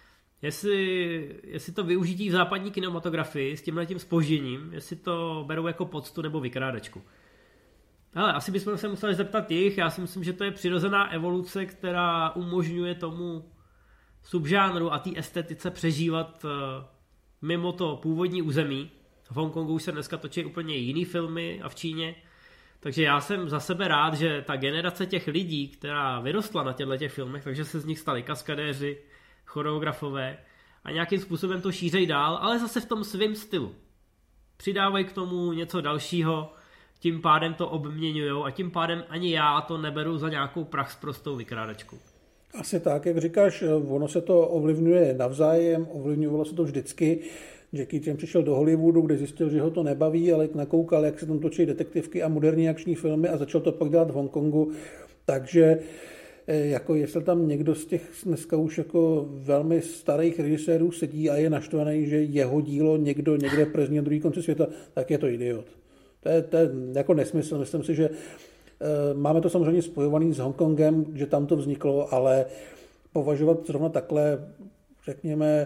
jestli to využití v západní kinematografii s tímhletím zpožděním, jestli to berou jako poctu nebo vykrádačku. Ale asi bychom se museli zeptat jich. Já si myslím, že to je přirozená evoluce, která umožňuje tomu subžánru a té estetice přežívat mimo to původní území. V Hongkongu už se dneska točí úplně jiný filmy a v Číně. Takže já jsem za sebe rád, že ta generace těch lidí, která vyrostla na těchto filmech, takže se z nich stali kaskadéři, choreografové a nějakým způsobem to šířej dál, ale zase v tom svém stylu. Přidávají k tomu něco dalšího, tím pádem to obměňujou a tím pádem ani já to neberu za nějakou prachsprostou vykrádačku.
Asi tak, jak říkáš, ono se to ovlivňuje navzájem, ovlivňovalo se to vždycky. Jackie Chan přišel do Hollywoodu, kde zjistil, že ho to nebaví, ale nakoukal, jak se tam točí detektivky a moderní akční filmy a začal to pak dělat v Hongkongu. Takže jako jestli tam někdo z těch dneska už jako velmi starých režisérů sedí a je naštvaný, že jeho dílo někdo někde prezní na druhý konci světa, tak je to idiot. To je jako nesmysl. Myslím si, že máme to samozřejmě spojovaný s Hongkongem, že tam to vzniklo, ale považovat zrovna takhle, řekněme,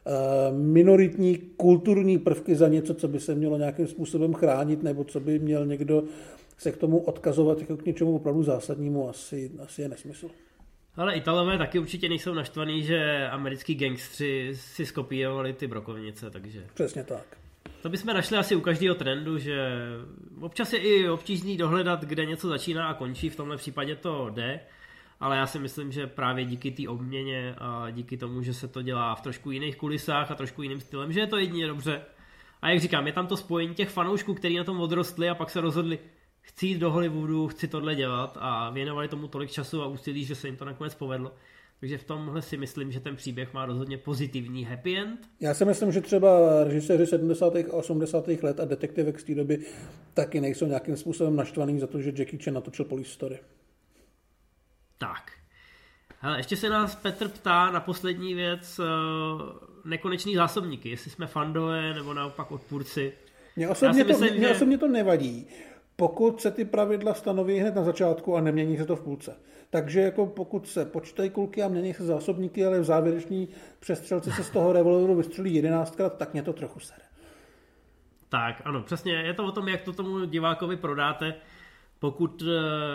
minoritní kulturní prvky za něco, co by se mělo nějakým způsobem chránit, nebo co by měl někdo se k tomu odkazovat jako k něčemu opravdu zásadnímu, asi je nesmysl.
Ale Italové taky určitě nejsou naštvaný, že americký gangstři si skopírovali ty brokovnice, takže...
Přesně tak.
To bychom našli asi u každého trendu, že občas je i obtížný dohledat, kde něco začíná a končí, v tomhle případě to jde, ale já si myslím, že právě díky té obměně a díky tomu, že se to dělá v trošku jiných kulisách a trošku jiným stylem, že je to jedině dobře. A jak říkám, je tam to spojení těch fanoušků, kteří na tom odrostli a pak se rozhodli, chci jít do Hollywoodu, chci tohle dělat a věnovali tomu tolik času a úsilí, že se jim to nakonec povedlo. Takže v tomhle si myslím, že ten příběh má rozhodně pozitivní happy end.
Já si myslím, že třeba režiséři 70. a 80. let a detektivek z té doby taky nejsou nějakým způsobem naštvaný za to, že Jackie Chan natočil Police Story.
Tak. Hele, ještě se nás Petr ptá na poslední věc, nekonečný zásobníky, jestli jsme fandové nebo naopak odpůrci.
Mně osobně to nevadí, pokud se ty pravidla stanoví hned na začátku a nemění se to v půlce. Takže jako pokud se počítají kulky a mění se zásobníky, ale v závěreční přestřelce se z toho revolveru vystřelí 11krát, tak mě to trochu sere.
Tak, ano, přesně, je to o tom, jak to tomu divákovi prodáte. Pokud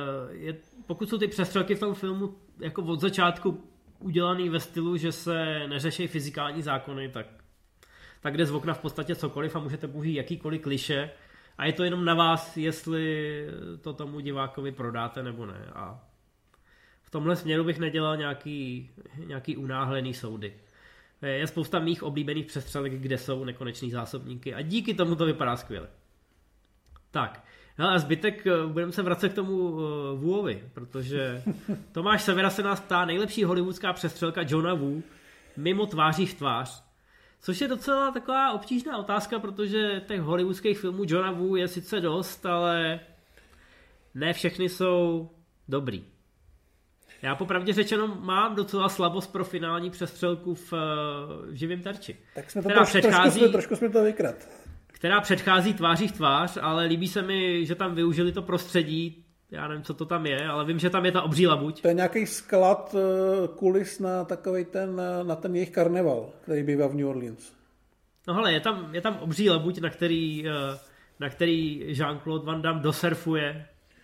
jsou ty přestřelky v tom filmu jako od začátku udělaný ve stylu, že se neřeší fyzikální zákony, tak jde z okna v podstatě cokoliv a můžete použít jakýkoliv kliše a je to jenom na vás, jestli to tomu divákovi prodáte nebo ne. A v tomhle směru bych nedělal nějaký unáhlený soudy. Je spousta mých oblíbených přestřelek, kde jsou nekonečný zásobníky a díky tomu to vypadá skvěle. Tak, no a zbytek budeme se vracet k tomu Wuovi, protože Tomáš Severa se nás ptá nejlepší hollywoodská přestřelka Johna Woo mimo tváří v tvář. Což je docela taková obtížná otázka, protože těch hollywoodských filmů Johna Woo je sice dost, ale ne všechny jsou dobrý. Já popravdě řečeno mám docela slabost pro finální přestřelku v Živým terči.
Tak jsme to trošku jsme to vykrat.
Která předchází tváří v tvář, ale líbí se mi, že tam využili to prostředí. Já nevím, co to tam je, ale vím, že tam je ta obří labuť. To
je nějaký sklad kulis na takovej na ten jejich karneval, který bývá v New Orleans.
No hele, je tam obří labuť, na který Jean-Claude Van Damme dosurfuje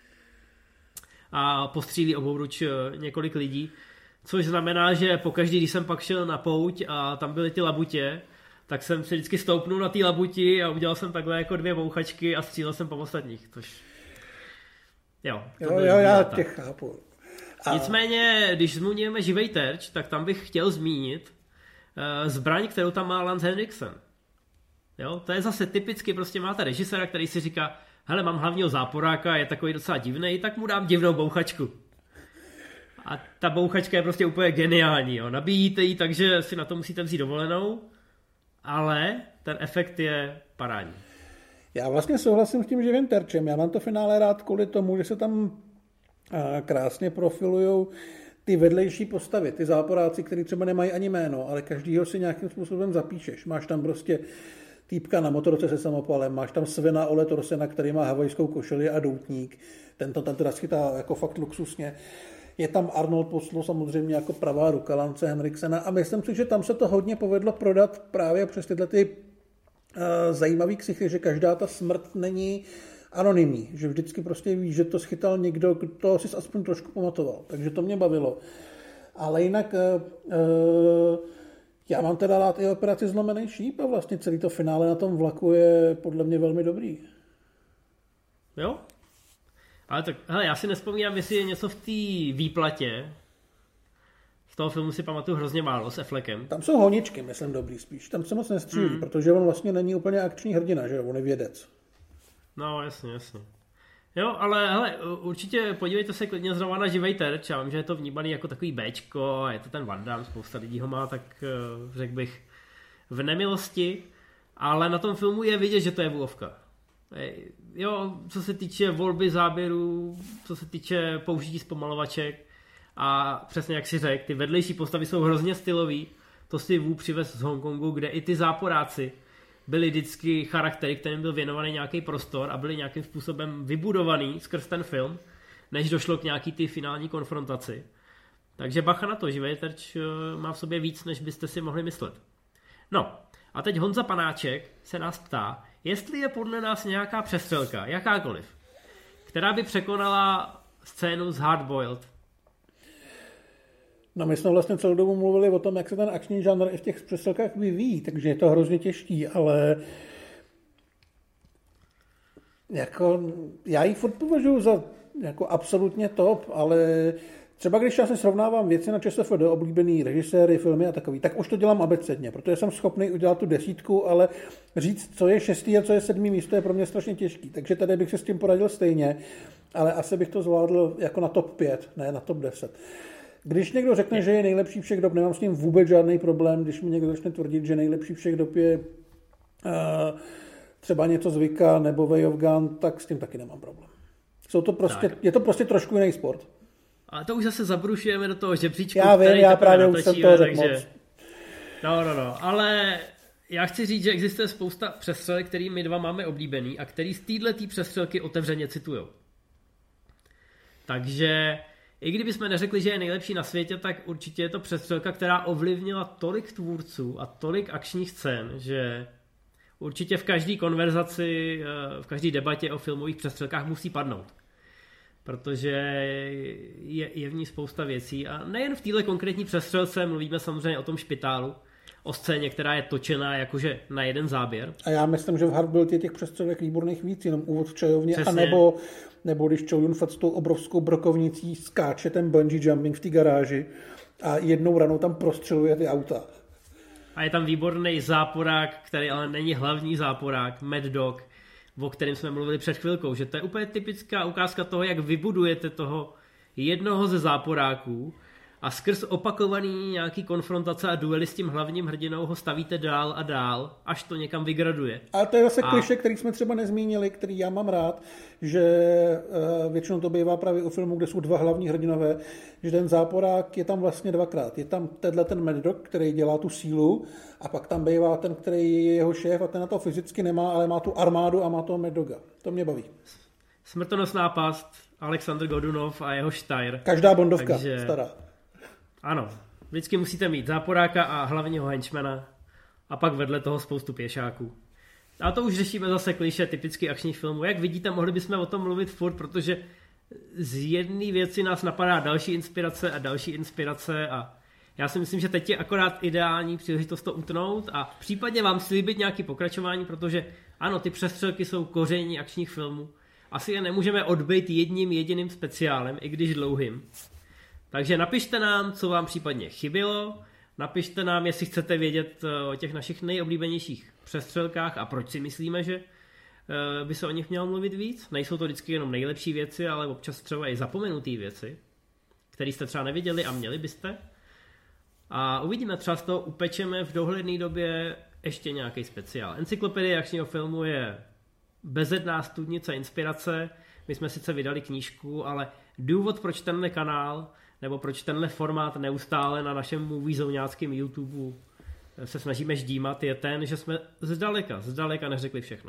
a postřílí obouruč několik lidí, což znamená, že pokaždý, když jsem pak šel na pouť a tam byly ty labutě, tak jsem si vždycky stoupnul na té labuti a udělal jsem takhle jako 2 bouchačky a střílel jsem po ostatních, což... Jo,
já tě chápu.
Nicméně, když zmíníme Živej terč, tak tam bych chtěl zmínit zbraň, kterou tam má Lance Henriksen. Jo, to je zase typicky, prostě máte režiséra, který si říká, hele, mám hlavního záporáka, je takový docela divnej, tak mu dám divnou bouchačku. A ta bouchačka je prostě úplně geniální, jo. Nabíjíte ji, takže si na to musíte vzít dovolenou, ale ten efekt je parádní.
Já vlastně souhlasím s tím Živým terčem. Já mám to finále rád kvůli tomu, že se tam krásně profilujou ty vedlejší postavy, ty záporáci, který třeba nemají ani jméno, ale každýho si nějakým způsobem zapíšeš. Máš tam prostě týpka na motorce se samopalem, máš tam Svena Ole Torsena, který má havajskou košili a doutník. Tento tam teda schytá jako fakt luxusně. Je tam Arnold Poslo samozřejmě jako pravá ruka Lance Henriksena a myslím si, že tam se to hodně povedlo prodat právě přes tyhle ty zajímavý ksichy, že každá ta smrt není anonymní, že vždycky prostě víš, že to schytal někdo, kdo si aspoň trošku pamatoval, takže to mě bavilo. Ale jinak já mám teda rád i Operaci Zlomený šíp a vlastně celý to finále na tom vlaku je podle mě velmi dobrý.
Jo? Ale tak, hele, já si nespomínám, jestli je něco v té výplatě. Z toho filmu si pamatuju hrozně málo s Affleckem.
Tam jsou honičky, myslím, dobrý spíš. Tam se moc nestřílí, protože on vlastně není úplně akční hrdina, že on je vědec.
No, jasně. Jo, ale hele, určitě podívejte se klidně znovu na Živej terč. Já vím, že je to vnímaný jako takový Bčko a je to ten Van Damme, spousta lidí ho má, tak řekl bych v nemilosti, ale na tom filmu je vidět, že to je vůvka. Jo, co se týče volby záběrů, co se týče použití zpomalovaček a přesně jak si řekl, ty vedlejší postavy jsou hrozně stylový. To si Wu přivez z Hongkongu, kde i ty záporáci byli vždycky charaktery, kterým byl věnovaný nějaký prostor a byli nějakým způsobem vybudovaný skrz ten film, než došlo k nějaký ty finální konfrontaci. Takže bacha na to, Živej terč má v sobě víc, než byste si mohli myslet. No, a teď Honza Panáček se nás ptá, jestli je podle nás nějaká přestřelka, jakákoliv, která by překonala scénu z Hardboiled.
No my jsme vlastně celou dobu mluvili o tom, jak se ten akční žánr i v těch přestřelkách vyvíjí, takže je to hrozně těžký, ale jako já ji furt považuji za jako absolutně top, ale třeba když já se srovnávám věci na ČSFD, oblíbený režiséry, filmy a takový, tak už to dělám abecedně, protože jsem schopný udělat tu 10, ale říct, co je 6. a co je 7. místo, je pro mě strašně těžký. Takže tady bych se s tím poradil stejně, ale asi bych to zvládl jako na top 5, ne na top 10. Když někdo řekne, že je nejlepší všech dob, nemám s tím vůbec žádný problém, když mi někdo začne tvrdit, že nejlepší všech dob je třeba něco z Vika nebo Way of Gun, tak s tím taky nemám problém. Je to prostě trošku jiný sport.
A to už zase zabrušujeme do toho žebříčku.
Já vím, já právě už jsem to řekl moc.
No, ale já chci říct, že existuje spousta přestřelek, který my dva máme oblíbený a který z této přestřelky otevřeně citujou. Takže i kdybychom neřekli, že je nejlepší na světě, tak určitě je to přestřelka, která ovlivnila tolik tvůrců a tolik akčních scén, že určitě v každé konverzaci, v každé debatě o filmových přestřelkách musí padnout. Protože je v ní spousta věcí a nejen v této konkrétní přestřelce, mluvíme samozřejmě o tom špitálu, o scéně, která je točená jakože na jeden záběr. A
já myslím, že v Hardboiled je těch přestřelek výborných víc, jenom úvod v čajovně, nebo když Chow Yun-fat s tou obrovskou brokovnicí skáče ten bungee jumping v té garáži a jednou ranou tam prostřeluje ty auta.
A je tam výborný záporák, který ale není hlavní záporák, Mad Dog, o kterém jsme mluvili před chvilkou, že to je úplně typická ukázka toho, jak vybudujete toho jednoho ze záporáků a skrz opakovaný nějaký konfrontace a duely s tím hlavním hrdinou ho stavíte dál a dál, až to někam vygraduje.
Ale to je zase klišé, který jsme třeba nezmínili, který já mám rád, že většinou to bývá právě u filmů, kde jsou dva hlavní hrdinové, že ten záporák je tam vlastně dvakrát. Je tam ten Mad Dog, který dělá tu sílu, a pak tam bývá ten, který je jeho šéf a ten na to fyzicky nemá, ale má tu armádu a má toho Mad Doga. To mě baví.
Smrtonosná past, Alexander Godunov a jeho Steyr.
Každá bondovka stará.
Ano, vždycky musíte mít záporáka a hlavního henchmana a pak vedle toho spoustu pěšáků. A to už řešíme zase klišé typicky akčních filmů. Jak vidíte, mohli bychom o tom mluvit furt, protože z jedné věci nás napadá další inspirace a já si myslím, že teď je akorát ideální příležitost to utnout a případně vám slíbit nějaké pokračování, protože ano, ty přestřelky jsou koření akčních filmů. Asi je nemůžeme odbejt jedním jediným speciálem, i když dlouhým. Takže napište nám, co vám případně chybělo, napište nám, jestli chcete vědět o těch našich nejoblíbenějších přestřelkách a proč si myslíme, že by se o nich mělo mluvit víc. Nejsou to vždycky jenom nejlepší věci, ale občas třeba i zapomenutý věci, které jste třeba neviděli a měli byste. A uvidíme, třeba z toho upečeme v dohledné době ještě nějaký speciál. Encyklopedie akčního filmu je bezedná studnice inspirace. My jsme sice vydali knížku, ale důvod, proč tenhle kanál nebo proč tenhle formát neustále na našem moviezóňáckém YouTube se snažíme ždímat, je ten, že jsme zdaleka neřekli všechno.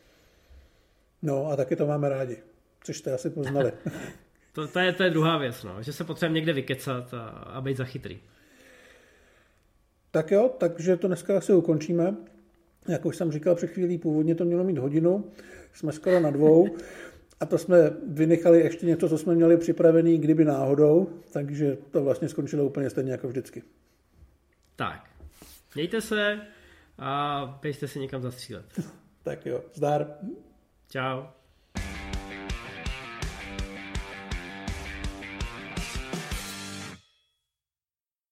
No a taky to máme rádi, což jste asi poznali.
to je druhá věc, no, že se potřebujeme někde vykecat a být zachytrý.
Tak jo, takže to dneska asi ukončíme. Jak už jsem říkal před chvílí, původně to mělo mít hodinu, jsme skoro na 2 a to jsme vynechali ještě něco, co jsme měli připravený, kdyby náhodou, takže to vlastně skončilo úplně stejně jako vždycky.
Tak, mějte se a běžte si někam zastřílet.
Tak jo, zdar.
Čau.